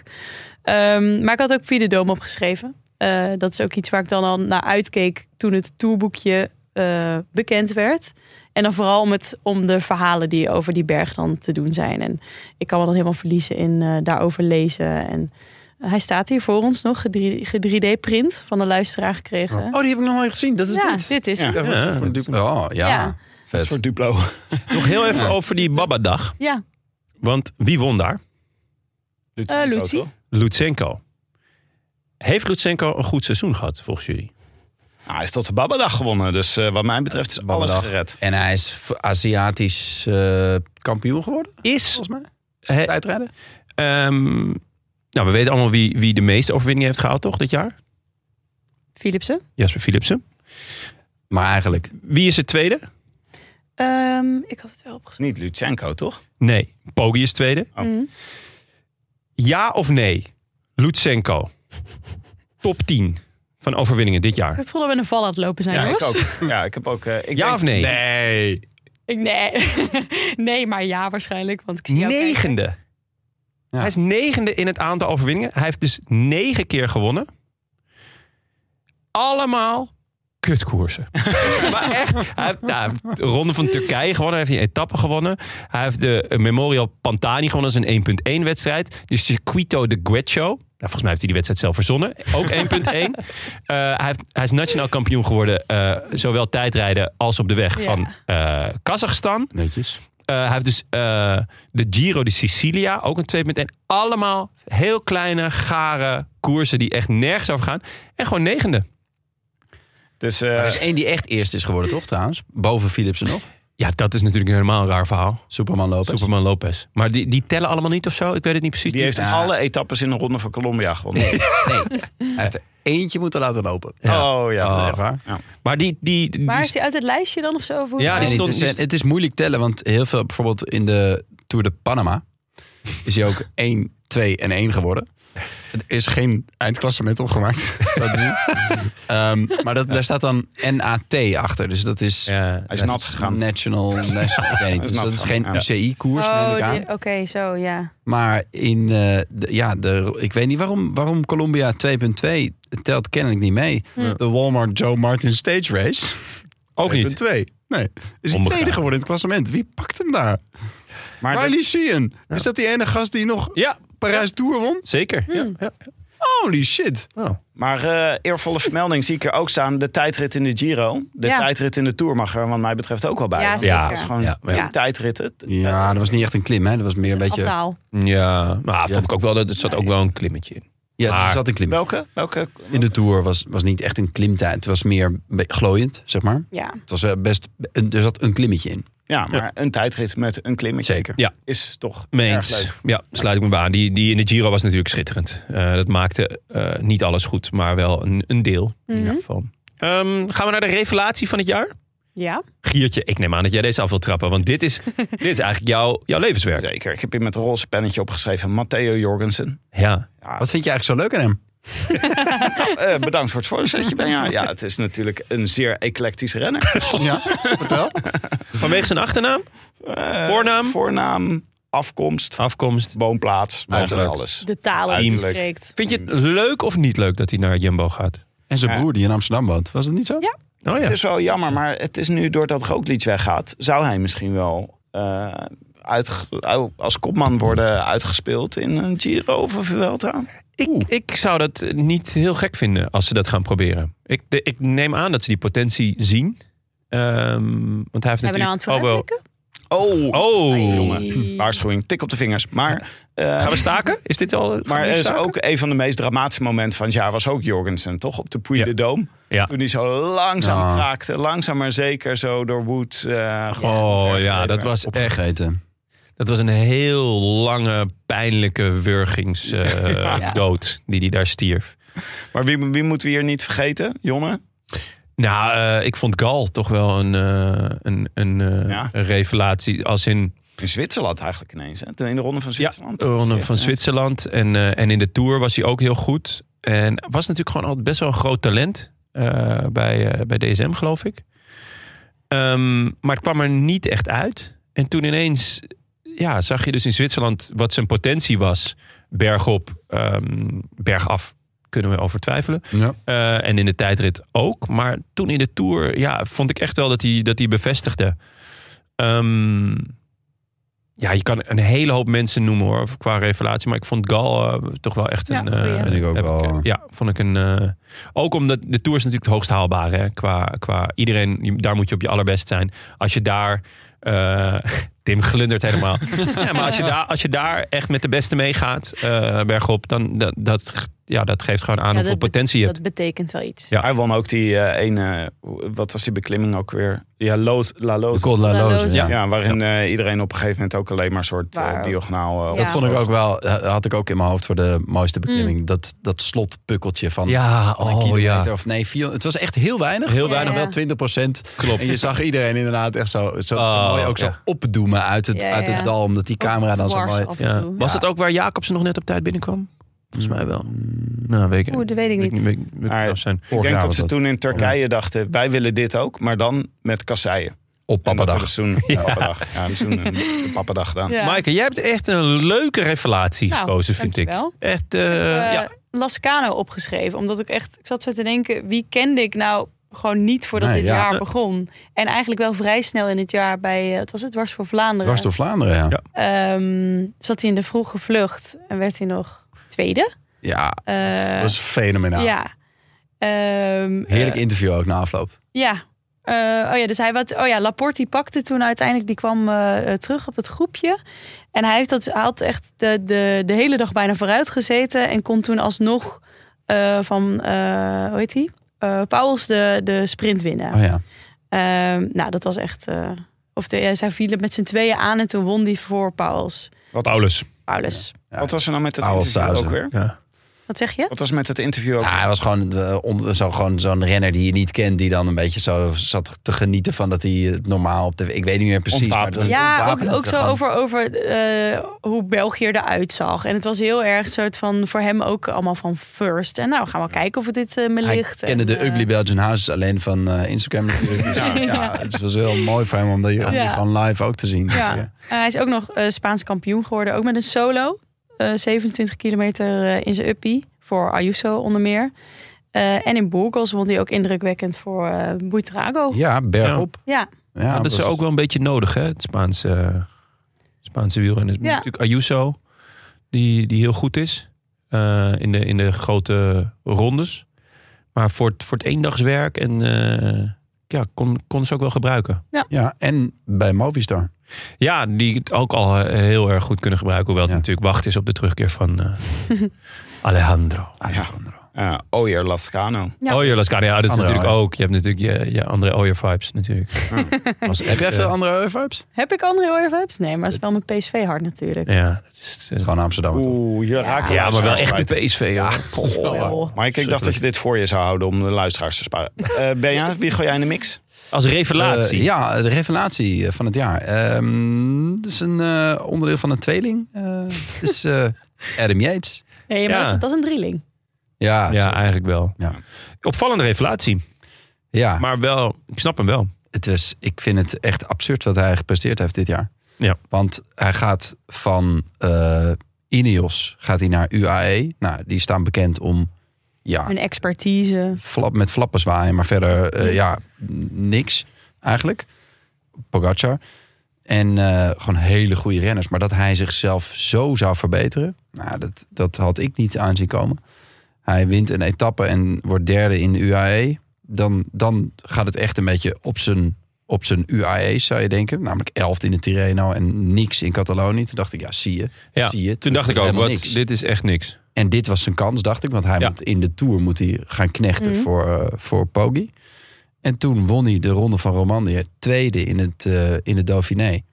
Um, maar ik had ook Puy de Dôme opgeschreven. Uh, dat is ook iets waar ik dan al naar uitkeek toen het tourboekje uh, bekend werd. En dan vooral om, het, om de verhalen die over die berg dan te doen zijn. En ik kan me dan helemaal verliezen in uh, daarover lezen. En Hij staat hier voor ons nog, drie D-print van de luisteraar gekregen. Oh, die heb ik nog nooit gezien. Dat is ja, dit. dit is Ja. het. Dat was Ja. voor Duplo. Oh, ja. Ja. Een Vet. soort Duplo. Nog heel even over die Baba-dag. Ja, Want wie won daar? uh, Lucie. Lutsenko. Heeft Lutsenko een goed seizoen gehad, volgens jullie? Nou, hij heeft tot de Babadag gewonnen. Dus uh, wat mij betreft is alles Babadag. gered. En hij is v- Aziatisch uh, kampioen geworden, Is... volgens mij. He, Tijdrijden. um, nou, we weten allemaal wie, wie de meeste overwinningen heeft gehaald, toch, dit jaar? Philipsen. Jasper Philipsen. Maar eigenlijk... Wie is het tweede? Um, ik had het wel opgezocht. Niet Lutsenko, toch? Nee, Poggi is tweede. Oh. Mm. Ja of nee? Lutsenko. Top tien van overwinningen dit Ik jaar. heb het gevoel dat we in een val aan het lopen zijn, Ja, ik jongens. ook. Ja, ik heb ook... Uh, ik Ja denk- of nee? Nee. Ik, nee. nee, maar ja waarschijnlijk. Want ik zie jou kijken. Negende. Ja. Hij is negende in het aantal overwinningen. Hij heeft dus negen keer gewonnen. Allemaal kutkoersen. Maar echt. Hij heeft nou, de ronde van Turkije gewonnen. Hij heeft een etappe gewonnen. Hij heeft de Memorial Pantani gewonnen. Dat is een één punt één wedstrijd. De Circuito de Gueccio. Nou, volgens mij heeft hij die wedstrijd zelf verzonnen. Ook één punt één. Uh, hij, heeft, hij is nationaal kampioen geworden. Uh, zowel tijdrijden als op de weg Ja. van uh, Kazachstan. Netjes. Uh, hij heeft dus uh, de Giro de Sicilia, ook een twee punt één. Allemaal heel kleine, gare koersen die echt nergens over gaan. En gewoon negende. Dus, uh, Maar er is één die echt eerst is geworden, toch trouwens? Boven Philipsen nog. Ja, dat is natuurlijk helemaal een raar verhaal. Superman Lopez. Superman Lopez. Maar die, die tellen allemaal niet of zo? Ik weet het niet precies. die heeft Ja. alle etappes in de ronde van Colombia gewonnen. Nee. Hij heeft er eentje moeten laten lopen. Ja. Oh ja. Dat is Oh. echt waar. Maar die... die, die Maar is hij uit het lijstje dan of zo? Of hoe- Ja, die Nee, stond- het, is, het is moeilijk tellen, want heel veel, bijvoorbeeld in de Tour de Panama, is hij ook één, twee en één geworden. Er is geen eindklassement opgemaakt. Dat zien. um, maar dat, daar staat dan N A T achter. Dus dat is Ja, Hij is nat gegaan. National, national ik weet niet. Hij is Dus nat dat is geen gegaan, ja. U C I-koers, neem Oh, ik aan. die- oké, zo, ja. Maar in, uh, de, ja, de, ik weet niet waarom, waarom Colombia twee punt twee telt kennelijk niet mee. Hm. De Walmart Joe Martin Stage Race. ook niet. twee punt twee. Nee. Is hij Onbegaan. tweede geworden in het klassement? Wie pakt hem daar? Maar de- Riley Sheehan. Is dat die ene gast die nog Ja, Parijs Tour won? zeker. Ja, ja. Holy shit. Oh. Maar uh, eervolle vermelding zie ik er ook staan. De tijdrit in de Giro. De Ja. tijdrit in de Tour mag er wat mij betreft ook wel bij. Ja, Want zeker. dat is gewoon Ja, een ja. tijdrit. Ja, dat was niet echt een klim, hè? Dat was meer een beetje... Afdaal. Ja, maar vond ik ook wel dat het zat ook wel een klimmetje in. Ja, Maar- er zat een klim. Welke? Welke? In de Tour was, was niet echt een klimtijd. Het was meer be- glooiend, zeg maar. Ja. Het was uh, best... een- Er zat een klimmetje in. Ja, maar een tijdrit met een klimmetje Zeker. Ja. is toch Mee erg eens. leuk. Ja, sluit ik me bij aan. Die, die in de Giro was natuurlijk schitterend. Uh, dat maakte uh, niet alles goed, maar wel een, een deel in Mhm. ieder geval. Um, gaan we naar de revelatie van het jaar? Ja. Giertje, ik neem aan dat jij deze af wil trappen, want dit is, dit is eigenlijk jouw, jouw levenswerk. Zeker. Ik heb hier met een roze pennetje opgeschreven. Matteo Jorgensen. Ja. Ja, Wat vind je eigenlijk zo leuk aan hem? uh, bedankt voor het voorzetje, Benja. Ja, het is natuurlijk een zeer eclectische renner. Ja, vertel. Vanwege zijn achternaam, Uh, Voornaam? Voornaam, afkomst, afkomst. woonplaats, Uiterlijk. alles. De talen die hij Uiterlijk. spreekt. Vind je het leuk of niet leuk dat hij naar Jumbo gaat? En zijn Ja. broer die in Amsterdam woont. Was dat niet zo? Ja. Oh ja. Het is wel jammer, maar het is nu doordat Roglic weggaat, zou hij misschien wel uh, uit, als kopman worden uitgespeeld in een Giro of een Vuelta. Ik, ik zou dat niet heel gek vinden als ze dat gaan proberen. Ik, de, ik neem aan dat ze die potentie zien. Um, want hij heeft Zijn we nou aan natuurlijk het al wel... vooruitblikken? Oh, Oh, Ai. jongen. Waarschuwing, tik op de vingers. Maar, uh, gaan we staken? Is dit al? gaan maar we nu er is staken? ook een van de meest dramatische momenten van het jaar was ook Jorgensen, toch? Op de Puy Ja. de Dôme. Ja. Toen hij zo langzaam Ja. kraakte, langzaam maar zeker zo door Woods. Uh, Oh ja, dat was echt. Opgegeten. Dat was een heel lange, pijnlijke wurgingsdood uh, Ja. dood die hij daar stierf. Maar wie, wie moeten we hier niet vergeten, Jonne? Nou, uh, ik vond Gal toch wel een, uh, een, een, uh, Ja. een revelatie. Als in In Zwitserland eigenlijk ineens. Hè? Toen in de ronde van ja, Zwitserland. de ronde van Ja. Zwitserland. En, uh, en in de Tour was hij ook heel goed. En was natuurlijk gewoon altijd best wel een groot talent. Uh, bij, uh, bij D S M, geloof ik. Um, maar het kwam er niet echt uit. En toen ineens ja, zag je dus in Zwitserland wat zijn potentie was. Bergop, um, bergaf. Kunnen we over twijfelen. Ja. Uh, en in de tijdrit ook. Maar toen in de Tour ja, vond ik echt wel dat hij, dat hij bevestigde. Um, ja, je kan een hele hoop mensen noemen hoor, qua revelatie. Maar ik vond Gal uh, toch wel echt Ja, een... goeie. Uh, Vind ik ook heb wel. Ik, uh, ja, vond ik een... Uh, ook omdat de Tour is natuurlijk het hoogst haalbare. Hè, qua, qua iedereen, daar moet je op je allerbest zijn. Als je daar... Uh, Tim glundert helemaal. Ja, maar als je, daar, als je daar echt met de beste meegaat, uh, bergop, dan dat, dat, ja, dat geeft gewoon aan Ja, hoeveel dat be- potentie je hebt. Dat betekent wel iets. Ja, hij won ook die uh, ene, wat was die beklimming ook weer? Ja, Loos, La Loos. De Col de la La Loze, Loze. ja. Ja, waarin uh, iedereen op een gegeven moment ook alleen maar een soort uh, Waar- diagonaal... Uh, Ja. Dat vond ik ook wel, uh, had ik ook in mijn hoofd voor de mooiste beklimming. Mm. Dat, dat slotpukkeltje van, Ja, van een oh kilometer ja. of nee, vier, het was echt heel weinig. Heel Ja, weinig. Nog ja. wel twintig procent. Klopt. En je zag iedereen inderdaad echt zo, zo, zo Oh, mooi ook zo ja. opdoemen uit het, Ja, ja, uit het ja. dal. Omdat die camera dan zo Dwars mooi... af en Ja. toe. Was Ja. het ook waar Jacobsen nog net op tijd binnenkwam? Volgens mij wel. Nou, weet ik Oeh, dat weet ik niet. Weet, weet, weet, Maar- weet zijn. ik Vorig denk jaar dat was ze toen in Turkije dachten, wij willen dit ook, maar dan met kasseien. Op En dat pappadag. hebben ze toen, ja. Pappadag. Ja, hebben ze toen een, een pappadag gedaan. Ja. Maaike, jij hebt echt een leuke revelatie Nou, gekozen, vind ik. dankjewel. Echt, uh, Uh, ja. Lascano opgeschreven. Omdat ik echt, ik zat zo te denken, wie kende ik nou gewoon niet voordat Nee, dit ja. jaar begon. En eigenlijk wel vrij snel in het jaar bij, uh, het was het Dwars voor Vlaanderen. Dwars door Vlaanderen, ja. Ja. Um, zat hij in de vroege vlucht en werd hij nog tweede. Ja, Uh, dat was fenomenaal. Ja. Um, Heerlijk uh, interview ook na afloop. Ja. Uh, oh ja, dus hij wat. Oh ja, Laporte die pakte toen uiteindelijk, die kwam uh, terug op het groepje. En hij heeft dat, hij had echt de, de, de hele dag bijna vooruit gezeten en kon toen alsnog uh, van, uh, hoe heet die? Uh, Pauwels de, de sprint winnen. Oh ja. Uh, nou, dat was echt. Uh, of de, ja, zij vielen met z'n tweeën aan en toen won die voor Pauwels. Wat, Paulus. Paulus. Ja. wat was er nou met het Paulus interview Sauzen. ook weer? Ja. Wat zeg je? Wat was met het interview ook? Ja, hij was gewoon, uh, on, zo, gewoon zo'n renner die je niet kent. Die dan een beetje zo zat te genieten van dat hij het normaal op de... Ik weet niet meer precies. Maar het was Ja, ook, ontwapenend. ook zo Gewoon- over, over uh, hoe België eruit zag. En het was heel erg soort van voor hem ook allemaal van first. En nou, we gaan wel kijken of het dit uh, me Hij ligt. kende en, de uh, Ugly Belgian Houses alleen van uh, Instagram natuurlijk. Dus, ja, ja, het was heel mooi voor hem om die, om die Ja. gewoon live ook te zien. Ja. Uh, hij is ook nog uh, Spaans kampioen geworden. Ook met een solo. Uh, zevenentwintig kilometer uh, in zijn uppie. Voor Ayuso onder meer. Uh, en in Burgos won hij ook indrukwekkend voor uh, Buitrago. Ja, bergop. Ja. Ja, Ja, dat is was- ook wel een beetje nodig, hè? Het Spaanse, uh, Spaanse wielrennen. Ja. Natuurlijk Ayuso, die, die heel goed is uh, in, de, in de grote rondes. Maar voor het, voor het eendagswerk en uh, ja, kon, kon ze ook wel gebruiken. Ja, en bij Movistar. Ja, die het ook al uh, heel erg goed kunnen gebruiken. Hoewel het Ja. natuurlijk wacht is op de terugkeer van uh, Alejandro. Alejandro. Uh, Oyer Lascano. Ja. Oyer Lascano, ja, dat is André natuurlijk Oyer. ook. Je hebt natuurlijk je, je André Oyer vibes natuurlijk. Was Heb echt, jij veel uh, andere vibes? Heb ik andere Oilvibes? Nee, maar het is wel mijn P S V hard natuurlijk. Ja, dat is, uh, Gewoon Amsterdam. Oeh, je raakt je ja, maar wel luisteraars echt de kwijt. P S V. Ja. Wel. Maar ik, ik dacht dat je dit voor je zou houden om de luisteraars te sparen. Uh, Benja, wie gooi jij in de mix? Als revelatie. Uh, ja, de revelatie uh, van het jaar. Um, het is een uh, onderdeel van een tweeling. Uh, het is uh, Adam Yates. Nee, maar Ja. dat, is, dat is een drieling. Ja, Ja, zo- eigenlijk wel. Ja. Opvallende revelatie. ja. Maar wel, ik snap hem wel. Het is, ik vind het echt absurd wat hij gepresteerd heeft dit jaar. Ja. Want hij gaat van uh, Ineos gaat hij naar U A E. Nou, die staan bekend om ja, Hun expertise. flap, met flappen zwaaien, maar verder uh, ja, niks eigenlijk. Pogacar. En uh, gewoon hele goede renners. Maar dat hij zichzelf zo zou verbeteren, nou, dat, dat had ik niet aanzien komen. Hij wint een etappe en wordt derde in de U A E. Dan, dan gaat het echt een beetje op zijn, op zijn U A E's, zou je denken. Namelijk elfde in de Tirreno en niks in Catalonië. Toen dacht ik, ja, zie je. Ja, zie je. Toen dacht ik ook, helemaal wat, niks. dit is echt niks. En dit was zijn kans, dacht ik. Want hij Ja. moet in de Tour moet hij gaan knechten Mhm. voor, uh, voor Poggi. En toen won hij de ronde van Romandie. Tweede in het, uh, in de Dauphiné.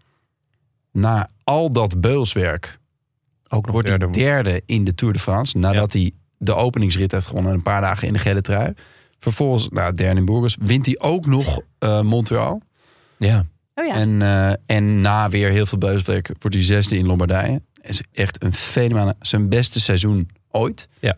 Na al dat beulswerk Ook nog wordt hij derde. derde in de Tour de France. Nadat hij de openingsrit heeft gewonnen. Een paar dagen in de gele trui. Vervolgens, nou, derde in Burgos. Wint hij ook nog uh, Montreal. Ja. Oh ja. En, uh, en na weer heel veel beulswerk wordt hij zesde in Lombardije. Is echt een fenomenale, zijn beste seizoen ooit. Ja.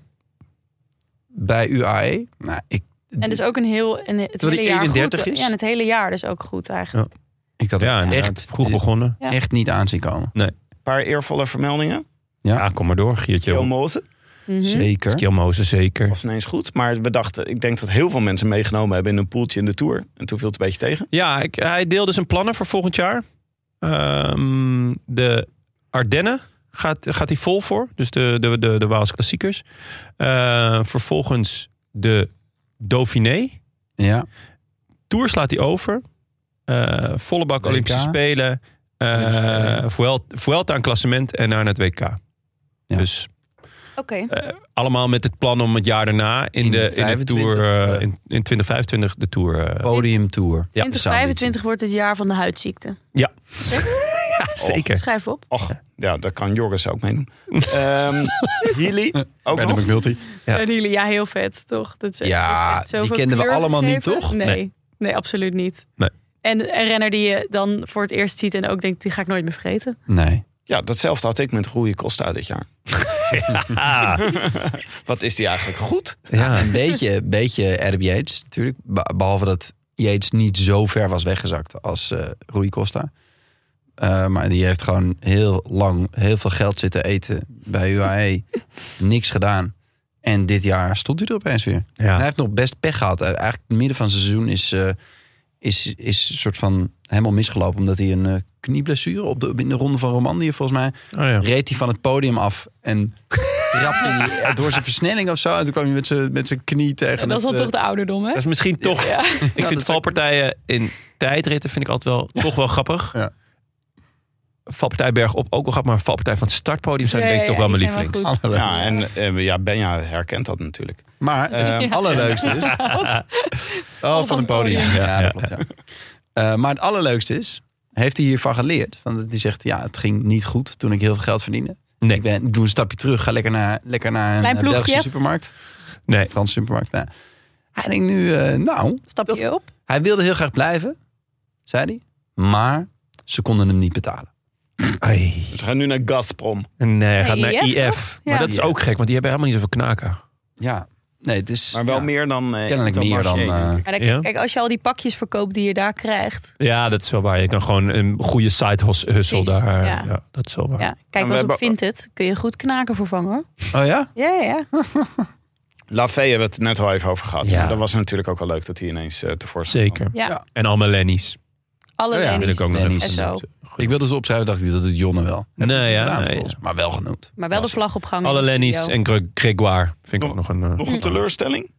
Bij U A E. Nou, ik, En dus ook een heel, een, het Terwijl hele hij jaar eenendertig goed. is? Ja, en het hele jaar dus ook goed eigenlijk. ik had het Ja, en echt, vroeg begonnen. Ja. echt niet aanzien komen. Een paar eervolle vermeldingen. Ja, Ja, kom maar door, Gil Geertje. Moze Mhm. zeker. Skill Moses, zeker. was ineens goed. Maar we dachten, ik denk dat heel veel mensen meegenomen hebben in een poeltje in de Tour. En toen viel het een beetje tegen. Ja, ik, hij deelde zijn plannen voor volgend jaar. Um, de Ardennen gaat, gaat hij vol voor. Dus de, de, de, de Waalse klassiekers. Uh, vervolgens de Dauphiné. Ja. Tour slaat hij over. Uh, volle bak Olympische Spelen. Uh, Vuelta, Vuelta aan klassement en naar het W K. Ja. Dus Oké. uh, allemaal met het plan om het jaar daarna in, In de, in de Tour, uh, in, in twintig vijfentwintig de Tour. Uh, Podium Tour. Ja. twintig vijfentwintig wordt het jaar van de huidziekte. Ja. Ja, zeker. Schrijf op. Och, ja, daar kan Joris ook mee doen. um, Healy, ook Bij de nog? McNulty. Ja. Ja. ja, heel vet, toch? Dat is echt- Ja, dat heeft die zoveel kenden we kleur allemaal niet, gegeven. toch? Nee. Nee. nee, absoluut niet. Nee. En een renner die je dan voor het eerst ziet en ook denkt, die ga ik nooit meer vergeten. Nee. Ja, datzelfde had ik met Rui Costa dit jaar. Ja. Wat is die eigenlijk goed? Ja. Een beetje, beetje Adam Yates natuurlijk. Be- Behalve dat Yates niet zo ver was weggezakt als uh, Rui Costa. Uh, maar die heeft gewoon heel lang heel veel geld zitten eten bij U A E. Niks gedaan. En dit jaar stond hij er opeens weer. Ja. En hij heeft nog best pech gehad. Uh, eigenlijk het midden van het seizoen is, uh, is, is een soort van helemaal misgelopen. Omdat hij een uh, knieblessure op de, in de ronde van Romandie volgens mij. Oh ja. Reed hij van het podium af en trapte hij door zijn versnelling of zo. En toen kwam hij met zijn, met zijn knie tegen En dat is het, dan uh, toch de ouderdom, hè? Dat is misschien toch... Ja. Ik dat vind is valpartijen in tijdritten vind ik altijd wel toch wel grappig. Ja. Valpartij bergop ook wel grappig, maar valpartij van het startpodium zijn Ja, denk ik ja, toch wel die mijn zijn wel lievelings. goed. Ja, en uh, ja, Benja herkent dat natuurlijk. Maar het Ehm, allerleukste is... Wat? Oh, van een podium. Ja, Ja, dat klopt, ja. Uh, maar het allerleukste is... Heeft hij hiervan geleerd? Van, die zegt, ja, het ging niet goed toen ik heel veel geld verdiende. Nee. Ik, ben, ik doe een stapje terug. Ga lekker naar, lekker naar Klein een ploegje. Belgische supermarkt. Nee. Franse supermarkt. Nou, hij denkt nu, uh, nou... Stap je op? Hij wilde heel graag blijven, zei hij. Maar ze konden hem niet betalen. Ai. We gaan nu naar Gazprom. Nee, hij gaat Nee, naar I F, I F. toch? Maar Ja. dat is ook gek, want die hebben helemaal niet zoveel knaken. Ja, nee, het is... Maar wel ja, meer dan... Uh, Kennelijk Intermarché, meer dan... denk Uh, ik. Maar dan- Ja. Kijk, als je al die pakjes verkoopt die je daar krijgt. Ja, dat is wel waar. Je kan gewoon een goede side hustle Precies, daar. ja. Ja. dat is wel waar. Ja, kijk, we was op hebben- Vinted kun je goed knaken vervangen, hoor. oh ja? Ja, ja, ja. Lafay hebben we het net al even over gehad. Ja. Maar dat was natuurlijk ook wel leuk dat hij ineens uh, tevoorschijn Zeker. ja. Ja. En allemaal Lennies. Alle Oh ja, Lennies. Wil ik ook nog Lennies. even. En zo. Ik wilde ze opschrijven, dacht ik dat het Jonne wel. Heb Nee, ik niet ja, gedaan, nee, volgens, Maar wel genoemd. Maar wel de vlag opgehangen. Alle in de Lennies studio. en Gre- Grégoire. Vind ik Nog- ook nog een... uh, Nog een teleurstelling?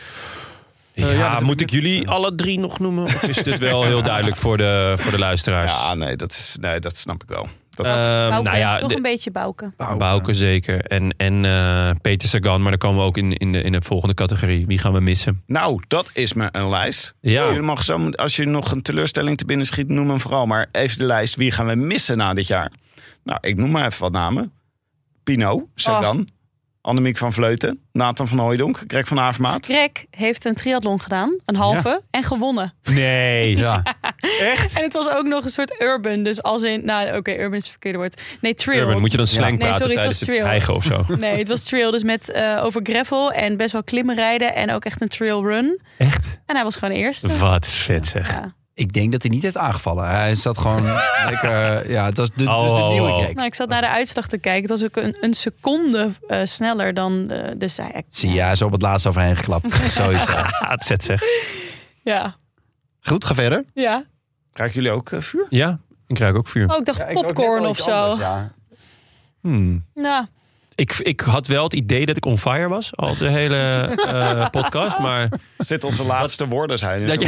Ja, Uh, ja, dat moet heb ik ik net jullie alle drie nog noemen? Of is dit wel heel duidelijk voor de, voor de luisteraars? Ja, nee dat, is, nee, dat snap ik wel. Dat, Ehm, Bouke, nou ja, toch de- een beetje Bouke. Bouke zeker. En, en uh, Peter Sagan. Maar dan komen we ook in, in, de, in de volgende categorie. Wie gaan we missen? nou, dat is me een lijst. Ja. Je mag zo, als je nog een teleurstelling te binnen schiet, noem hem vooral. Maar even de lijst. Wie gaan we missen na dit jaar? Nou, ik noem maar even wat namen. Pino, Sagan, Annemiek van Vleuten, Nathan van Hooijdonk, Greg van Avermaat. Greg heeft een triathlon gedaan, een halve, en gewonnen. Nee. Ja, En het was ook nog een soort urban, dus als in, nou oké, urban is het verkeerde woord. Nee, trail. Urban, moet je dan slang Nee, praten sorry, het tijdens was het trail. hijgen of zo? Nee, het was trail, dus met uh, over gravel en best wel klimmen rijden en ook echt een trail run. Echt? En hij was gewoon eerste. Wat vet zeg. Ja. ik denk dat hij niet heeft aangevallen. Hij zat gewoon lekker... Ja, het was de, Oh, dus de oh, nieuwe oh. Greg. Nou, ik zat naar de uitslag te kijken. Het was ook een, een seconde uh, sneller dan uh, de zij. Zie je, hij is op het laatst overheen geklapt. Zoiets. ja. Ah, het zet zeg. Ja. Goed, ga verder. Ja. Krijgen jullie ook uh, vuur? Ja, ik krijg ook vuur. Oh, ik dacht popcorn of zo. ja. Hmm. Nou, Ik, ik had wel het idee dat ik on fire was. Al de hele uh, podcast. Maar Als dit onze laatste woorden zijn. dat je,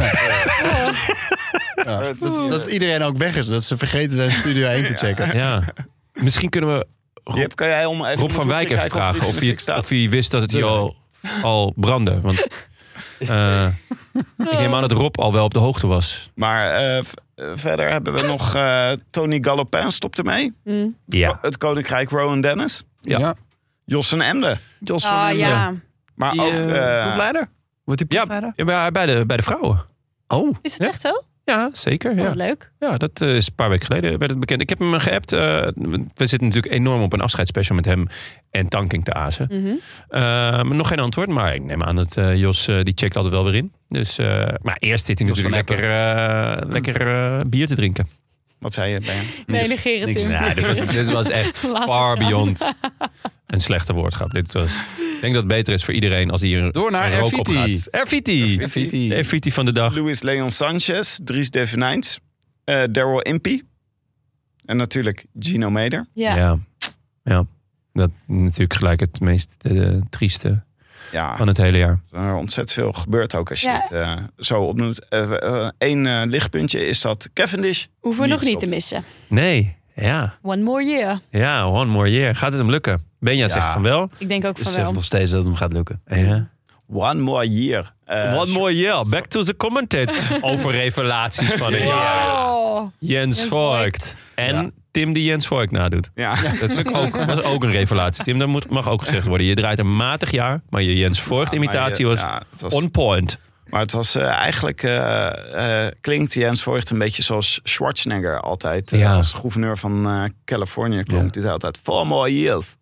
Ja. Dat, dat iedereen ook weg is. Dat ze vergeten zijn Studio één te checken. ja. Misschien kunnen we Jip, kan jij om even Rob van Wijk even vragen of hij, of hij wist dat het hier al, al brandde. Want uh, ik neem aan dat Rob al wel op de hoogte was. Maar uh, v- uh, verder hebben we nog uh, Tony Galopin stopt ermee. mm. Ja. Het Koninkrijk Rowan Dennis. Ja. Jos en Emde. Jos van Ah, den- ja. Maar Die, ook... uh, uh, Proefleider? Wordt hij Ja, proefleider? ja, bij- bij, de, bij de vrouwen. Oh. Is het Ja. echt zo? Ja, zeker. Oh, Ja, wat leuk. ja dat uh, is een paar weken geleden werd het bekend. Ik heb hem geappt. Uh, we zitten natuurlijk enorm op een afscheidsspecial met hem en Tanking te azen. Mhm. Uh, maar nog geen antwoord. Maar ik neem aan dat uh, Jos uh, die checkt altijd wel weer in. Dus, uh, maar eerst zit hij Jos natuurlijk van lekker, uh, lekker uh, bier te drinken. Wat zei je, Ben? Nee, negeer het Niks. in. Ja, dit, was, dit was echt Laat het far gaan. beyond een slechte woordgrap. Dit was, ik denk dat het beter is voor iedereen als hier een Door naar een rook Erviti. opgaat. Erviti. Erviti. De Erviti van de dag. Luis Leon Sanchez, Dries Devenijns, uh, Daryl Impey, En natuurlijk Gino Meder. Ja. Ja. ja. Dat natuurlijk gelijk het meest uh, trieste Ja, van het hele jaar. er ontzettend veel gebeurt ook als je Ja. het uh, zo opnoemt. Eén uh, uh, lichtpuntje is dat Cavendish Hoeven we nog niet stopt. te missen. Nee, ja. One more year. Ja, one more year. Gaat het hem lukken? Benja Ja. zegt van wel. Ik denk ook Dus van zegt wel. nog steeds dat het hem gaat lukken. Ja. One more year. Uh, One more year. Back to the commentator. Over revelaties van het jaar. Oh. Jens, Jens Voigt. En Ja. Tim die Jens Voigt nadoet. Ja. Dat vind ik ook, dat is ook een revelatie. Tim, dat moet, mag ook gezegd worden. Je draait een matig jaar, maar je Jens Voigt imitatie maar was, je- ja, het was on point. Maar het was uh, eigenlijk... Uh, uh, klinkt Jens Voigt een beetje zoals Schwarzenegger altijd. Uh, Ja. Als gouverneur van uh, Californië klonk Ja. hij altijd... Four more years.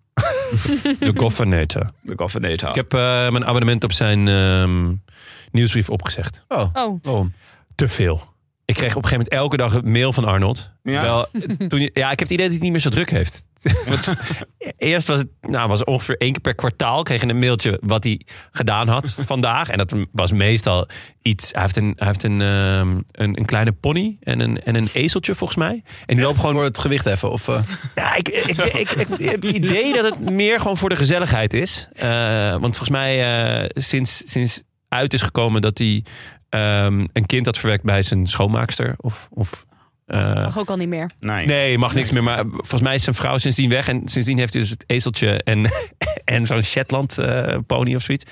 De governor. De governor. Ik heb uh, mijn abonnement op zijn um, nieuwsbrief opgezegd. Oh, Oh. waarom? Te veel. Ik kreeg op een gegeven moment elke dag een mail van Arnold. Ja? Terwijl, toen, je- ja, ik heb het idee dat hij het niet meer zo druk heeft. Want eerst was het nou, was ongeveer één keer per kwartaal. Kreeg je een mailtje wat hij gedaan had vandaag. En dat was meestal iets... Hij heeft een, hij heeft een, um, een, een kleine pony en een, en een ezeltje volgens mij. En die loopt gewoon... Voor het gewicht even? Of, uh... Ja, ik, ik, ik, ik, ik heb het idee dat het meer gewoon voor de gezelligheid is. Uh, want volgens mij uh, sinds, sinds uit is gekomen dat hij um, een kind had verwekt bij zijn schoonmaakster. Of, of, uh, Mag ook al niet meer. Nee. nee, mag niks meer. Maar volgens mij is zijn vrouw sindsdien weg. En sindsdien heeft hij dus het ezeltje en, en zo'n Shetland uh, pony of zoiets.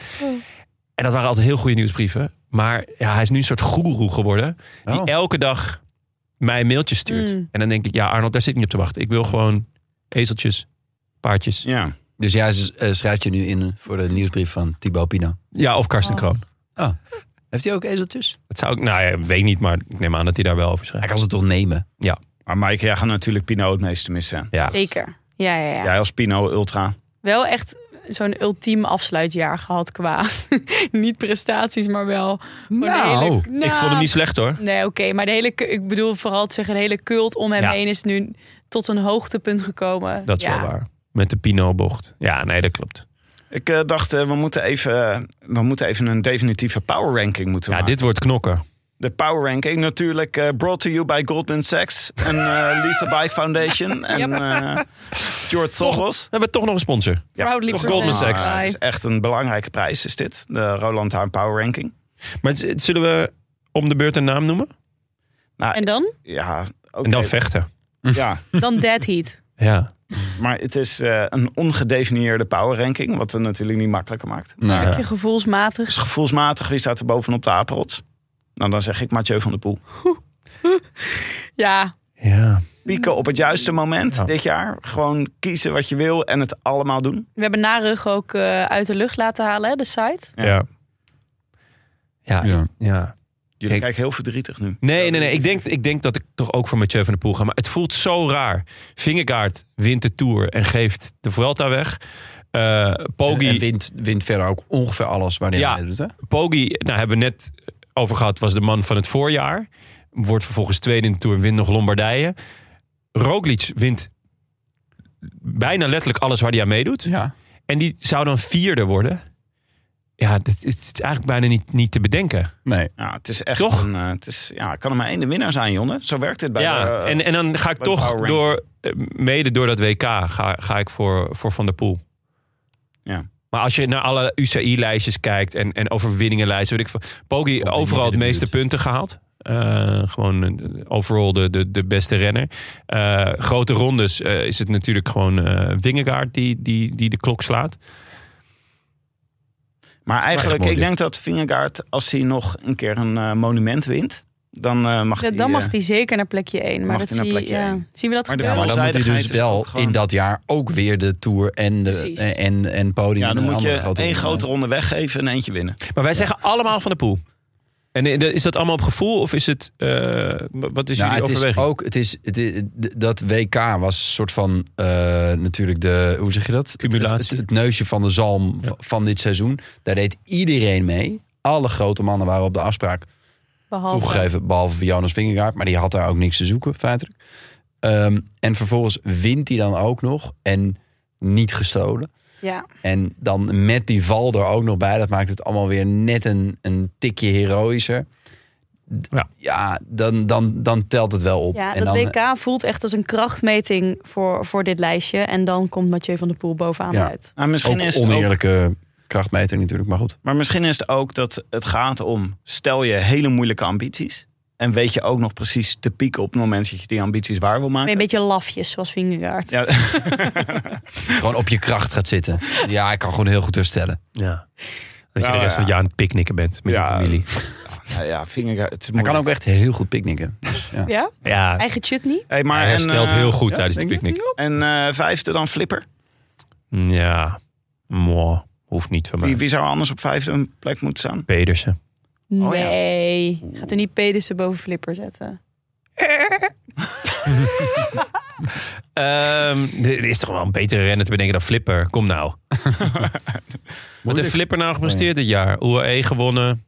En dat waren altijd heel goede nieuwsbrieven. Maar ja, hij is nu een soort goeroe geworden. Die Oh. elke dag mij een mailtje stuurt. Mm. En dan denk ik, ja Arnold, daar zit ik niet op te wachten. Ik wil gewoon ezeltjes, paardjes. Ja. Dus jij uh, schrijft je nu in voor de nieuwsbrief van Thibaut Pinot. Ja, of Karsten Oh. Kroon. Oh. Heeft hij ook ezeltjes? Dat zou ik, nou ja, weet niet, maar ik neem aan dat hij daar wel over Hij schrijft. kan ze toch nemen? Maar Mike, jij gaat natuurlijk Pinot het meeste missen. Ja. Zeker. Ja, ja, ja. Jij als Pinot Ultra. Wel echt zo'n ultiem afsluitjaar gehad qua... niet prestaties, maar wel... gewoon de Nou, hele, Ik nou, vond hem niet slecht hoor. Nee, oké. Okay, maar de hele... Ik bedoel vooral te zeggen, de hele cult om hem Ja. heen is nu tot een hoogtepunt gekomen. Dat is ja. wel waar. Met de Pinot-bocht. Ja, nee, dat klopt. Ik uh, dacht, uh, we, moeten even, we moeten even een definitieve power ranking moeten Ja, maken. dit wordt knokken. De power ranking natuurlijk uh, brought to you by Goldman Sachs en uh, Lisa Bike Foundation en Yep. uh, George Soros. We hebben toch nog een sponsor. Proudly Nog Goldman presented Sachs. Uh, by- het is echt een belangrijke prijs is dit. De Roland Haan Power Ranking. Maar z- zullen we om de beurt een naam noemen? Nou, En dan? ja, oké. En dan vechten. Ja, Dan Dead Heat. Ja. maar het is uh, een ongedefinieerde power ranking, wat het natuurlijk niet makkelijker maakt. Nou, Heb je gevoelsmatig? Dus gevoelsmatig, wie staat er bovenop de apenrots? Nou, dan zeg ik Mathieu van der Poel. Ja. Ja. Pieken op het juiste moment Ja. dit jaar. Gewoon kiezen wat je wil en het allemaal doen. We hebben Narug ook uh, uit de lucht laten halen, hè, de site. Ja. Ja. Ja. Ja. ja. Jullie Ik- kijken heel verdrietig nu. Nee, nee, nee. Ik denk, ik denk dat ik toch ook voor Mathieu van der Poel ga. Maar het voelt zo raar. Vingegaard wint de Tour en geeft de Vuelta weg. Uh, Poggi, En wint, wint verder ook ongeveer alles waar hij Ja. aan meedoet, hè? Poggi, nou hebben we net over gehad, was de man van het voorjaar. Wordt vervolgens tweede in de Tour en wint nog Lombardije. Roglic wint bijna letterlijk alles waar hij aan meedoet. Ja. En die zou dan vierde worden. Ja, dit is eigenlijk bijna niet, niet te bedenken. Nee. Ja, het is echt Toch? een... Uh, het is, ja, kan er maar één de winnaar zijn, Jonne. Zo werkt het bij Ja, de, uh, en, en dan ga ik bij de toch power door, eh, mede door dat W K, ga, ga ik voor, voor Van der Poel. Ja. Maar als je naar alle U C I-lijstjes kijkt en, en overwinningenlijsten, weet ik veel. Poggi Komt hij overal niet het in de meeste buurt. punten gehaald. Uh, gewoon uh, overal de, de, de beste renner. Uh, grote rondes uh, is het natuurlijk gewoon uh, Vingegaard die, die, die de klok slaat. Maar eigenlijk, mooi ik dit. denk dat Vingegaard, als hij nog een keer een uh, monument wint, dan uh, mag Ja, hij... dan uh, mag hij zeker naar plekje één. Maar mag dat hij naar zie, plekje ja. één. Zien we dat Maar de Ja, gebeuren? maar dan moet hij dus Veelzijdigheid is wel ook gewoon- in dat jaar ook weer de Tour en, de, Precies. en, en podium. Ja, en dan een moet je andere grote één ronde. grote ronde weggeven en eentje winnen. Maar wij zeggen allemaal Van der Poel. En is dat allemaal op gevoel of is het... Uh, wat is Nou, jullie het is overweging? ook, het is, het is- dat W K was een soort van, uh, natuurlijk de, hoe zeg je dat? Cumulatie. Het, het, het neusje van de zalm Ja. van dit seizoen. Daar deed iedereen mee. Alle grote mannen waren op de afspraak Behalve. toegegeven, behalve Jonas Vingegaard. Maar die had daar ook niks te zoeken, feitelijk. Um, en vervolgens wint hij dan ook nog en niet gestolen. Ja. En dan met die val er ook nog bij. Dat maakt het allemaal weer net een, een tikje heroïscher. Ja. ja, dan, dan, dan telt het wel op. Ja, en dat dan, W K voelt echt als een krachtmeting voor, voor dit lijstje. En dan komt Mathieu van der Poel bovenaan Ja. uit. Nou, misschien ook is het ook, oneerlijke krachtmeting natuurlijk, maar goed. maar misschien is het ook dat het gaat om... stel je hele moeilijke ambities... en weet je ook nog precies te pieken op het moment... dat je die ambities waar wil Ben maken. je een beetje lafjes, zoals Vingegaard. Ja, Gewoon op je kracht gaat zitten. Ja, ik kan gewoon heel goed herstellen. Ja. Dat je Nou, de rest van het ja. jaar aan het picknicken bent met Ja. je familie. nou ja, Vingegaard, het is Hij moeilijk. kan ook echt heel goed picknicken. Dus, ja. Ja? Ja, Eigen chutney? Hey, maar hij herstelt en, uh, heel goed ja, tijdens de denk je? picknick. En uh, vijfde dan Flipper. Ja, mooi. Hoeft niet van mij. Wie, wie zou anders op vijfde een plek moeten staan? Pedersen. Oh, ja. Nee. Gaat u niet Pedersen boven Flipper zetten? Um, er is toch wel een betere renner te bedenken dan Flipper. Kom nou. Wat heeft Flipper nou gepresteerd dit jaar? U A E gewonnen.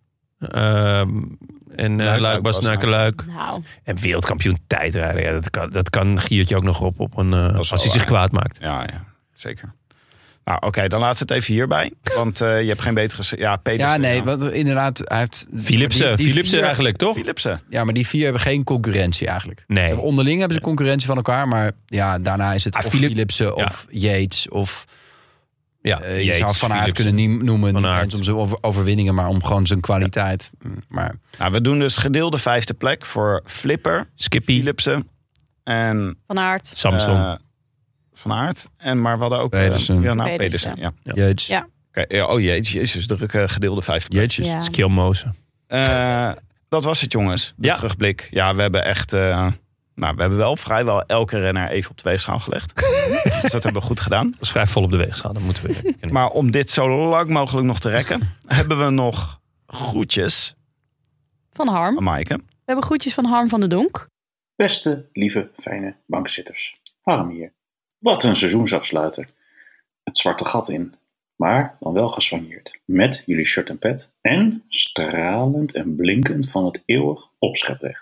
Um, en uh, Luik, Luik, Bastenaken-Luik. Nou, En wereldkampioen tijdrijden. Ja, dat, kan, dat kan Giertje ook nog op, op een, uh, is als wel hij zich waar. kwaad maakt. Ja, ja, zeker. Nou, oké, okay, dan laten we het even hierbij. Want uh, je hebt geen betere... s- Ja, Pedersen. Ja, nee, ja. want inderdaad, hij heeft... Philipsen. die- die Philipsen vier- eigenlijk, toch? Philipsen. Ja, maar die vier hebben geen concurrentie eigenlijk. Nee. Onderling hebben ze concurrentie van elkaar, maar ja, daarna is het Ah, of Philip- Philipsen of Yates of... Ja, Uh, je Yates, zou Van Aert Philipsen. kunnen nie- noemen. Van Niet Aert. eens om zijn over- overwinningen, maar om gewoon zijn kwaliteit. Maar Nou, we doen dus gedeelde vijfde plek voor Flipper, Skippy, Philipsen en Van Aert. Samson. uh, Van Aert. En maar we hadden ook... uh, Pedersen. ja, nou, Pedersen. Pedersen. Ja. Yates, Ja. Okay, ja, oh jeetje, jezus, druk uh, gedeelde vijfde plek. Yatesjes. Ja. Skilmozen. Uh, dat was het, jongens. De Ja. terugblik. Ja, we hebben echt... Uh, nou, we hebben wel vrijwel elke renner even op de weegschaal gelegd. Dus dat hebben we goed gedaan. Dat is vrij vol op de weegschaal. Dat moeten we kennen. Maar om dit zo lang mogelijk nog te rekken... hebben we nog groetjes Van Harm. aan Maaike. We hebben groetjes van Harm van de Donk. Beste, lieve, fijne bankzitters. Harm hier. Wat een seizoensafsluiter. Het zwarte gat in. Maar dan wel gesoigneerd. Met jullie shirt en pet. En stralend en blinkend van het eeuwig opscheprecht.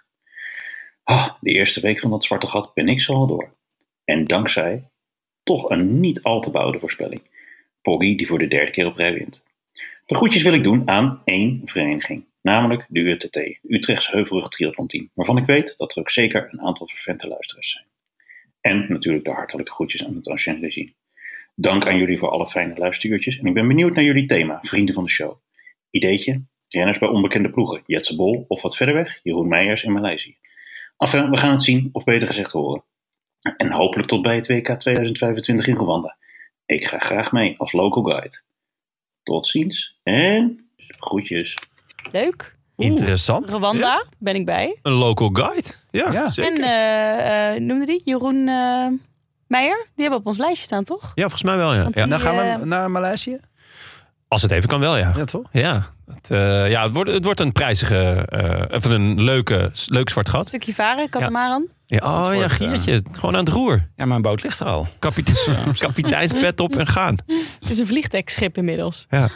Ah, de eerste week van dat zwarte gat ben ik zo al door. En dankzij toch een niet al te bouwde voorspelling. Poggi die voor de derde keer op rij wint. De groetjes wil ik doen aan één vereniging. Namelijk de U T T, de Utrechtse Heuvelrug Triathlon Team. Waarvan ik weet dat er ook zeker een aantal vervente luisteraars zijn. En natuurlijk de hartelijke groetjes aan het Ancien Regime. Dank aan jullie voor alle fijne luisteruurtjes. En ik ben benieuwd naar jullie thema, vrienden van de show. Ideetje? Renners bij onbekende ploegen. Jetse Bol of wat verder weg, Jeroen Meijers in Maleisië. Enfin, we gaan het zien, of beter gezegd horen. En hopelijk tot bij het W K tweeduizend vijfentwintig in Rwanda. Ik ga graag mee als local guide. Tot ziens en groetjes. Leuk. Interessant. Rwanda, ben ik bij. Een local guide. Ja, Ja. zeker. En eh eh, noemde die? Jeroen eh, Meijer. Die hebben we op ons lijstje staan, toch? Ja, volgens mij wel, ja. Want ja. die- Dan gaan eh, we naar Maleisië? Als het even kan wel, ja. Ja, toch? Ja, het, eh, ja, het, wordt, het wordt een prijzige, eh, of een leuke, leuk zwart gat. Stukje varen, katamaran. Ja, oh Het ja, wordt, Giertje. Gewoon aan het roer. Ja, mijn boot ligt er al. Kapite- kapiteinspet op en gaan. Het is een vliegtuigschip inmiddels. Ja.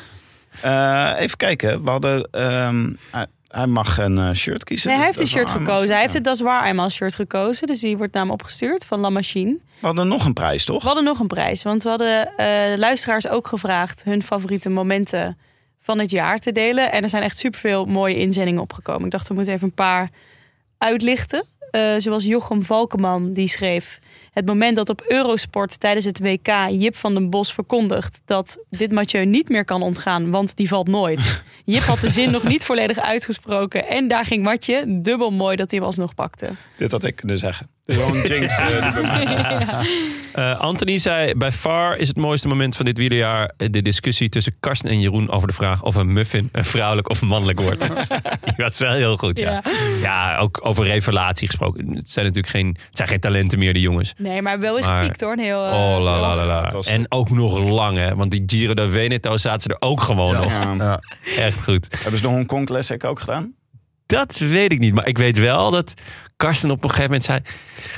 Uh, even kijken. We hadden... Um, hij, hij mag een uh, shirt kiezen. Nee, hij dus heeft een dat is shirt wel gekozen. Hij ja. heeft het Das Waar eenmaal shirt gekozen. Dus die wordt naar hem opgestuurd van La Machine. We hadden nog een prijs, toch? We hadden nog een prijs. Want we hadden uh, de luisteraars ook gevraagd hun favoriete momenten van het jaar te delen. En er zijn echt superveel mooie inzendingen opgekomen. Ik dacht, we moeten even een paar uitlichten. Uh, zoals Jochem Valkenman, die schreef... Het moment dat op Eurosport tijdens het W K Jip van den Bos verkondigt dat dit Mathieu niet meer kan ontgaan, want die valt nooit. Jip had de zin nog niet volledig uitgesproken en daar ging Matje. Dubbel mooi dat hij hem alsnog pakte. Dit had ik kunnen zeggen. Dit is wel een jinx. uh, die bij mij- Ja. Uh, Anthony zei, bij far is het mooiste moment van dit wielerjaar de discussie tussen Karsten en Jeroen over de vraag of een muffin een vrouwelijk of mannelijk woord is. Die was wel heel goed, ja. Ja. Ja, ook over revelatie gesproken. Het zijn natuurlijk geen, het zijn geen talenten meer, die jongens. Nee, maar wel weer Maar- gepiekt hoor. Een heel, uh, Oh, la la la Het la. was- En ook nog lang, hè. Want die Giro de Veneto zaten ze er ook gewoon nog. Ja. Ja. Echt goed. Hebben ze de Hongkong Classic ook gedaan? Dat weet ik niet. Maar ik weet wel dat Karsten op een gegeven moment zei...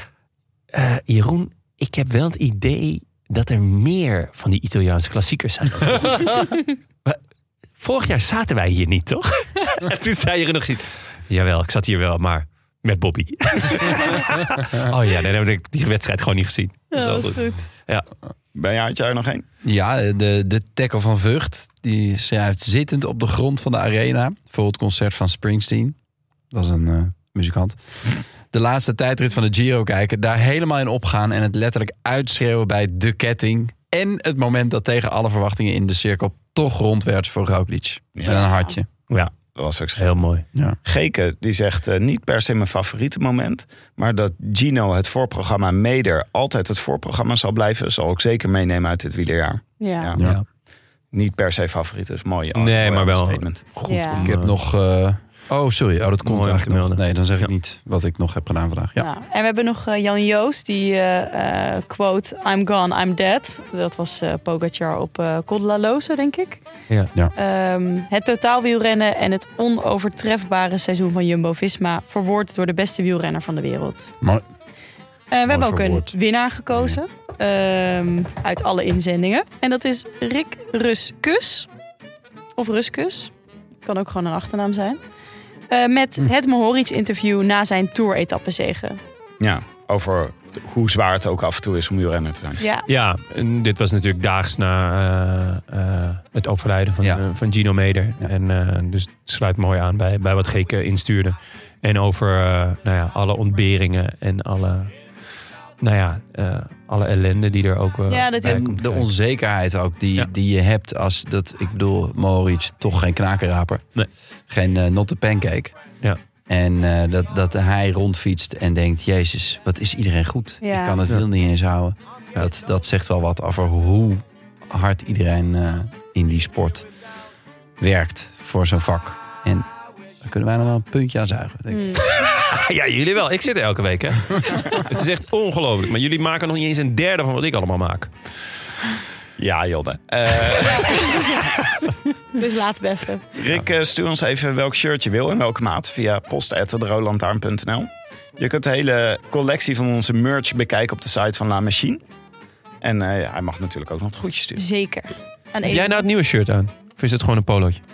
Uh, Jeroen, ik heb wel het idee dat er meer van die Italiaanse klassiekers zijn. Maar vorig jaar zaten wij hier niet, toch? En toen zei Jeroen nog iets. Jawel, ik zat hier wel, maar met Bobby. Oh ja, dan heb ik die wedstrijd gewoon niet gezien. Dat is wel Oh, goed. goed. Ja. Ben jij, had jij er nog één? Ja, de, de tackle van Vught. Die schrijft zittend op de grond van de arena voor het concert van Springsteen. Dat is een uh, muzikant. De laatste tijdrit van de Giro kijken. Daar helemaal in opgaan. En het letterlijk uitschreeuwen bij de ketting. En het moment dat tegen alle verwachtingen in de cirkel toch rond werd voor Roglic. Ja. Met een hartje. Ja, Dat was ook heel mooi. Ja. Geke die zegt uh, niet per se mijn favoriete moment. Maar dat Gino het voorprogramma Meder altijd het voorprogramma zal blijven. Zal ik zeker meenemen uit dit wielerjaar. Ja. Ja. Ja. Niet per se favoriet, dus mooi. Nee, maar wel statement. goed. Ja. om, Ik heb uh, nog... Uh, oh, sorry. Oh, dat komt Mooi om te eigenlijk nog. melden. Nee, dan zeg ik Ja. niet wat ik nog heb gedaan vandaag. Ja. Ja. En we hebben nog uh, Jan Joost die uh, uh, quote I'm gone, I'm dead. Dat was uh, Pogacar op uh, Col de la Loze, denk ik. Ja. Ja. Um, het totaalwielrennen en het onovertrefbare seizoen van Jumbo-Visma... verwoord door de beste wielrenner van de wereld. Mooi. Uh, we hebben ook verwoord. een winnaar gekozen um, uit alle inzendingen. En dat is Rick Ruskus. Of Ruskus. Kan ook gewoon een achternaam zijn. Uh, met Hm. het Mohoric-interview na zijn Tour-etappezege. Ja, over hoe zwaar het ook af en toe is om wielrenner te zijn. Ja, Ja, en dit was natuurlijk daags na uh, uh, het overlijden van, Ja. uh, van Gino Meder. Ja. En uh, dus het sluit mooi aan bij, bij wat Geke instuurde. En over uh, nou ja, alle ontberingen en alle, nou ja, uh, alle ellende die er ook uh, Ja, dat bij is- komt De kijken. onzekerheid ook die, Ja. die je hebt als dat, ik bedoel, Mohoric toch geen knakenraper. Nee. Geen uh, notte pancake. Ja. En uh, dat, dat hij rondfietst en denkt, Jezus, wat is iedereen goed? Ja. Ik kan het Ja. wiel niet eens houden. Dat, dat zegt wel wat over hoe hard iedereen uh, in die sport werkt voor zijn vak. En daar kunnen wij nog wel een puntje aan zuigen, denk ik. Mm. Ja, jullie wel. Ik zit er elke week, hè. Het is echt ongelooflijk. Maar jullie maken nog niet eens een derde van wat ik allemaal maak. Ja, Jodde. Uh, Dus laten we even. Rick, uh, stuur ons even welk shirt je wil en welke maat via post at de rode lantaarn punt n l. Je kunt de hele collectie van onze merch bekijken op de site van La Machine. En uh, ja, hij mag natuurlijk ook nog het goedje sturen. Zeker. Aan Heb jij nou het nieuwe shirt aan? Of is het gewoon een polootje?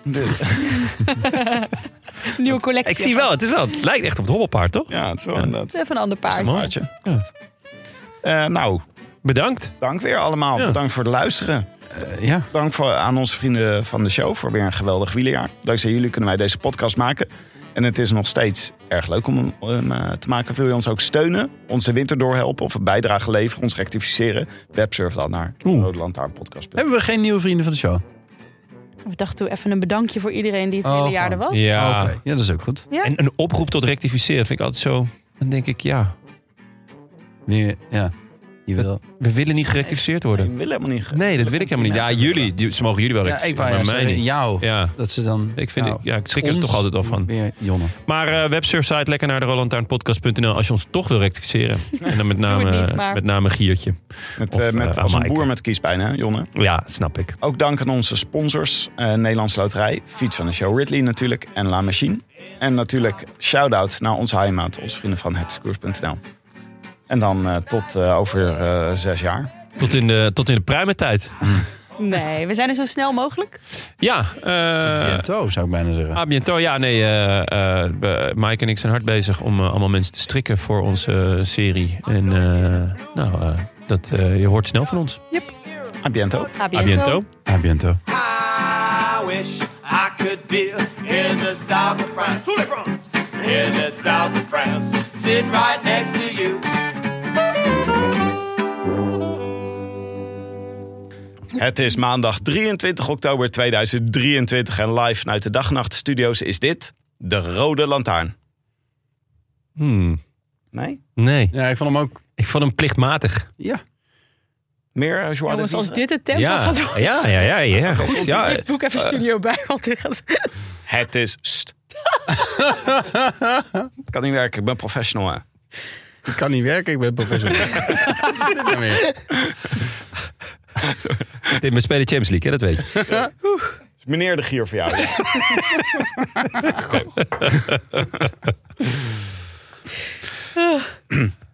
nieuwe collectie. Ik zie wel, het, is wel, het lijkt echt op het hobbelpaard, toch? Ja, het is wel Ja. inderdaad. Het is even een ander paardje. een paardje. Ja. Uh, nou, Bedankt. dank weer allemaal. Ja. Bedankt voor het luisteren. Uh, ja, Dank voor, aan onze vrienden van de show voor weer een geweldig wielerjaar. Dankzij jullie kunnen wij deze podcast maken. En het is nog steeds erg leuk om hem um, uh, te maken. Wil je ons ook steunen? Onze winter doorhelpen of een bijdrage leveren? Ons rectificeren? Websurf dan naar Oeh. rode lantaarn podcast. hebben we geen nieuwe vrienden van de show? We dachten doe even een bedankje voor iedereen die het Oh, hele jaar er gewoon. was. Ja. Oké, ja, dat is ook goed. Ja. En een oproep tot rectificeren vind ik altijd zo. Dan denk ik, ja, Meer, ja, je wil... we willen niet gerectificeerd Ik worden. wil helemaal niet. Nee, dat wil ik helemaal niet. Ja, jullie, die- ze mogen jullie wel Ja, ik rectificeren, wou maar juist mij zeggen, niet. jou. Ja, Dat ze dan... ik, vind, nou, ik- ja, ik schrik er ons toch altijd wel van. Weer Jonne. Maar uh, websurfsite lekker naar de rolantaarnpodcast punt n l als je ons toch wil rectificeren. En dan met name, het niet, maar- met name Giertje. Met, Of, uh, met, uh, als een Maaike. boer met kiespijn, hè, Jonne? Ja, snap ik. Ook dank aan onze sponsors. Uh, Nederlands Loterij, Fiets van de Show Ridley natuurlijk. En La Machine. En natuurlijk shout-out naar onze heimaat. Onze vrienden van hetskoers punt n l. En dan uh, tot uh, over uh, zes jaar. Tot in de, tot in de pruimentijd. Nee, we zijn er zo snel mogelijk. Ja, uh, Bientôt, zou ik bijna zeggen. Ah, bientôt. Ja, nee. uh, uh, we- Mike en ik zijn hard bezig om uh, allemaal mensen te strikken voor onze uh, serie. En uh, nou, uh, dat, uh, je hoort snel van ons. A biento. A A biento. biento. A bientôt. I wish I could be in the south of France. In the south of France. Sitting right next to you. Het is maandag drieëntwintig oktober tweeduizend drieëntwintig. En live vanuit de Dag en Nacht Studio's is dit de Rode Lantaarn. Hmm. Nee? Nee, Ja, ik vond hem ook... ik vond hem plichtmatig. Ja. Meer uh, joie Jongens, de als vivre? dit het tempo Ja, gaat worden. ja, ja, ja, ja. Goed, ja. Doe ik even studio bij, want dit gaat... Het is... St. Kan niet werken, ik ben professional. Hè. Ik kan niet werken, ik ben professional. Zit er nou weer? Tim, we spelen Champions League, hè, dat weet je. Is meneer de Gier voor jou. Ja.